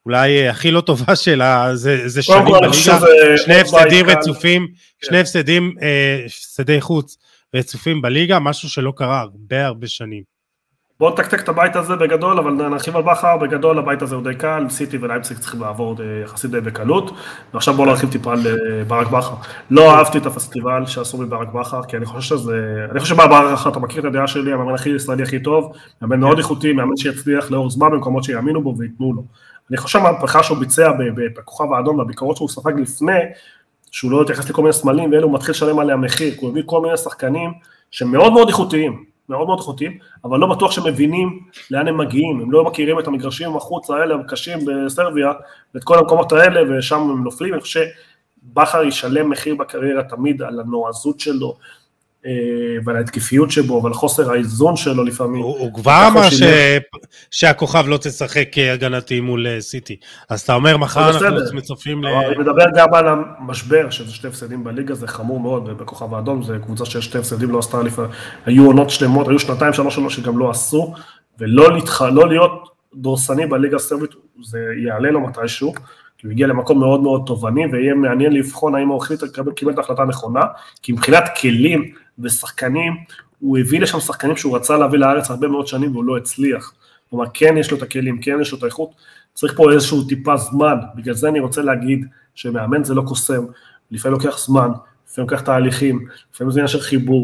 אולי הכי לא טובה שלה, זה, זה שנים בליגה, שני הפסדים רצופים, שני הפסדים, הפסדי חוץ רצופים בליגה, משהו שלא קרה הרבה הרבה שנים. בואו נתקתק את הבית הזה בגדול, אבל נרחיב על בכר, בגדול הבית הזה הוא די קל, סיטי ולייפציג צריכים לעבור יחסית די בקלות, ועכשיו בואו נרחיב טיפה על ברק בכר. לא אהבתי את הפסטיבל שעשו מברק בכר, כי אני חושב שזה, אני חושב שברק בכר, אתה מכיר את הדעה שלי, המאמן הכי ישראלי הכי טוב, מאמן מאוד איכותי, מאמן שיצליח לאור זמן במקומות שיאמינו בו ויתנו לו. אני חושב שהמהפכה שהוא ביצע בכוכב האדום, בביקורות שהוא ספג לפני, שהוא לא התייחס לכל מיני סמלים, ואלו מתחיל לשלם עליה מחיר, הוא הביא כל מיני שחקנים שמאוד מאוד איכותיים, מאוד מאוד איכותיים, אבל לא בטוח שמבינים לאן הם מגיעים, הם לא מכירים את המגרשים החוץ האלה, הקשים בסרביה, ואת כל המקומות האלה, ושם הם נופלים. אני חושב שבכר ישלם מחיר בקריירה תמיד על הנועזות שלו, ועל ההתקפיות שבו, ועל חוסר האיזון שלו לפעמים. הוא כבר אמר שהכוכב לא תשחק הגנתי מול סיטי, אז אתה אומר מחר אנחנו מצופים ל... אני מדבר גם על המשבר, שזה שתי הפסדים בליגה, זה חמור מאוד, ובכוכב האדום זה קבוצה שיש שתי הפסדים, לא עשתה לפעמים, היו עונות שלמות, היו שנתיים, שלוש שנות שגם לא עשו, ולא להיות דורסני בליגה הסרבית, זה יעלה לו מתישהו, כי הוא הגיע למקום מאוד מאוד תובעני, ויהיה מעניין לבחון האם הוא החליט קיבל את ההחלטה הנכונה, כי מבחינת כלים ושחקנים, הוא הביא לשם שחקנים שהוא רצה להביא לארץ הרבה מאוד שנים, והוא לא הצליח. כלומר, כן יש לו את הכלים, כן יש לו את האיכות, צריך פה איזשהו טיפה זמן, בגלל זה אני רוצה להגיד שמאמן זה לא קוסם, לפעמים לוקח זמן, לפעמים לוקח תהליכים, לפעמים זה עניין של חיבור.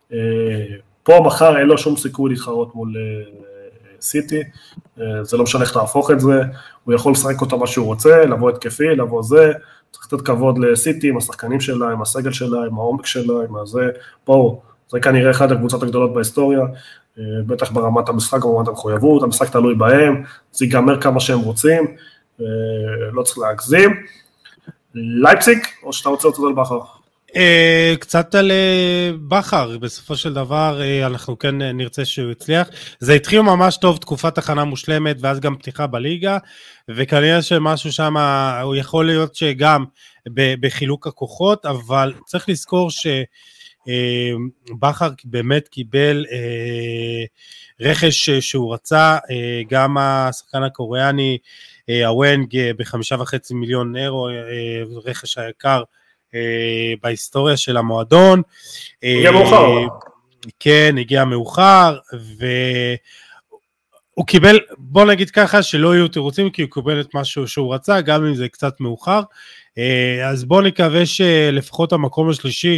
פה מחר אין לו שום סיכוי להתחרות מול סיטי, זה לא משנה איך להפוך את זה, הוא יכול לשחק אותה מה שהוא רוצה, לבוא התקפי, לבוא זה, צריך לתת כבוד לסיטי, עם השחקנים שלה, עם הסגל שלה, עם העומק שלה, עם הזה, פה, זה כנראה אחד הקבוצות הגדולות בהיסטוריה, בטח ברמת המשחק, ברמת המחויבות, המשחק תלוי בהם, זה ייגמר כמה שהם רוצים, לא צריך להגזים. לייפציג, או שאתה רוצה אותו על בכר? קצת על בכר, בסופו של דבר אנחנו כן נרצה שהוא יצליח, זה התחיל ממש טוב, תקופת הכנה מושלמת, ואז גם פתיחה בליגה, וכנראה שמשהו שם, הוא יכול להיות שגם בחילוק הכוחות, אבל צריך לזכור שבכר באמת קיבל רכש שהוא רצה, גם השחקן הקוריאני, הוונג בחמישה וחצי מיליון אירו, רכש היקר, בהיסטוריה של המועדון. הגיע מאוחר. כן, הגיע מאוחר, והוא קיבל, בוא נגיד ככה, שלא יהיו תירוצים, כי הוא קיבל את משהו שהוא רצה, גם אם זה קצת מאוחר, אז בוא נקווה שלפחות המקום השלישי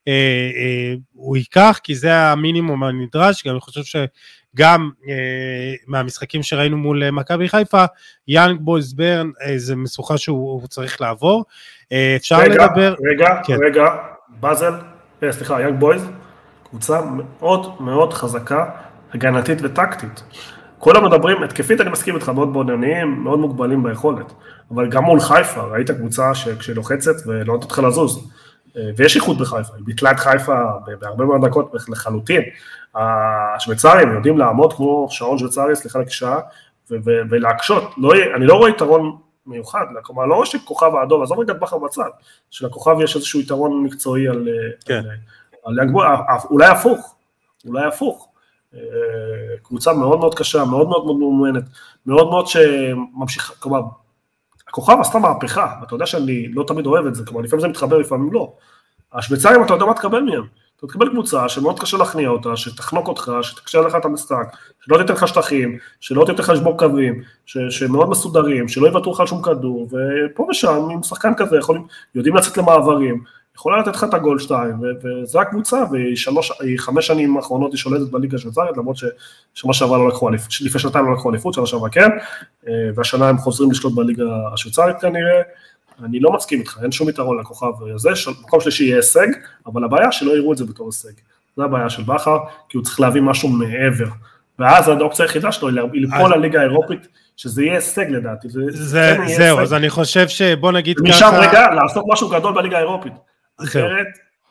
הוא ייקח, כי זה המינימום הנדרש, גם אני חושב שגם מהמשחקים שראינו מול מכבי חיפה, יאנג בויז ברן, זה משוכה שהוא צריך לעבור, אפשר רגע, לדבר... רגע, כן. רגע, בזל, סליחה, יאנג בויז, קבוצה מאוד מאוד חזקה, הגנתית וטקטית. כולם מדברים, התקפית אני מסכים איתך, מאוד בונניים, מאוד מוגבלים ביכולת, אבל גם מול חיפה, ראית קבוצה שכשלוחצת ולא נתת לך לזוז, ויש איכות בחיפה, היא ביטלה את חיפה בהרבה מאוד דקות לחלוטין, השוויצרים יודעים לעמוד כמו שעון שוויצרי, סליחה לקשעה, ולהקשות, אני לא רואה יתרון מיוחד, כלומר לא רואה שכוכב האדום, אז לא רגע בכר בצד, שלכוכב יש איזשהו יתרון מקצועי על, כן. על, על, אולי הפוך, אולי הפוך, קבוצה מאוד מאוד קשה, מאוד מאוד מאוד מאומנת, מאוד מאוד שממשיך, כלומר, הכוכב עשתה מהפכה, ואתה יודע שאני לא תמיד אוהב את זה, כלומר, לפעמים זה מתחבר, לפעמים לא. השוויצרים, אתה יודע מה תקבל מהם? אתה תקבל קבוצה שמאוד קשה להכניע אותה, שתחנוק אותך, שתקשה לך את המשחק, שלא תיתן לך שטחים, שלא תיתן לך לשבור קווים, ש- שמאוד מסודרים, שלא יוותרו לך על שום כדור, ופה ושם, עם שחקן כזה, יכולים, יודעים לצאת למעברים, יכולה לתת לך את הגול שתיים, וזו הקבוצה, והיא שלוש, היא חמש שנים האחרונות היא שולטת בליגה השוויצרית, למרות ששנה שעברה לא לקחו אליפות, לפני שנתיים לא לקחו אליפות, שנה שעברה כן, והשנה הם חוזרים לשלוט בליגה השוויצרית כנראה, אני לא מסכים איתך, אין שום יתרון לכוכב הזה, מקום שלישי יהיה הישג, אבל הבעיה שלא יראו את זה בתור הישג, זו הבעיה של בכר, כי הוא צריך להביא משהו מעבר, ואז האופציה היחידה שלו היא ליפול לליגה האירופית, שזה יהיה הישג לדעתי. זהו, אז אני חושב שבוא נגיד ככה... משם רגע, לעשות משהו גדול בליגה האירופית. אחרת,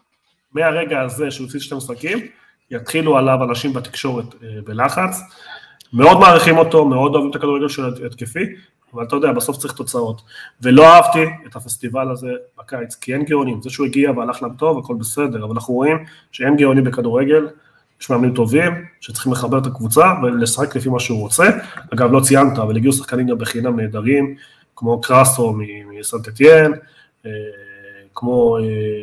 מהרגע הזה שהוא יוצא שתי משחקים, יתחילו עליו אנשים בתקשורת בלחץ, מאוד מעריכים אותו, מאוד אוהבים את הכדורגל של התקפי, אבל אתה יודע, בסוף צריך תוצאות. ולא אהבתי את הפסטיבל הזה בקיץ, כי אין גאונים, זה שהוא הגיע והלך להם טוב, הכל בסדר, אבל אנחנו רואים שאין גאונים בכדורגל, יש מאמנים טובים, שצריכים לחבר את הקבוצה, ולשחק לפי מה שהוא רוצה, אגב, לא ציינת, אבל הגיעו שחקנים גם בחינם נהדרים, כמו קרסו מסנט אתיין, כמו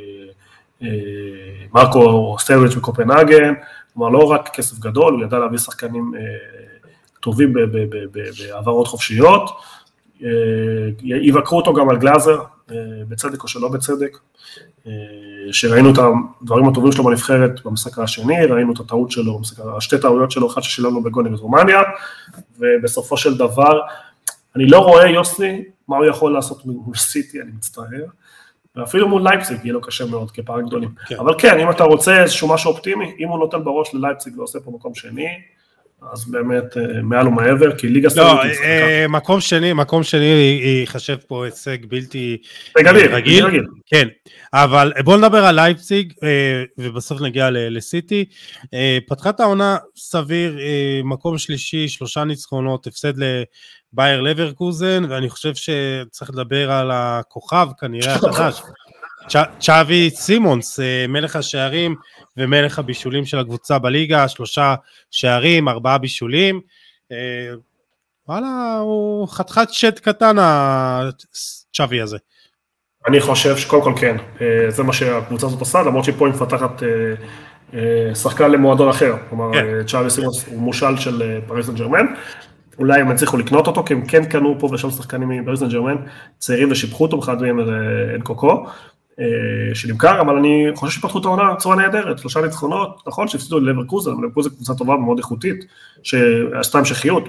מרקו סטייריץ' מקופנהגן, כלומר לא רק כסף גדול, הוא ידע להביא שחקנים טובים בעברות חופשיות, יבקרו אותו גם על גלאזר, בצדק או שלא בצדק, שראינו את הדברים הטובים שלו בנבחרת במשחק השני, ראינו את הטעות שלו, שתי טעויות שלו, אחת ששילמנו בגול נגד רומניה, ובסופו של דבר, אני לא רואה יוסי, מה הוא יכול לעשות מול סיטי, אני מצטער, ואפילו מול לייפציג יהיה לו קשה מאוד כפערים גדולים. כן. אבל כן, אם אתה רוצה איזשהו משהו אופטימי, אם הוא נותן בראש ללייפציג ועושה פה מקום שני, אז באמת מעל ומעבר, כי ליגה לא, מקום שני, מקום שני יחשב פה הישג בלתי רגיל, רגיל, רגיל. כן, אבל בואו נדבר על לייפציג, ובסוף נגיע לסיטי, פתחת העונה סביר, מקום שלישי, שלושה ניצחונות, הפסד לבייר לברקוזן, ואני חושב שצריך לדבר על הכוכב, כנראה החדש, צ'אבי סימונס, מלך השערים ומלך הבישולים של הקבוצה בליגה, שלושה שערים, ארבעה בישולים, וואלה, הוא חתיכת שט קטן הצ'אבי הזה. אני חושב שקודם כל כן, זה מה שהקבוצה הזאת עושה, למרות שפה היא מפתחת שחקן למועדון אחר, כלומר צ'אבי סימונס הוא מושל של פריז סן ז'רמן, אולי הם הצליחו לקנות אותו, כי הם כן קנו פה ושם שחקנים מפריז סן ז'רמן, צעירים ושיפחו אותו, באחד מהם אין קוקו, שנמכר, אבל אני חושב שפתחו את העונה בצורה נהדרת, שלושה ניצחונות, נכון שהפסידו ללברקוזן, לברקוזן קבוצה טובה ומאוד איכותית, שעשתה המשכיות,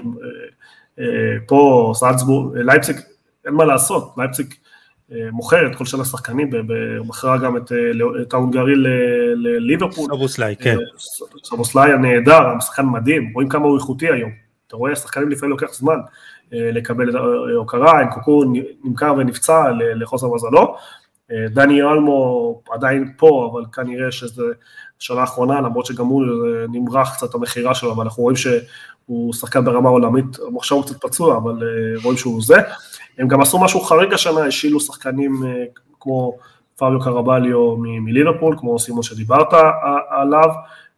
פה סלצבורג, לייפציג, אין מה לעשות, לייפציג מוכרת כל שנה שחקנים, בחרה גם את ההונגרי לליברפול, סובוסליי, כן. סובוסליי הנהדר, המשחקן מדהים, רואים כמה הוא איכותי היום, אתה רואה, השחקנים לפעמים לוקח זמן לקבל את ההוקרה, קוקו נמכר ונפצע לחוסר מזלו, דני אלמו עדיין פה, אבל כנראה שזו שנה האחרונה, למרות שגם הוא נמרח קצת המחירה שלו, אבל אנחנו רואים שהוא שחקן ברמה עולמית, עכשיו הוא קצת פצוע, אבל רואים שהוא זה. הם גם עשו משהו חריג השנה, השאילו שחקנים כמו פאביו קרבליו מליברפול, כמו סימון שדיברת עליו,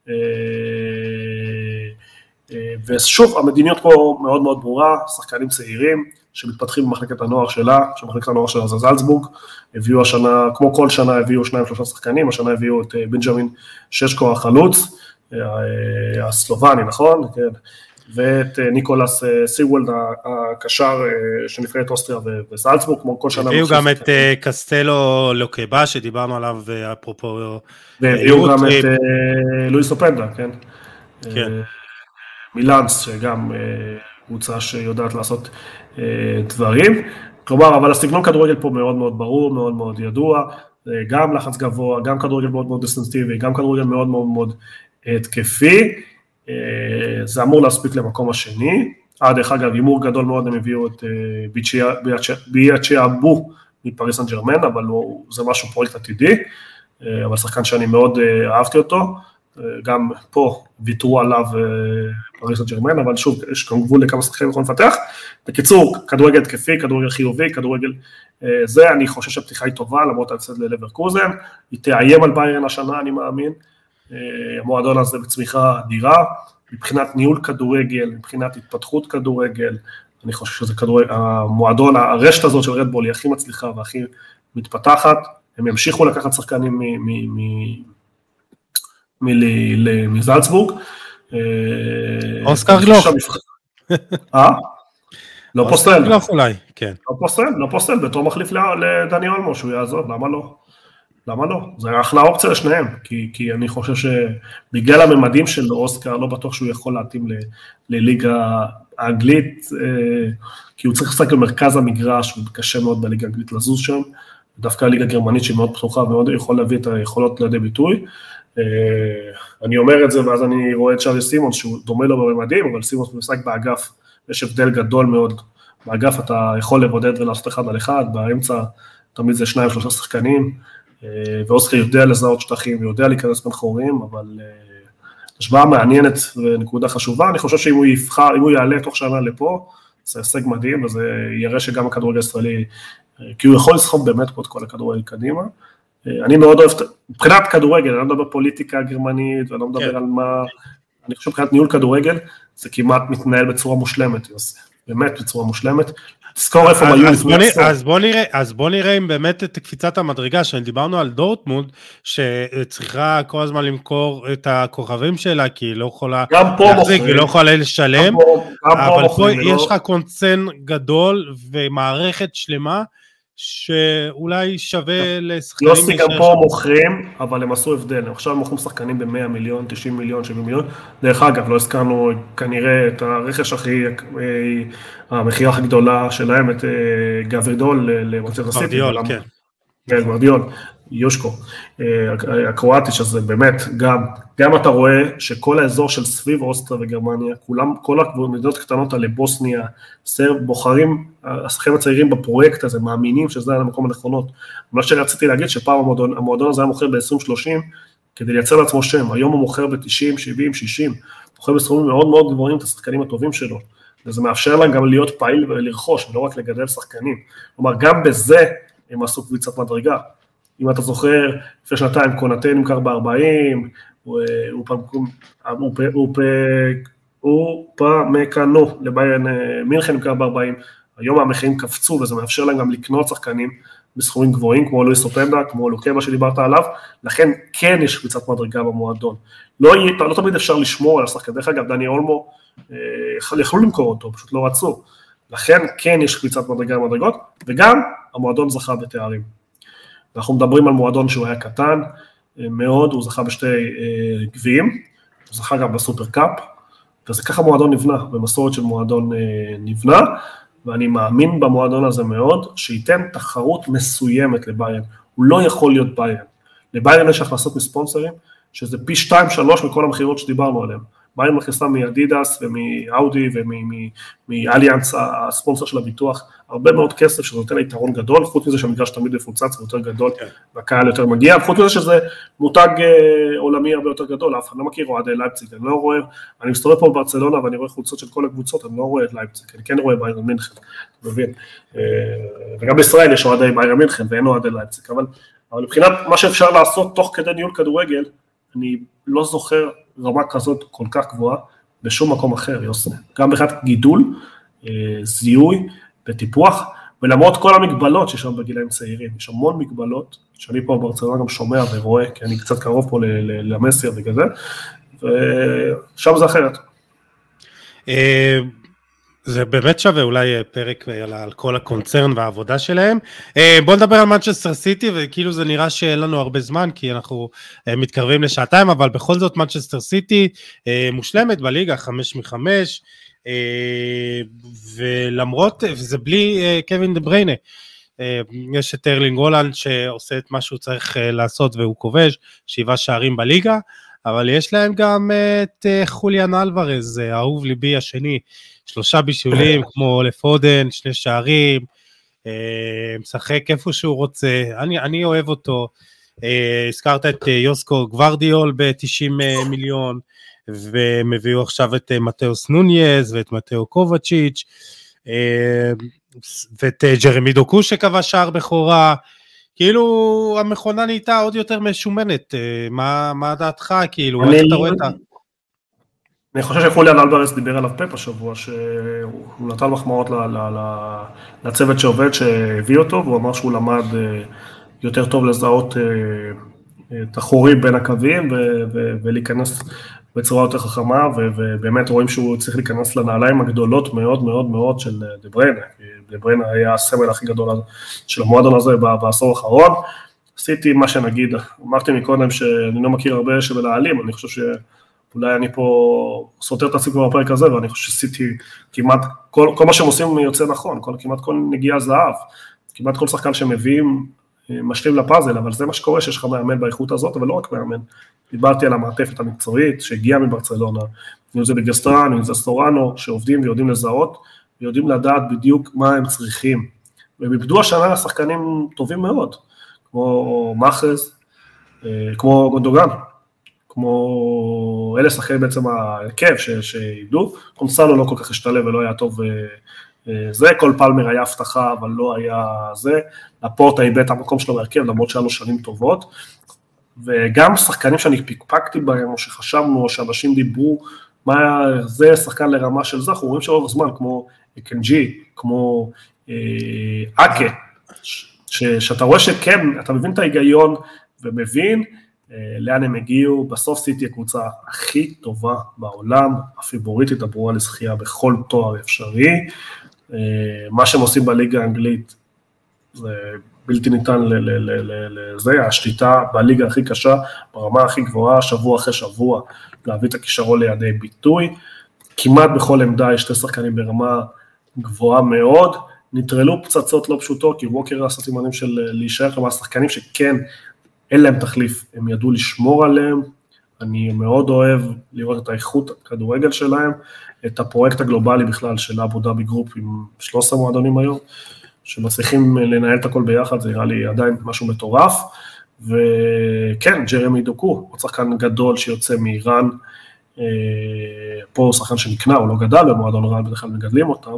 ושוב, המדיניות פה מאוד מאוד ברורה, שחקנים צעירים, שמתפתחים במחלקת הנוער שלה, שמחלקת הנוער שלה זה זלצבורג, הביאו השנה, כמו כל שנה הביאו שניים שלושה שחקנים, השנה הביאו את בנג'מין ששקו החלוץ, הסלובני, נכון? כן. ואת ניקולס סיוולד, הקשר של נבחרת אוסטריה וזלצבורג, כמו כל שנה. הביאו גם את קסטלו לוקבה, שדיברנו עליו אפרופו... והביאו גם את לואיס אופנדה, כן? כן. מילאנס, שגם קבוצה שיודעת לעשות דברים, כלומר, אבל הסגנון כדורגל פה מאוד מאוד ברור, מאוד מאוד ידוע, גם לחץ גבוה, גם כדורגל מאוד מאוד דיסטנסיבי, גם כדורגל מאוד מאוד מאוד התקפי, זה אמור להספיק למקום השני, עד דרך אגב, הימור גדול מאוד, הם הביאו את ביאצ'ה אבו מפריז סן ז'רמן, אבל זה משהו פרויקט עתידי, אבל שחקן שאני מאוד אהבתי אותו, גם פה ויתרו עליו פריז סן ז'רמן, אבל שוב, יש גם גבול לכמה שחקנים יכולים לפתח. בקיצור, כדורגל התקפי, כדורגל חיובי, כדורגל זה, אני חושב שהפתיחה היא טובה, למרות ההפסד ללברקוזן, היא תאיים על ביירן השנה, אני מאמין, המועדון הזה בצמיחה אדירה, מבחינת ניהול כדורגל, מבחינת התפתחות כדורגל, אני חושב שזה כדורגל, המועדון, הרשת הזאת של רדבול היא הכי מצליחה והכי מתפתחת, הם ימשיכו לקחת שחקנים מזלצבורג. אוסקר גלוך. אה? לא פוסטל. אוסקר גלוך אולי, כן. לא פוסטל, לא פוסטל, בתור מחליף לדני אולמו, שהוא יעזוב, למה לא? למה לא? זה אחלה אופציה לשניהם, כי, כי אני חושב שבגלל הממדים של אוסקר, לא בטוח שהוא יכול להתאים ל, לליגה האנגלית, כי הוא צריך לשחק במרכז המגרש, הוא קשה מאוד בליגה האנגלית לזוז שם, דווקא הליגה הגרמנית שהיא מאוד פתוחה, ומאוד יכול להביא את היכולות לידי ביטוי, אני אומר את זה, ואז אני רואה את צ'אבי סימונס, שהוא דומה לו בממדים, אבל סימונס משחק באגף, יש הבדל גדול מאוד, באגף אתה יכול לבודד ולעשות אחד על אחד, באמצע תמיד זה שניים שלושה שחקנים, ואוסקר יודע לזהות שטחים, יודע להיכנס בין חורים, אבל השוואה מעניינת ונקודה חשובה, אני חושב שאם הוא יבחר, אם הוא יעלה תוך שנה לפה, זה הישג מדהים, וזה יראה שגם הכדורגל הישראלי, כי הוא יכול לסחוב באמת פה את כל הכדורגל קדימה, אני מאוד אוהב, מבחינת כדורגל, אני לא מדבר פוליטיקה גרמנית, ואני לא מדבר על מה, אני חושב מבחינת ניהול כדורגל, זה כמעט מתנהל בצורה מושלמת, יוסי, באמת בצורה מושלמת, תזכור איפה הם היו לפני עשור. אז בוא נראה, אז בוא נראה אם באמת את קפיצת המדרגה, שדיברנו על דורטמונד, שצריכה כל הזמן למכור את הכוכבים שלה, כי היא לא יכולה להחזיק, היא לא יכולה לשלם, אבל פה יש לך קונצרן גדול, ומערכת שלמה, שאולי שווה לשחקנים... יוסי גם פה מוכרים, אבל הם עשו הבדל. עכשיו הם מוכרים שחקנים ב-מאה מיליון, תשעים מיליון, שבעים מיליון. דרך אגב, לא הזכרנו כנראה את הרכש הכי, המחיר הכי גדולה שלהם, את גבירדול למנצ'סטר סיטי. גוורדיול, כן. כן, גוורדיול, יושקו, הקרואטי, שזה באמת, גם, גם אתה רואה שכל האזור של סביב אוסטריה וגרמניה, כולם, כל המדינות הקטנות האלה, בוסניה, סרב, בוחרים, השחקנים הצעירים בפרויקט הזה, מאמינים שזה היה למקום הנכונות. מה שרציתי להגיד, שפעם המועדון, המועדון הזה היה מוכר ב-עשרים שלושים, כדי לייצר לעצמו שם, היום הוא מוכר ב-תשעים, שבעים, שישים, מוכר בסכומים מאוד מאוד גבוהים את השחקנים הטובים שלו, וזה מאפשר להם גם להיות פעיל ולרכוש, ולא רק לגדל שחקנים. כלומר, גם בזה הם עשו קביצת מדרגה. אם אתה זוכר, לפני שנתיים, קונאטה נמכר ב-ארבעים, הוא פמקנו לביירן מינכן נמכר ב-ארבעים, היום המחירים קפצו, וזה מאפשר להם גם לקנות שחקנים בסכומים גבוהים, כמו לואיס אופנדה, כמו לוקבה שדיברת עליו, לכן כן יש קביצת מדרגה במועדון. לא, לא תמיד אפשר לשמור על השחקן, דרך אגב, דני אולמו, יכלו למכור אותו, פשוט לא רצו. לכן כן יש קביצת מדרגה במדרגות, וגם המועדון זכה בתארים. אנחנו מדברים על מועדון שהוא היה קטן מאוד, הוא זכה בשתי אה, גביעים, הוא זכה גם בסופר קאפ, וזה ככה מועדון נבנה, במסורת של מועדון אה, נבנה, ואני מאמין במועדון הזה מאוד, שייתן תחרות מסוימת לביירן, הוא לא יכול להיות ביירן, לביירן יש הכנסות מספונסרים, שזה פי שתיים שלוש מכל המחירות שדיברנו עליהם, ביירן מכניסה מאדידס ומאודי ומאליאנס, הספונסר של הביטוח, הרבה מאוד כסף שזה נותן יתרון גדול, חוץ מזה שהמגרש תמיד מפוצץ ויותר גדול, והקהל יותר מגיע, חוץ מזה שזה מותג עולמי הרבה יותר גדול, אף אחד לא מכיר אוהדי לייפציג, אני לא רואה, אני מסתובב פה בברצלונה ואני רואה חולצות של כל הקבוצות, אני לא רואה את לייפציג, אני כן רואה ביירן מינכן, אתה מבין, וגם בישראל יש אוהדי ביירן מינכן ואין אוהדי לייפציג, אבל, אבל מבחינת מה שאפשר לעשות תוך כדי ניהול כדורגל, אני לא זוכר רמה כזאת כל כך גבוהה בשום מקום אחר, יוסי. גם מבחינת גידול, זיהוי וטיפוח, ולמרות כל המגבלות שיש שם בגילאים צעירים, יש המון מגבלות, שאני פה ברצלונה גם שומע ורואה, כי אני קצת קרוב פה למסיה וכזה, ושם זה אחרת. זה באמת שווה אולי פרק על, על כל הקונצרן והעבודה שלהם. בואו נדבר על מנצ'סטר סיטי, וכאילו זה נראה שאין לנו הרבה זמן, כי אנחנו מתקרבים לשעתיים, אבל בכל זאת מנצ'סטר סיטי מושלמת בליגה, חמש מחמש, ולמרות, וזה בלי קווין דה בריינה, יש את ארלינג הולנד שעושה את מה שהוא צריך לעשות, והוא כובש, שבעה שערים בליגה, אבל יש להם גם את חוליאן אלוורז, אהוב ליבי השני, שלושה בישולים כמו לפודן, שני שערים, משחק איפה שהוא רוצה, אני, אני אוהב אותו, הזכרת את יוסקו גוורדיול ב-תשעים מיליון, והם הביאו עכשיו את מתאוס נוניאז ואת מתאו קובצ'יץ', ואת ג'רמי דוקו שקבע שער בכורה, כאילו המכונה נהייתה עוד יותר משומנת, מה, מה דעתך, כאילו, איך אתה רואה את ה... אני חושב שחוליאן אלוורז דיבר עליו פפ השבוע, שהוא נתן מחמאות לצוות שעובד שהביא אותו, והוא אמר שהוא למד יותר טוב לזהות את החורים בין הקווים, ולהיכנס בצורה יותר חכמה, ובאמת רואים שהוא צריך להיכנס לנעליים הגדולות מאוד מאוד מאוד של דה בריינה, כי דה בריינה היה הסמל הכי גדול של המועדון הזה בעשור האחרון, עשיתי מה שנגיד, אמרתי מקודם שאני לא מכיר הרבה שמנהלים, אני חושב ש... אולי אני פה סותר את עצמי בפרק הזה, ואני חושב שעשיתי כמעט, כל, כל מה שהם עושים יוצא נכון, כל, כמעט כל נגיעה זהב, כמעט כל שחקן שמביאים משלים לפאזל, אבל זה מה שקורה שיש לך מאמן באיכות הזאת, אבל לא רק מאמן. דיברתי על המעטפת המקצועית שהגיעה מברצלונה, אם זה בגסטרן, אם זה סטורנו, שעובדים ויודעים לזהות, ויודעים לדעת בדיוק מה הם צריכים. והם איבדו השנה לשחקנים טובים מאוד, כמו מחרז, כמו גונדוגן, כמו אלה שחקנים בעצם ההרכב שידעו, קונסלו לא כל כך השתלב ולא היה טוב זה, כל פלמר היה הבטחה, אבל לא היה זה, לפורטה איבד את המקום שלו בהרכב, למרות שהיה לו שנים טובות, וגם שחקנים שאני פיקפקתי בהם, או שחשבנו, או שאנשים דיברו, מה זה שחקן לרמה של זה, אנחנו רואים שרוב הזמן, כמו קנג'י, כמו אקה, שאתה רואה שכן, אתה מבין את ההיגיון, ומבין לאן הם הגיעו, בסוף סיטי הקבוצה הכי טובה בעולם, הפיבוריטית הברורה לזכייה בכל תואר אפשרי, מה שהם עושים בליגה האנגלית, זה בלתי ניתן לזה, השליטה בליגה הכי קשה, ברמה הכי גבוהה, שבוע אחרי שבוע, להביא את הכישרון לידי ביטוי, כמעט בכל עמדה יש שתי שחקנים ברמה גבוהה מאוד, נטרלו פצצות לא פשוטות, כי ווקר עשה סימנים של להישאר, כלומר שחקנים שכן, אין להם תחליף, הם ידעו לשמור עליהם, אני מאוד אוהב לראות את האיכות הכדורגל שלהם, את הפרויקט הגלובלי בכלל של אבו דאבי גרופ עם שלוש עשרה מועדונים היום, שמצליחים לנהל את הכל ביחד, זה נראה לי עדיין משהו מטורף, וכן, ג'רמי דוקו, הוא שחקן גדול שיוצא מאיראן, פה הוא שחקן שנקנה, הוא לא גדל במועדון רעל, בדרך כלל מגדלים אותם,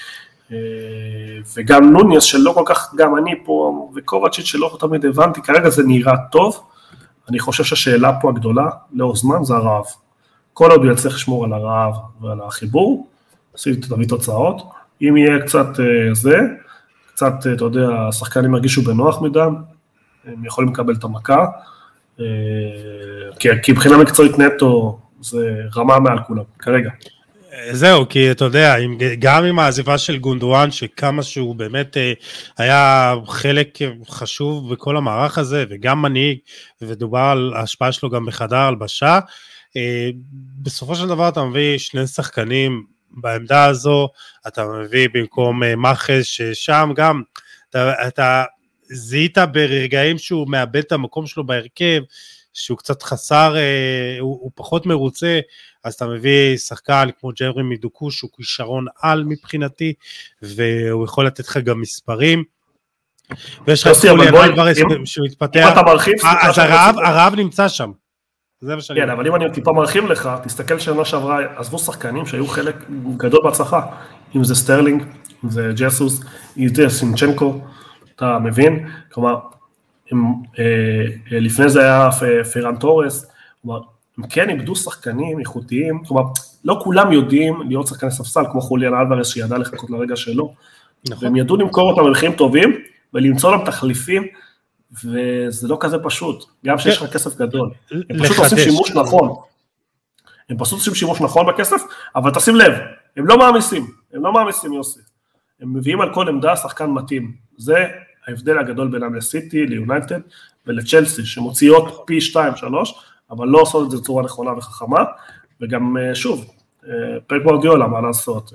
וגם נוניס שלא כל כך, גם אני פה, וקובצ'יץ' שלא תמיד הבנתי, כרגע זה נראה טוב, אני חושב שהשאלה פה הגדולה, לאור זמן, זה הרעב. כל עוד הוא יצליח לשמור על הרעב ועל החיבור, תביא תוצאות, אם יהיה קצת זה, קצת, אתה יודע, השחקנים ירגישו בנוח מדם, הם יכולים לקבל את המכה, כי מבחינה מקצועית נטו, זה רמה מעל כולם, כרגע. זהו, כי אתה יודע, גם עם העזיבה של גונדואן, שכמה שהוא באמת היה חלק חשוב בכל המערך הזה, וגם מנהיג, ודובר על ההשפעה שלו גם בחדר הלבשה, בסופו של דבר אתה מביא שני שחקנים בעמדה הזו, אתה מביא במקום מחז, ששם גם אתה, אתה זיהית ברגעים שהוא מאבד את המקום שלו בהרכב, שהוא קצת חסר, הוא, הוא פחות מרוצה, אז אתה מביא שחקן כמו ג'רמי דוקו, שהוא כישרון על מבחינתי, והוא יכול לתת לך גם מספרים, ויש לך חוליאן אלוורס שהוא התפתח, אז הרעב, הרעב נמצא שם. כן, אבל אם אני טיפה מרחיב לך, תסתכל שנה שעברה, עזבו שחקנים שהיו חלק גדול בהצלחה, אם זה סטרלינג, אם זה ג'סוס, אם זה סינצ'נקו, אתה מבין? כלומר, הם, אה, לפני זה היה פירן טורס, כלומר, הם כן איבדו שחקנים איכותיים, כלומר, לא כולם יודעים להיות שחקני ספסל, כמו חוליאן אלוורס שידע לחכות לרגע שלו, נכון. והם ידעו למכור אותם במחירים טובים, ולמצוא להם תחליפים, וזה לא כזה פשוט, גם שיש לך כסף גדול, הם פשוט עושים שימוש נכון, הם פשוט עושים שימוש נכון בכסף, אבל תשים לב, הם לא מאמיסים, הם לא מאמיסים יוסי, הם מביאים על כל עמדה שחקן מתאים, זה ההבדל הגדול בינם לסיטי, ליונייטד ולצ'לסי, שמוציאות פי שתיים, שלוש, אבל לא עושות את זה בצורה נכונה וחכמה, וגם שוב, פפ גוארדיולה, מה לעשות,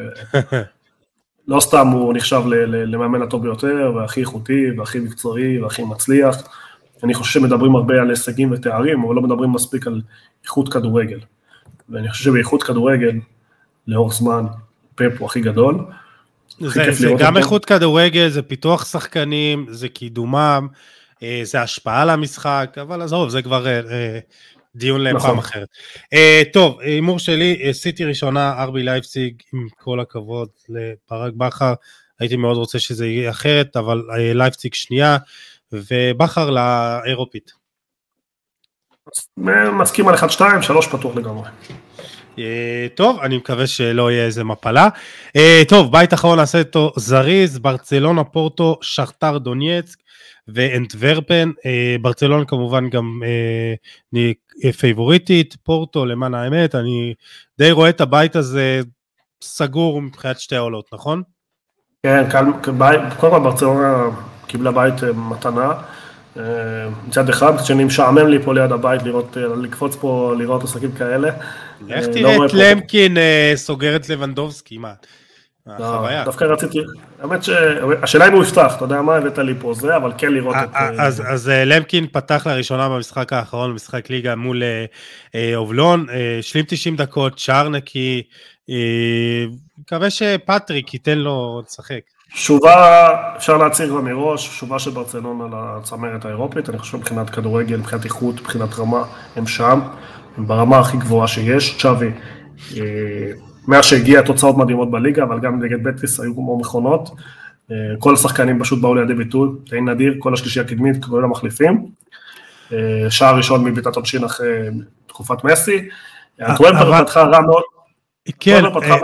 לא סתם הוא נחשב למאמן הטוב ביותר, והכי איכותי, והכי מקצועי, והכי מצליח. אני חושב שמדברים הרבה על הישגים ותארים, אבל לא מדברים מספיק על איכות כדורגל. ואני חושב שבאיכות כדורגל, לאורך זמן, פפ הוא הכי גדול. זה, זה גם אותו. איכות כדורגל, זה פיתוח שחקנים, זה קידומם, זה השפעה על המשחק, אבל עזוב, זה כבר דיון לפעם נכון. אחרת. טוב, אימור שלי, סיטי ראשונה, ארבי לייפציג, עם כל הכבוד לפרק בכר, הייתי מאוד רוצה שזה יהיה אחרת, אבל לייפציג שנייה, ובכר לאירופית. מסכים על אחד שתיים, שלוש פתוח לגמרי. טוב, אני מקווה שלא יהיה איזה מפלה. טוב, בית אחרון נעשה אותו זריז, ברצלונה, פורטו, שכתר דונייצק, ואנטוורפן, ברצלונה כמובן גם פייבוריטית, פורטו למען האמת, אני די רואה את הבית הזה סגור מבחינת שתי העולות, נכון? כן, כל פעם ברצלונה קיבלה בית מתנה, מצד אחד, כשאני משעמם לי פה ליד הבית, לקפוץ פה, לראות עסקים כאלה. איך תראה את למקין סוגר את לבנדובסקי, מה? דווקא רציתי, האמת שהשאלה אם הוא יפתח, אתה יודע מה הבאת לי פה זה, אבל כן לראות את... אז למקין פתח לראשונה במשחק האחרון, במשחק ליגה מול אובלון, שלים תשעים דקות, שער נקי, מקווה שפטריק ייתן לו לשחק. שובה, אפשר להצהיר בה מראש, שובה של ברצלונה לצמרת האירופית, אני חושב מבחינת כדורגל, מבחינת איכות, מבחינת רמה, הם שם, הם ברמה הכי גבוהה שיש, צ'אבי, מאז שהגיע תוצאות מדהימות בליגה, אבל גם נגד בטיס היו כמו מכונות, כל השחקנים פשוט באו לידי ביטוי, די נדיר, כל השלישי הקדמית, כל המחליפים, שער ראשון מבעיטת עונשין אחרי תקופת מסי, אנטוורפ פתחה רע מאוד, כן,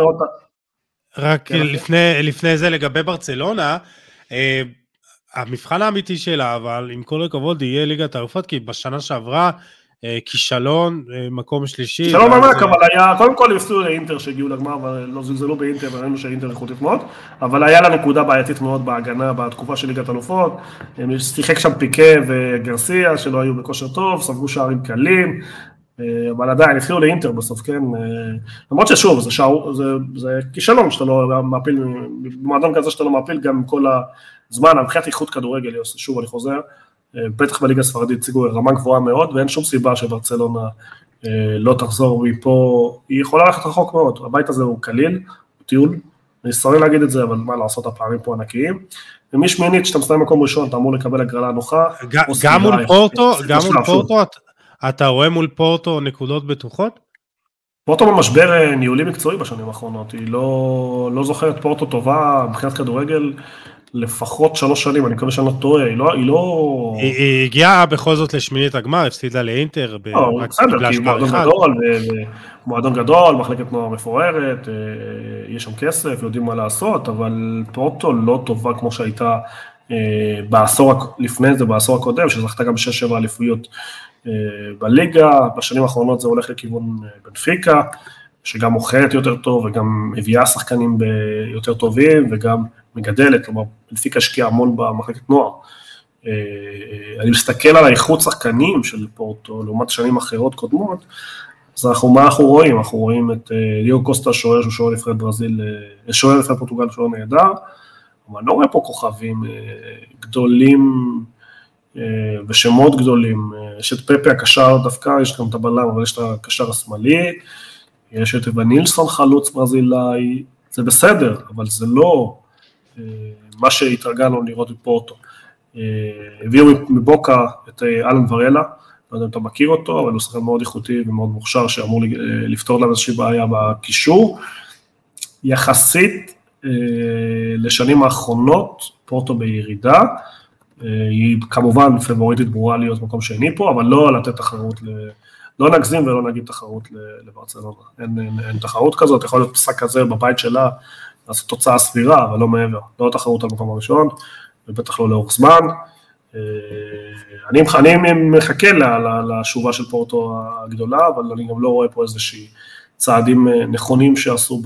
רק לפני זה לגבי ברצלונה, המבחן האמיתי שלה, אבל עם כל הכבוד יהיה ליגת האלופות, כי בשנה שעברה, כישלון, מקום שלישי. שלום עמק, אבל היה, קודם כל הפסידו לאינטר שהגיעו לגמר, ולא זלזלו באינטר, וראינו שאינטר איכותית מאוד, אבל היה לה נקודה בעייתית מאוד בהגנה, בתקופה של ליגת האלופות, הם שיחק שם פיקה וגרסיה, שלא היו בכושר טוב, ספגו שערים קלים, אבל עדיין, הפסידו לאינטר בסוף, כן, למרות ששוב, זה, שער, זה, זה כישלון שאתה לא מעפיל, במועדון כזה שאתה לא מעפיל, גם כל הזמן, מבחינת איכות כדורגל, שוב אני חוזר, בטח בליגה הספרדית הציגו רמה גבוהה מאוד, ואין שום סיבה שברצלונה לא תחזור מפה, היא יכולה ללכת רחוק מאוד, הבית הזה הוא קליל, הוא טיול, אני שונא להגיד את זה, אבל מה לעשות, הפערים פה ענקיים, ומי שמינית שאתה מסתיים מקום ראשון, אתה אמור לקבל הגרלה נוחה, גם מול פורטו, גם מול פורטו, אתה רואה מול פורטו נקודות בטוחות? פורטו במשבר ניהולי מקצועי בשנים האחרונות, היא לא, לא זוכרת פורטו טובה, מבחינת כדורגל, לפחות שלוש שנים, אני מקווה שאני לא טועה, היא לא... היא, לא... היא, היא הגיעה בכל זאת לשמינית הגמר, הפסידה לאינטר, לא, בסדר, כי מועדון גדול, מועדון גדול, מחלקת נוער מפוארת, יש שם כסף, יודעים מה לעשות, אבל פורטו לא טובה כמו שהייתה בעשור לפני זה, בעשור הקודם, שזכתה גם שש שבע אליפויות בליגה, בשנים האחרונות זה הולך לכיוון בנפיקה, שגם מוכרת יותר טוב, וגם מביאה שחקנים יותר טובים, וגם מגדלת, כלומר, בנפיקה השקיעה המון במחלקת נוער. אני מסתכל על האיכות שחקנים של פורטו, לעומת שנים אחרות קודמות, אז אנחנו, מה אנחנו רואים? אנחנו רואים את ליאו קוסטה שוער, שהוא שוער נבחרת ברזיל, שוער נבחרת פורטוגל, שוער נהדר, אבל אני לא רואה פה כוכבים גדולים, ושמות גדולים, יש את פפה הקשר דווקא, יש גם את הבלם, אבל יש את הקשר השמאלי, יש את ונילסון חלוץ ברזילאי, זה בסדר, אבל זה לא מה שהתרגלנו לראות בפורטו. הביאו מבוקה את אלן ורלה, לא יודע אם אתה מכיר אותו, אבל הוא שחקן מאוד איכותי ומאוד מוכשר, שאמור לפתור לנו איזושהי בעיה בקישור. יחסית לשנים האחרונות, פורטו בירידה, היא כמובן פבוריטית ברורה להיות מקום שני פה, אבל לא לתת תחרות, לא נגזים ולא נגיד תחרות לברצלונה. אין, אין, אין תחרות כזאת, יכול להיות פסק כזה בבית שלה, לעשות תוצאה סבירה, אבל לא מעבר. לא תחרות על מקום הראשון, ובטח לא לאורך זמן. אני, אני מחכה לשובה של פורטו הגדולה, אבל אני גם לא רואה פה איזושהי צעדים נכונים שעשו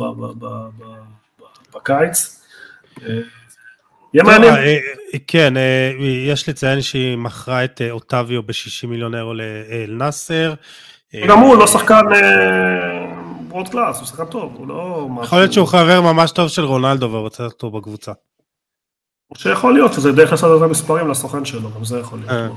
בקיץ. יהיה מעניין. כן, יש לציין שהיא מכרה את אוטביו ב-שישים מיליון אירו לאל-נאסר. גם הוא לא שחקן ברוד קלאס, הוא שחקן טוב, הוא לא... יכול להיות שהוא חבר ממש טוב של רונלדו ורוצה אותו בקבוצה. שיכול להיות, שזה דרך לעשות את המספרים לסוכן שלו, גם זה יכול להיות.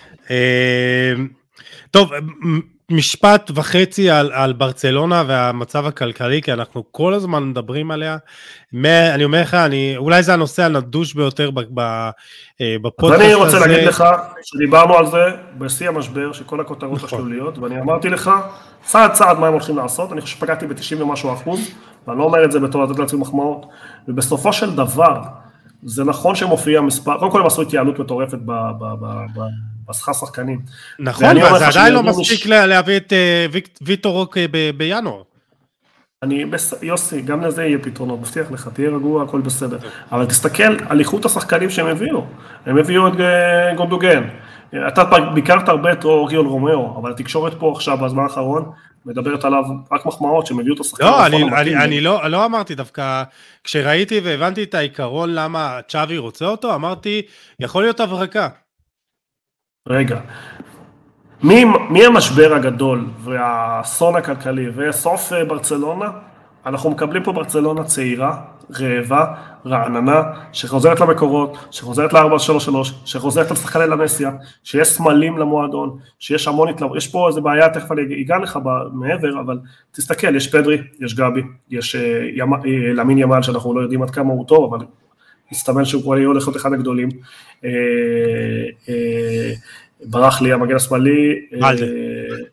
טוב, משפט וחצי על, על ברצלונה והמצב הכלכלי, כי אנחנו כל הזמן מדברים עליה. אני אומר לך, אני, אולי זה הנושא הנדוש ביותר בפודקאסט הזה. אני רוצה להגיד לך, שדיברנו על זה בשיא המשבר, שכל הכותרות השלוליות, ואני אמרתי לך, צעד צעד מה הם הולכים לעשות, אני חושב שפגעתי ב-תשעים ומשהו אחוז, ואני לא אומר את זה בתור לתת לעצמי מחמאות, ובסופו של דבר, זה נכון שמופיע מספר, קודם כל הם עשו התייעלות מטורפת בשכר שחקנים. נכון, אבל זה עדיין לא מספיק להביא את ויטור רוק בינואר. אני, יוסי, גם לזה יהיה פתרונות, מבטיח לך, תהיה רגוע, הכל בסדר. אבל תסתכל על איכות השחקנים שהם הביאו. הם הביאו את גונדוגן. אתה ביקרת הרבה את אוריול רומאו, אבל התקשורת פה עכשיו, בזמן האחרון, מדברת עליו רק מחמאות, שהם הביאו את השחקנים. לא, אני, אני, אני לא, לא אמרתי דווקא, כשראיתי והבנתי את העיקרון למה צ'אבי רוצה אותו, אמרתי, יכול להיות הברקה. רגע. מי, מי המשבר הגדול והאסון הכלכלי וסוף ברצלונה? אנחנו מקבלים פה ברצלונה צעירה, רעבה, רעננה, שחוזרת למקורות, שחוזרת ל-ארבע שלוש שלוש, שחוזרת לשחקן אלמסיה, שיש סמלים למועדון, שיש המון התלבטות, יש פה איזו בעיה, תכף אני אגע לך מעבר, אבל תסתכל, יש פדרי, יש גבי, יש למין ימל, שאנחנו לא יודעים עד כמה הוא טוב, אבל מסתמן שהוא כבר הולך להיות אחד הגדולים. ברח לי המגן השמאלי,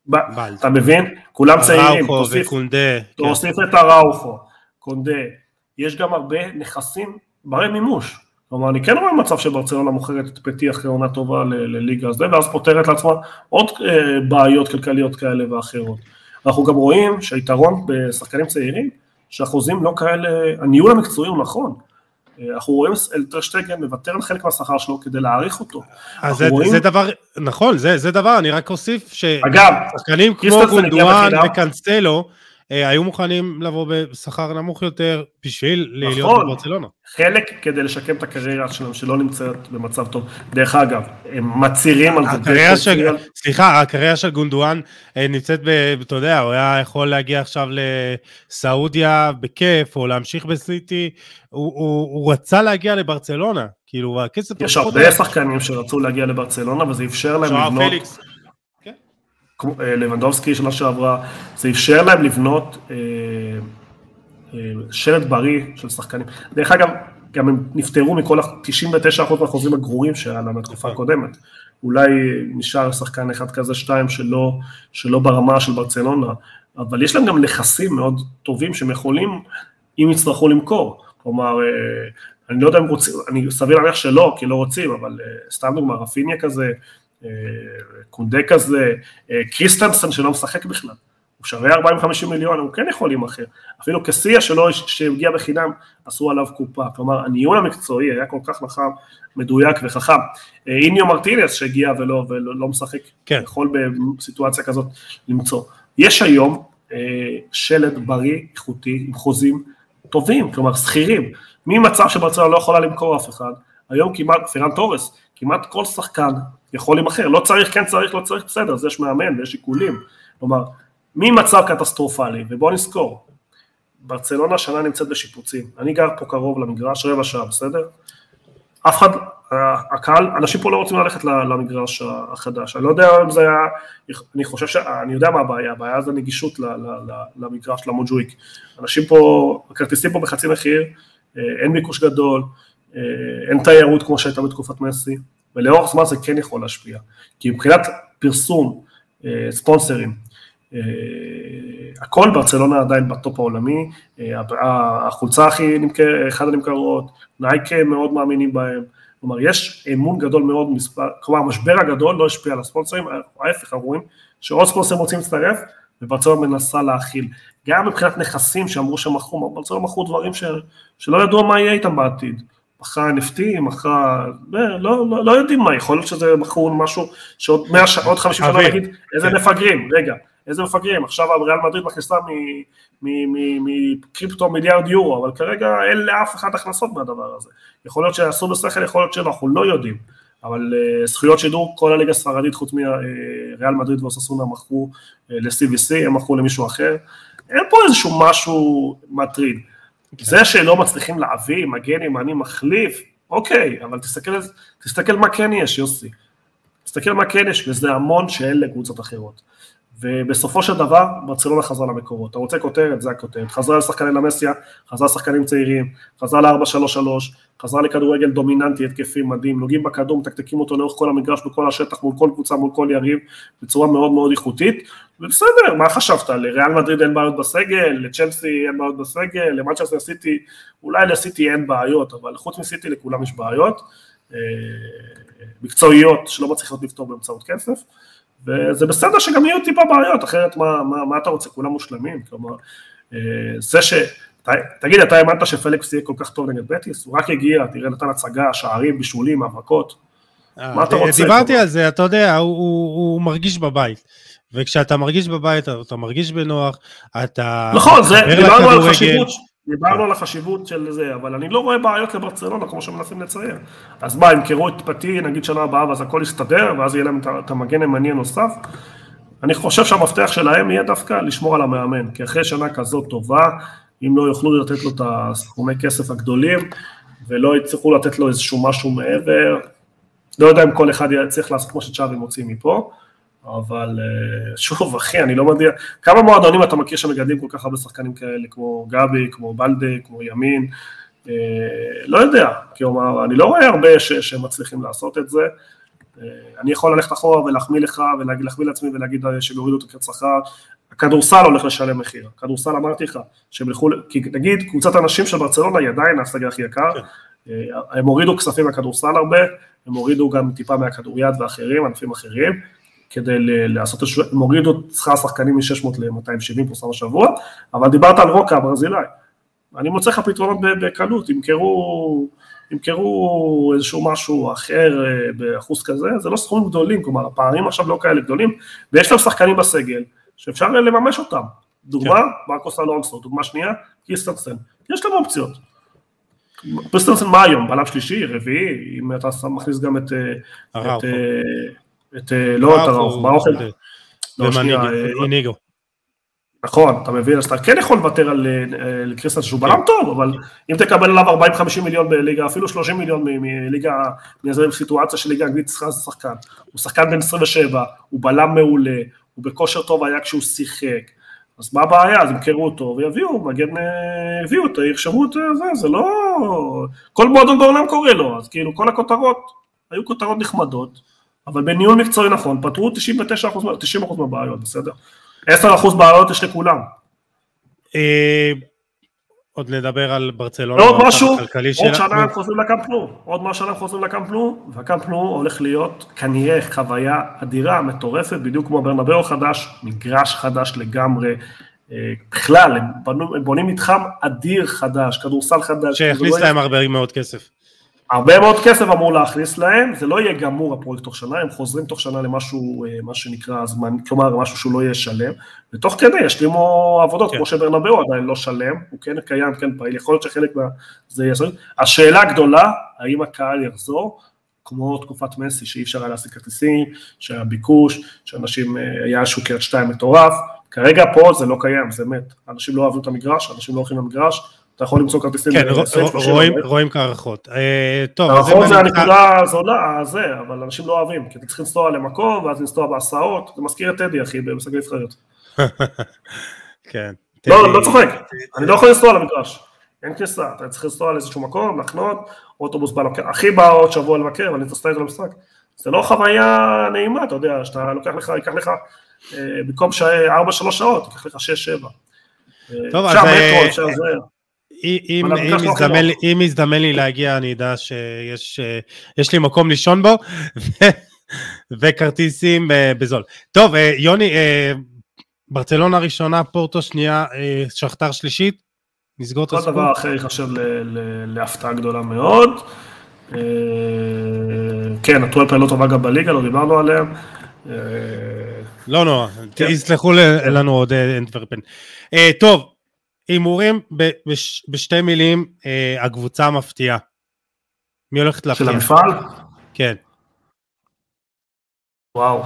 אתה מבין? כולם צעירים, תוסיף את הראוכו, קונדה, יש גם הרבה נכסים ברי מימוש, כלומר אני כן רואה מצב שברצלונה מוכרת את פתי אחרי עונה טובה לליגה הזה, ואז פותרת לעצמה עוד בעיות כלכליות כאלה ואחרות. אנחנו גם רואים שהיתרון בשחקנים צעירים, שהחוזים לא כאלה, הניהול המקצועי הוא נכון, אנחנו רואים אל טר שטגן מוותר על חלק מהשכר שלו כדי להעריך אותו. אז זה, רואים... זה דבר, נכון, זה, זה דבר, אני רק אוסיף ששחקנים כמו גונדואן וקנסטלו, היו מוכנים לבוא בשכר נמוך יותר בשביל להיות נכון, בברצלונה. חלק כדי לשקם את הקריירה שלהם שלא נמצאת במצב טוב. דרך אגב, הם מצירים על זה. של, סליחה, הקריירה של גונדואן נמצאת, ב, אתה יודע, הוא היה יכול להגיע עכשיו לסעודיה בכיף, או להמשיך בסיטי, הוא, הוא, הוא רצה להגיע לברצלונה, כאילו הכסף... יש הרבה שחקנים שרצו להגיע לברצלונה, וזה אפשר להם לבנות... פליקס. לבנדובסקי שנה שעברה, זה אפשר להם לבנות אה, אה, שלט בריא של שחקנים. דרך אגב, גם הם נפטרו מכל ה-תשעים ותשעה אחוז מהחוזים הגרועים שהיה להם בתקופה הקודמת. אולי נשאר שחקן אחד כזה, שתיים, שלא, שלא ברמה של ברצלונה, אבל יש להם גם נכסים מאוד טובים שהם יכולים, אם יצטרכו למכור. כלומר, אה, אני לא יודע אם רוצים, אני סביר להניח שלא, כי לא רוצים, אבל אה, סתם דוגמה, רפיניה כזה, קונדה כזה, קריסטנסן שלא משחק בכלל, הוא שווה ארבעים וחמישה מיליון, הוא כן יכול להימכר, אפילו קסיה שלו שהגיע בחינם, עשו עליו קופה, כלומר הניהול המקצועי היה כל כך נחם, מדויק וחכם, איניו מרטינס שהגיע ולא, ולא לא משחק, כן. יכול בסיטואציה כזאת למצוא, יש היום שלט בריא, איכותי, עם חוזים טובים, כלומר שכירים, ממצב שברצלונה לא יכולה למכור אף אחד, היום כמעט, פרן טורס, כמעט כל שחקן יכול להימכר, לא צריך, כן צריך, לא צריך, בסדר, זה יש מאמן ויש שיקולים, כלומר, ממצב קטסטרופלי, ובואו נזכור, ברצלונה השנה נמצאת בשיפוצים, אני גר פה קרוב למגרש, רבע שעה, בסדר? אף אחד, הקהל, אנשים פה לא רוצים ללכת למגרש החדש, אני לא יודע אם זה היה, אני חושב שאני יודע מה הבעיה, הבעיה זה נגישות למגרש, למוג'וויק, אנשים פה, הכרטיסים פה בחצי מחיר, אין ביקוש גדול, אין תיירות כמו שהייתה בתקופת מסי, ולאורך זמן זה כן יכול להשפיע, כי מבחינת פרסום, ספונסרים, הכל ברצלונה עדיין בטופ העולמי, החולצה הכי נמכר, אחד הנמכרות, נייק מאוד מאמינים בהם, כלומר יש אמון גדול מאוד, כלומר המשבר הגדול לא השפיע על הספונסרים, ההפך רואים שעוד ספונסרים רוצים להצטרף, וברצלונה מנסה להכיל, גם מבחינת נכסים שאמרו שמכרו, ברצלונה מכרו דברים שלא ידעו מה יהיה איתם בעתיד, אחרי נפטים, אחרי, לא, לא, לא יודעים מה, יכול להיות שזה מכרו משהו שעוד עוד חמישים שנה להגיד, איזה מפגרים, רגע, איזה מפגרים, עכשיו ריאל מדריד מכניסה מקריפטו מיליארד יורו, אבל כרגע אין לאף אחד הכנסות מהדבר הזה, יכול להיות שעשו בשכל, יכול להיות שאנחנו לא יודעים, אבל זכויות שידור, כל הליגה הספרדית חוץ מריאל מדריד ואוססונה מכרו ל-סי וי סי, הם מכרו למישהו אחר, אין פה איזשהו משהו מטריד, זה שלא מצליחים להביא, מגן ימני מחליף, אוקיי, אבל תסתכל, תסתכל מה כן יש, יוסי. תסתכל מה כן יש, וזה המון שאין לקבוצות אחרות. ובסופו של דבר, ברצלונה חזרה למקורות. אתה רוצה כותרת, זה הכותרת. חזרה לשחקני למסיה, חזרה לשחקנים צעירים, חזרה ל-ארבע שלוש שלוש, חזרה לכדורגל דומיננטי, התקפי מדהים, נוגעים בכדור, מתקתקים אותו לאורך כל המגרש, בכל השטח, מול כל קבוצה, מול כל יריב, בצורה מאוד מאוד איכותית, ובסדר, מה חשבת? לריאל מדריד אין בעיות בסגל, לצ'לסי אין בעיות בסגל, למנצ'סטר סיטי, אולי לסיטי אין בעיות, אבל חוץ מסיטי לכולם יש בעיות, מקצועיות שלא מצליחות לפתור באמצעות כסף, וזה בסדר שגם יהיו טיפה בעיות, אחרת מה, מה, מה אתה רוצה? כולם מושלמים, כלומר, זה ש... תגיד, אתה האמנת שפליקס יהיה כל כך טוב נגד בטיס? הוא רק הגיע, תראה, נתן הצגה, שערים, בישולים, מאבקות. מה אתה רוצה? דיברתי על זה, אתה יודע, הוא מרגיש בבית, וכשאתה מרגיש בבית, אתה מרגיש בנוח, אתה... נכון, דיברנו על חשיבות, דיברנו על החשיבות של זה, אבל אני לא רואה בעיות לברצלונה, כמו שמנסים לצייר. אז מה, אם קראו את פתי, נגיד שנה הבאה, ואז הכל יסתדר, ואז יהיה להם את המגן הימני הנוסף, אני חושב שהמפתח שלהם יהיה דווקא לשמור על המאמן, כי אחרי שנה כזאת טובה, אם לא יוכלו לתת לו את הסכומי כסף הגדולים, ולא יצטרכו לתת לו איזשהו משהו מעבר, לא יודע אם כל אחד צריך לעשות כמו שצ'אבי מוציא מפה, אבל שוב, אחי, אני לא מדע, כמה מועדונים אתה מכיר שמגדלים כל כך הרבה שחקנים כאלה, כמו גבי, כמו בלדה, כמו ימין, לא יודע, כי אומר, אני לא רואה הרבה שמצליחים לעשות את זה, אני יכול ללכת אחורה ולהחמיא לך, ולהחמיא לעצמי ולהגיד שהם יורידו את תקרת שכר, הכדורסל הולך לשלם מחיר, הכדורסל אמרתי לך, שהם ילכו, כי נגיד, קבוצת האנשים של ברצלונה היא עדיין הסגל הכי יקר, הם הורידו כספים מהכדורסל הרבה, הם הורידו גם טיפה מהכדוריד ואחרים, ענפים אחרים, כדי לעשות, הם הורידו שכר שחקנים מ-שש מאות ל-מאתיים שבעים פרסם השבוע, אבל דיברת על רוקה, ברזילאי, אני מוצא לך פתרונות בקלות, ימכרו, ימכרו איזשהו משהו אחר באחוז כזה, זה לא סכומים גדולים, כלומר, הפערים עכשיו לא כאלה גדולים, ויש להם שחקנים בסגל, שאפשר לממש אותם. דוגמה, מרקוס אלונסו, דוגמה שנייה, קריסטנסן, יש להם אופציות. קריסטנסן מה היום? בלם שלישי, רביעי, אם אתה מכניס גם את... את... לא, את הרב, באוכל. ומניגו. נכון, אתה מבין, אז אתה כן יכול לוותר על קריסטנסן שהוא בלם טוב, אבל אם תקבל עליו ארבעים חמישים מיליון בליגה, אפילו שלושים מיליון מליגה, מאיזו סיטואציה של ליגה אנגלית, שחקן. הוא שחקן בן עשרים ושבע, הוא בלם מעולה, הוא בכושר טוב היה כשהוא שיחק, אז מה הבעיה? אז ימכרו אותו ויביאו, מגן הביאו אותו, ירשמו את זה, זה לא... כל מועדון בעולם קורא לו, אז כאילו כל הכותרות, היו כותרות נחמדות, אבל בניהול מקצועי נכון, פתרו תשעים ותשע אחוז, תשעים אחוז מהבעיות, בסדר? עשרה אחוז בעיות יש לכולם. עוד נדבר על ברצלונה. עוד משהו, עוד שנה הם חוזרים לקאמפ נו, עוד מה שנה הם חוזרים לקאמפ נו, והקאמפ נו הולך להיות כנראה חוויה אדירה, מטורפת, בדיוק כמו ברנבאו חדש, מגרש חדש לגמרי, בכלל, הם בונים מתחם אדיר חדש, כדורסל חדש. שהכניס להם הרבה מאוד כסף. הרבה מאוד כסף אמור להכניס להם, זה לא יהיה גמור הפרויקט תוך שנה, הם חוזרים תוך שנה למשהו, מה שנקרא זמן, כלומר משהו שהוא לא יהיה שלם, ותוך כדי ישלימו עבודות, כמו שברנבאו עדיין לא שלם, הוא כן קיים, כן פעיל, יכול להיות שחלק זה יהיה שלם. השאלה הגדולה, האם הקהל יחזור, כמו תקופת מסי, שאי אפשר היה להשיג כרטיסים, שהיה ביקוש, שאנשים, היה שוקרת שתיים מטורף, כרגע פה זה לא קיים, זה מת, אנשים לא אוהבים את המגרש, אנשים לא הולכים למגרש, אתה יכול למצוא כרטיסים. כן, רואים קרחות. קרחות זה הנקודה הזולה, זה, אבל אנשים לא אוהבים, כי אתה צריך לנסוע למקום, ואז לנסוע בהסעות, זה מזכיר את טדי, אחי, במשחקי נבחרת. כן. לא, לא צוחק, אני לא יכול לנסוע למגרש, אין כניסה, אתה צריך לנסוע לאיזשהו מקום, לחנות, אוטובוס בא לבקר, הכי בא עוד שבוע לבקר, אבל אני תסתכל את המשחק. זה לא חוויה נעימה, אתה יודע, שאתה לוקח לך, ייקח לך, במקום ארבע שלוש שעות, ייקח לך שש שבע. טוב, אז... אם יזדמן לי להגיע, אני יודע שיש לי מקום לישון בו, וכרטיסים בזול. טוב, יוני, ברצלונה ראשונה, פורטו שנייה, שכתר שלישית, נסגור את הסיפור. כל דבר אחר יחשב להפתעה גדולה מאוד. כן, הטרופר לא טובה גם בליגה, לא דיברנו עליהם. לא נורא, תסלחו לנו עוד אנטוורפן. טוב, הימורים בשתי מילים, הקבוצה המפתיעה. מי הולכת להפתיע? של המפעל? כן. וואו.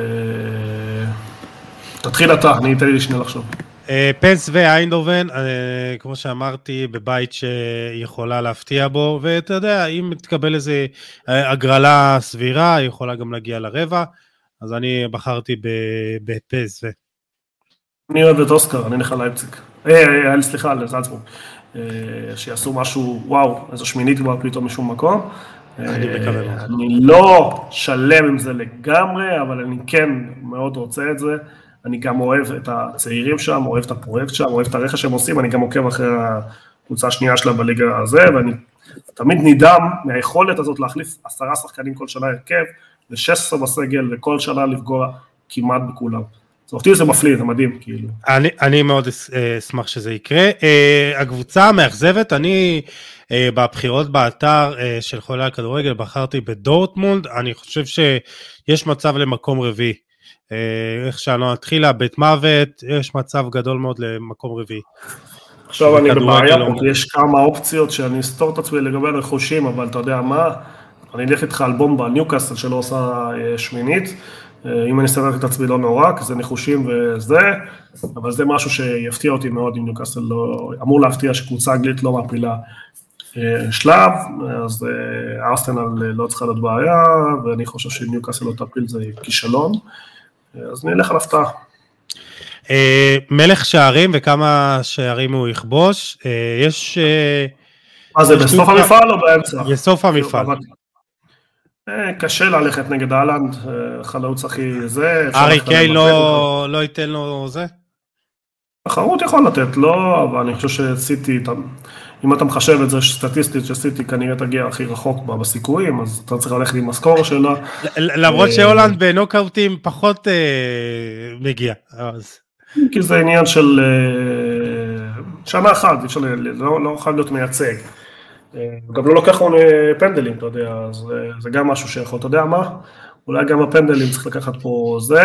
תתחיל אתה, אני אתן לי שנייה לחשוב. פנס ואיינדובן, כמו שאמרתי, בבית שיכולה להפתיע בו, ואתה יודע, אם תקבל איזו הגרלה סבירה, היא יכולה גם להגיע לרבע, אז אני בחרתי בפנס ו... אני אוהב את אוסקר, אני נלך לייפציג. אה, סליחה, לזלצבורג. שיעשו משהו, וואו, איזו שמינית כבר פליטו משום מקום. אני מקווה. אני לא שלם עם זה לגמרי, אבל אני כן מאוד רוצה את זה. אני גם אוהב את הצעירים שם, אוהב את הפרויקט שם, אוהב את הרכש שהם עושים, אני גם עוקב אחרי הקבוצה השנייה שלה בליגה הזה, ואני תמיד נדהם מהיכולת הזאת להחליף עשרה שחקנים כל שנה הרכב, ו-שש עשרה בסגל, וכל שנה לפגוע כמעט בכולם. אותי זה מפליא, זה מדהים, כאילו. אני, אני מאוד אשמח שזה יקרה. הקבוצה המאכזבת, אני בבחירות באתר של חולי הכדורגל, בחרתי בדורטמונד, אני חושב שיש מצב למקום רביעי. איך שאני התחילה, בית מוות, יש מצב גדול מאוד למקום רביעי. עכשיו אני בבעיה פה, כי יש כמה אופציות שאני אסתור את עצמי לגבי הרכושים, אבל אתה יודע מה, אני אלך איתך על בומבה, ניוקאסל שלא עושה שמינית, אם אני אסתכל את עצמי לא נורא, כי זה ניחושים וזה, אבל זה משהו שיפתיע אותי מאוד אם ניוקאסל לא, אמור להפתיע שקבוצה אנגלית לא מעפילה שלב, אז ארסנל לא צריכה להיות בעיה, ואני חושב שאם ניוקאסל לא תפיל זה כישלון, אז נלך על הפתעה. מלך שערים וכמה שערים הוא יכבוש, יש... מה זה, בסוף המפעל או באמצע? בסוף המפעל. קשה ללכת נגד אהלנד, חלוץ הכי זה. ארי קיין לא ייתן לו זה? תחרות יכול לתת, לא, אבל אני חושב שסיטי, אם אתה מחשב את זה סטטיסטית שסיטי כנראה תגיע הכי רחוק בסיכויים, אז אתה צריך ללכת עם הסקור שלה. למרות שהולנד בנוקאוטים פחות מגיע. כי זה עניין של שנה אחת, לא חייב להיות מייצג. גם לא לוקח פנדלים, אתה יודע, זה גם משהו שיכול, אתה יודע מה? אולי גם הפנדלים צריך לקחת פה זה,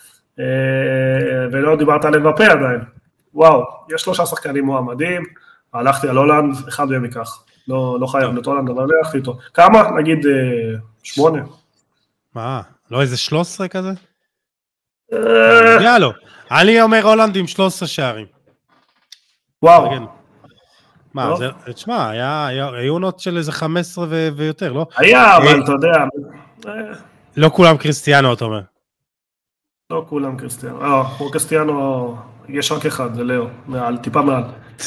ולא דיברת על אמבפה עדיין. וואו, יש שלושה שחקנים מועמדים, הלכתי על הולנד, אחד מהם ייקח. לא חייב להיות הולנד, אבל הלכתי איתו. כמה? נגיד שמונה. מה? לא איזה שלוש עשרה כזה? יאללה, אני אומר הולנד עם שלוש עשרה שערים. וואו. מה, תשמע, היו עונות של איזה חמש עשרה ויותר, לא? היה, אבל אתה יודע. לא כולם קריסטיאנו, אתה אומר. לא כולם קריסטיאנו. אה, הוא קריסטיאנו, יש רק אחד, זה לאו, מעל, טיפה מעל.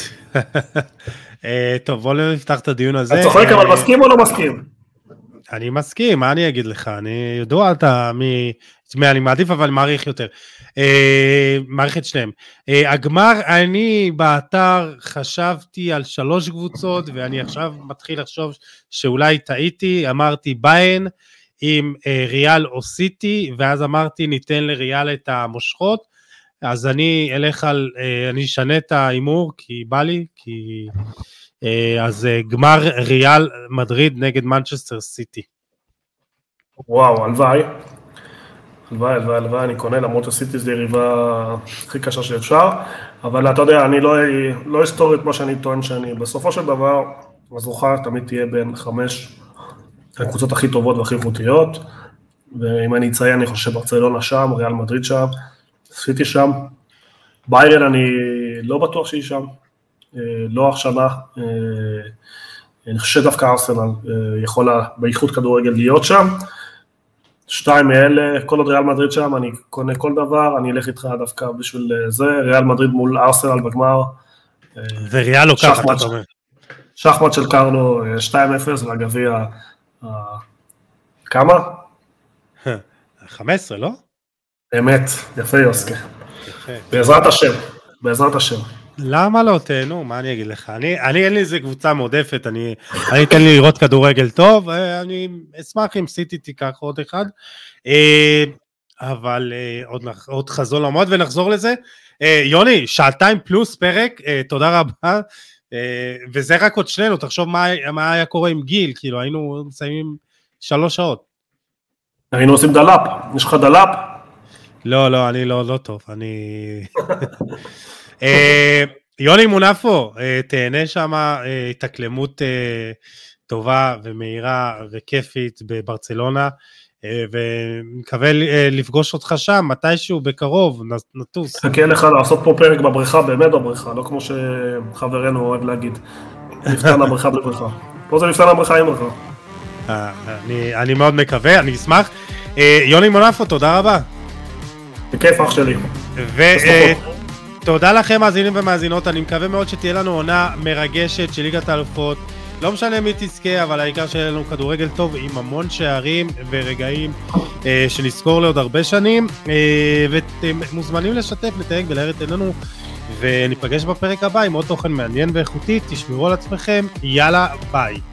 טוב, בואו נפתח את הדיון הזה. אתה צוחק, אבל מסכים או לא מסכים? אני מסכים, מה אני אגיד לך? אני יודע, אתה, אני מעדיף, אבל מעריך יותר. מעריך את שניהם. הגמר, אני באתר חשבתי על שלוש קבוצות, ואני עכשיו מתחיל לחשוב שאולי טעיתי, אמרתי ביין עם ריאל או סיטי, ואז אמרתי ניתן לריאל את המושכות, אז אני אלך על, אני אשנה את האימור, כי בא לי, כי... אז גמר ריאל מדריד נגד מנצ'סטר סיטי. וואו, הלוואי. הלוואי, הלוואי, הלוואי, אני קונה, למרות הסיטי זה יריבה הכי קשה שאפשר, אבל אתה יודע, אני לא, לא אסתור את מה שאני טוען שאני, בסופו של דבר, הזוכה תמיד תהיה בין חמש הקבוצות הכי טובות והכי איכותיות, ואם אני אציין, אני חושב שברצלונה שם, ריאל מדריד שם, סיטי שם, ביירן אני לא בטוח שהיא שם, לא השנה, אני חושב שדווקא ארסנל יכולה באיכות כדורגל להיות שם, שתיים מאלה, כל עוד ריאל מדריד שם, אני קונה כל דבר, אני אלך איתך דווקא בשביל זה, ריאל מדריד מול ארסנל בגמר. וריאל לא ככה, אתה אומר. שחמט של קרנו שתיים אפס, והגביע, כמה? חמש עשרה, לא? אמת, יפה יוסקה. בעזרת השם, בעזרת השם. למה לא תהנו? מה אני אגיד לך? אני, אני אין לי איזה קבוצה מועדפת, אני, אני אתן לי לראות כדורגל טוב, אני אשמח אם סיטי תיקח עוד אחד, אבל עוד, עוד חזון למועד ונחזור לזה. יוני, שעתיים פלוס פרק, תודה רבה, וזה רק עוד שנינו, תחשוב מה, מה היה קורה עם גיל, כאילו היינו מסיימים שלוש שעות. היינו עושים דלאפ, יש לך דלאפ? לא, לא, אני לא, לא טוב, אני... יוני מונפו, תהנה שם התאקלמות טובה ומהירה וכיפית בברצלונה, ומקווה לפגוש אותך שם, מתישהו בקרוב, נטוס. חכה לך לעשות פה פרק בבריכה, באמת בבריכה, לא כמו שחברנו אוהב להגיד, נפתן הבריכה בבריכה. פה זה נפתן הבריכה עם בריכה. אני מאוד מקווה, אני אשמח. יוני מונפו, תודה רבה. בכיף אח שלי. תודה לכם מאזינים ומאזינות, אני מקווה מאוד שתהיה לנו עונה מרגשת של ליגת האלופות, לא משנה מי תזכה, אבל העיקר שיהיה לנו כדורגל טוב עם המון שערים ורגעים אה, שנזכור לעוד הרבה שנים, אה, ואתם מוזמנים לשתף, לתייג ולהאיר את עינינו, וניפגש בפרק הבא עם עוד תוכן מעניין ואיכותי, תשמרו על עצמכם, יאללה ביי.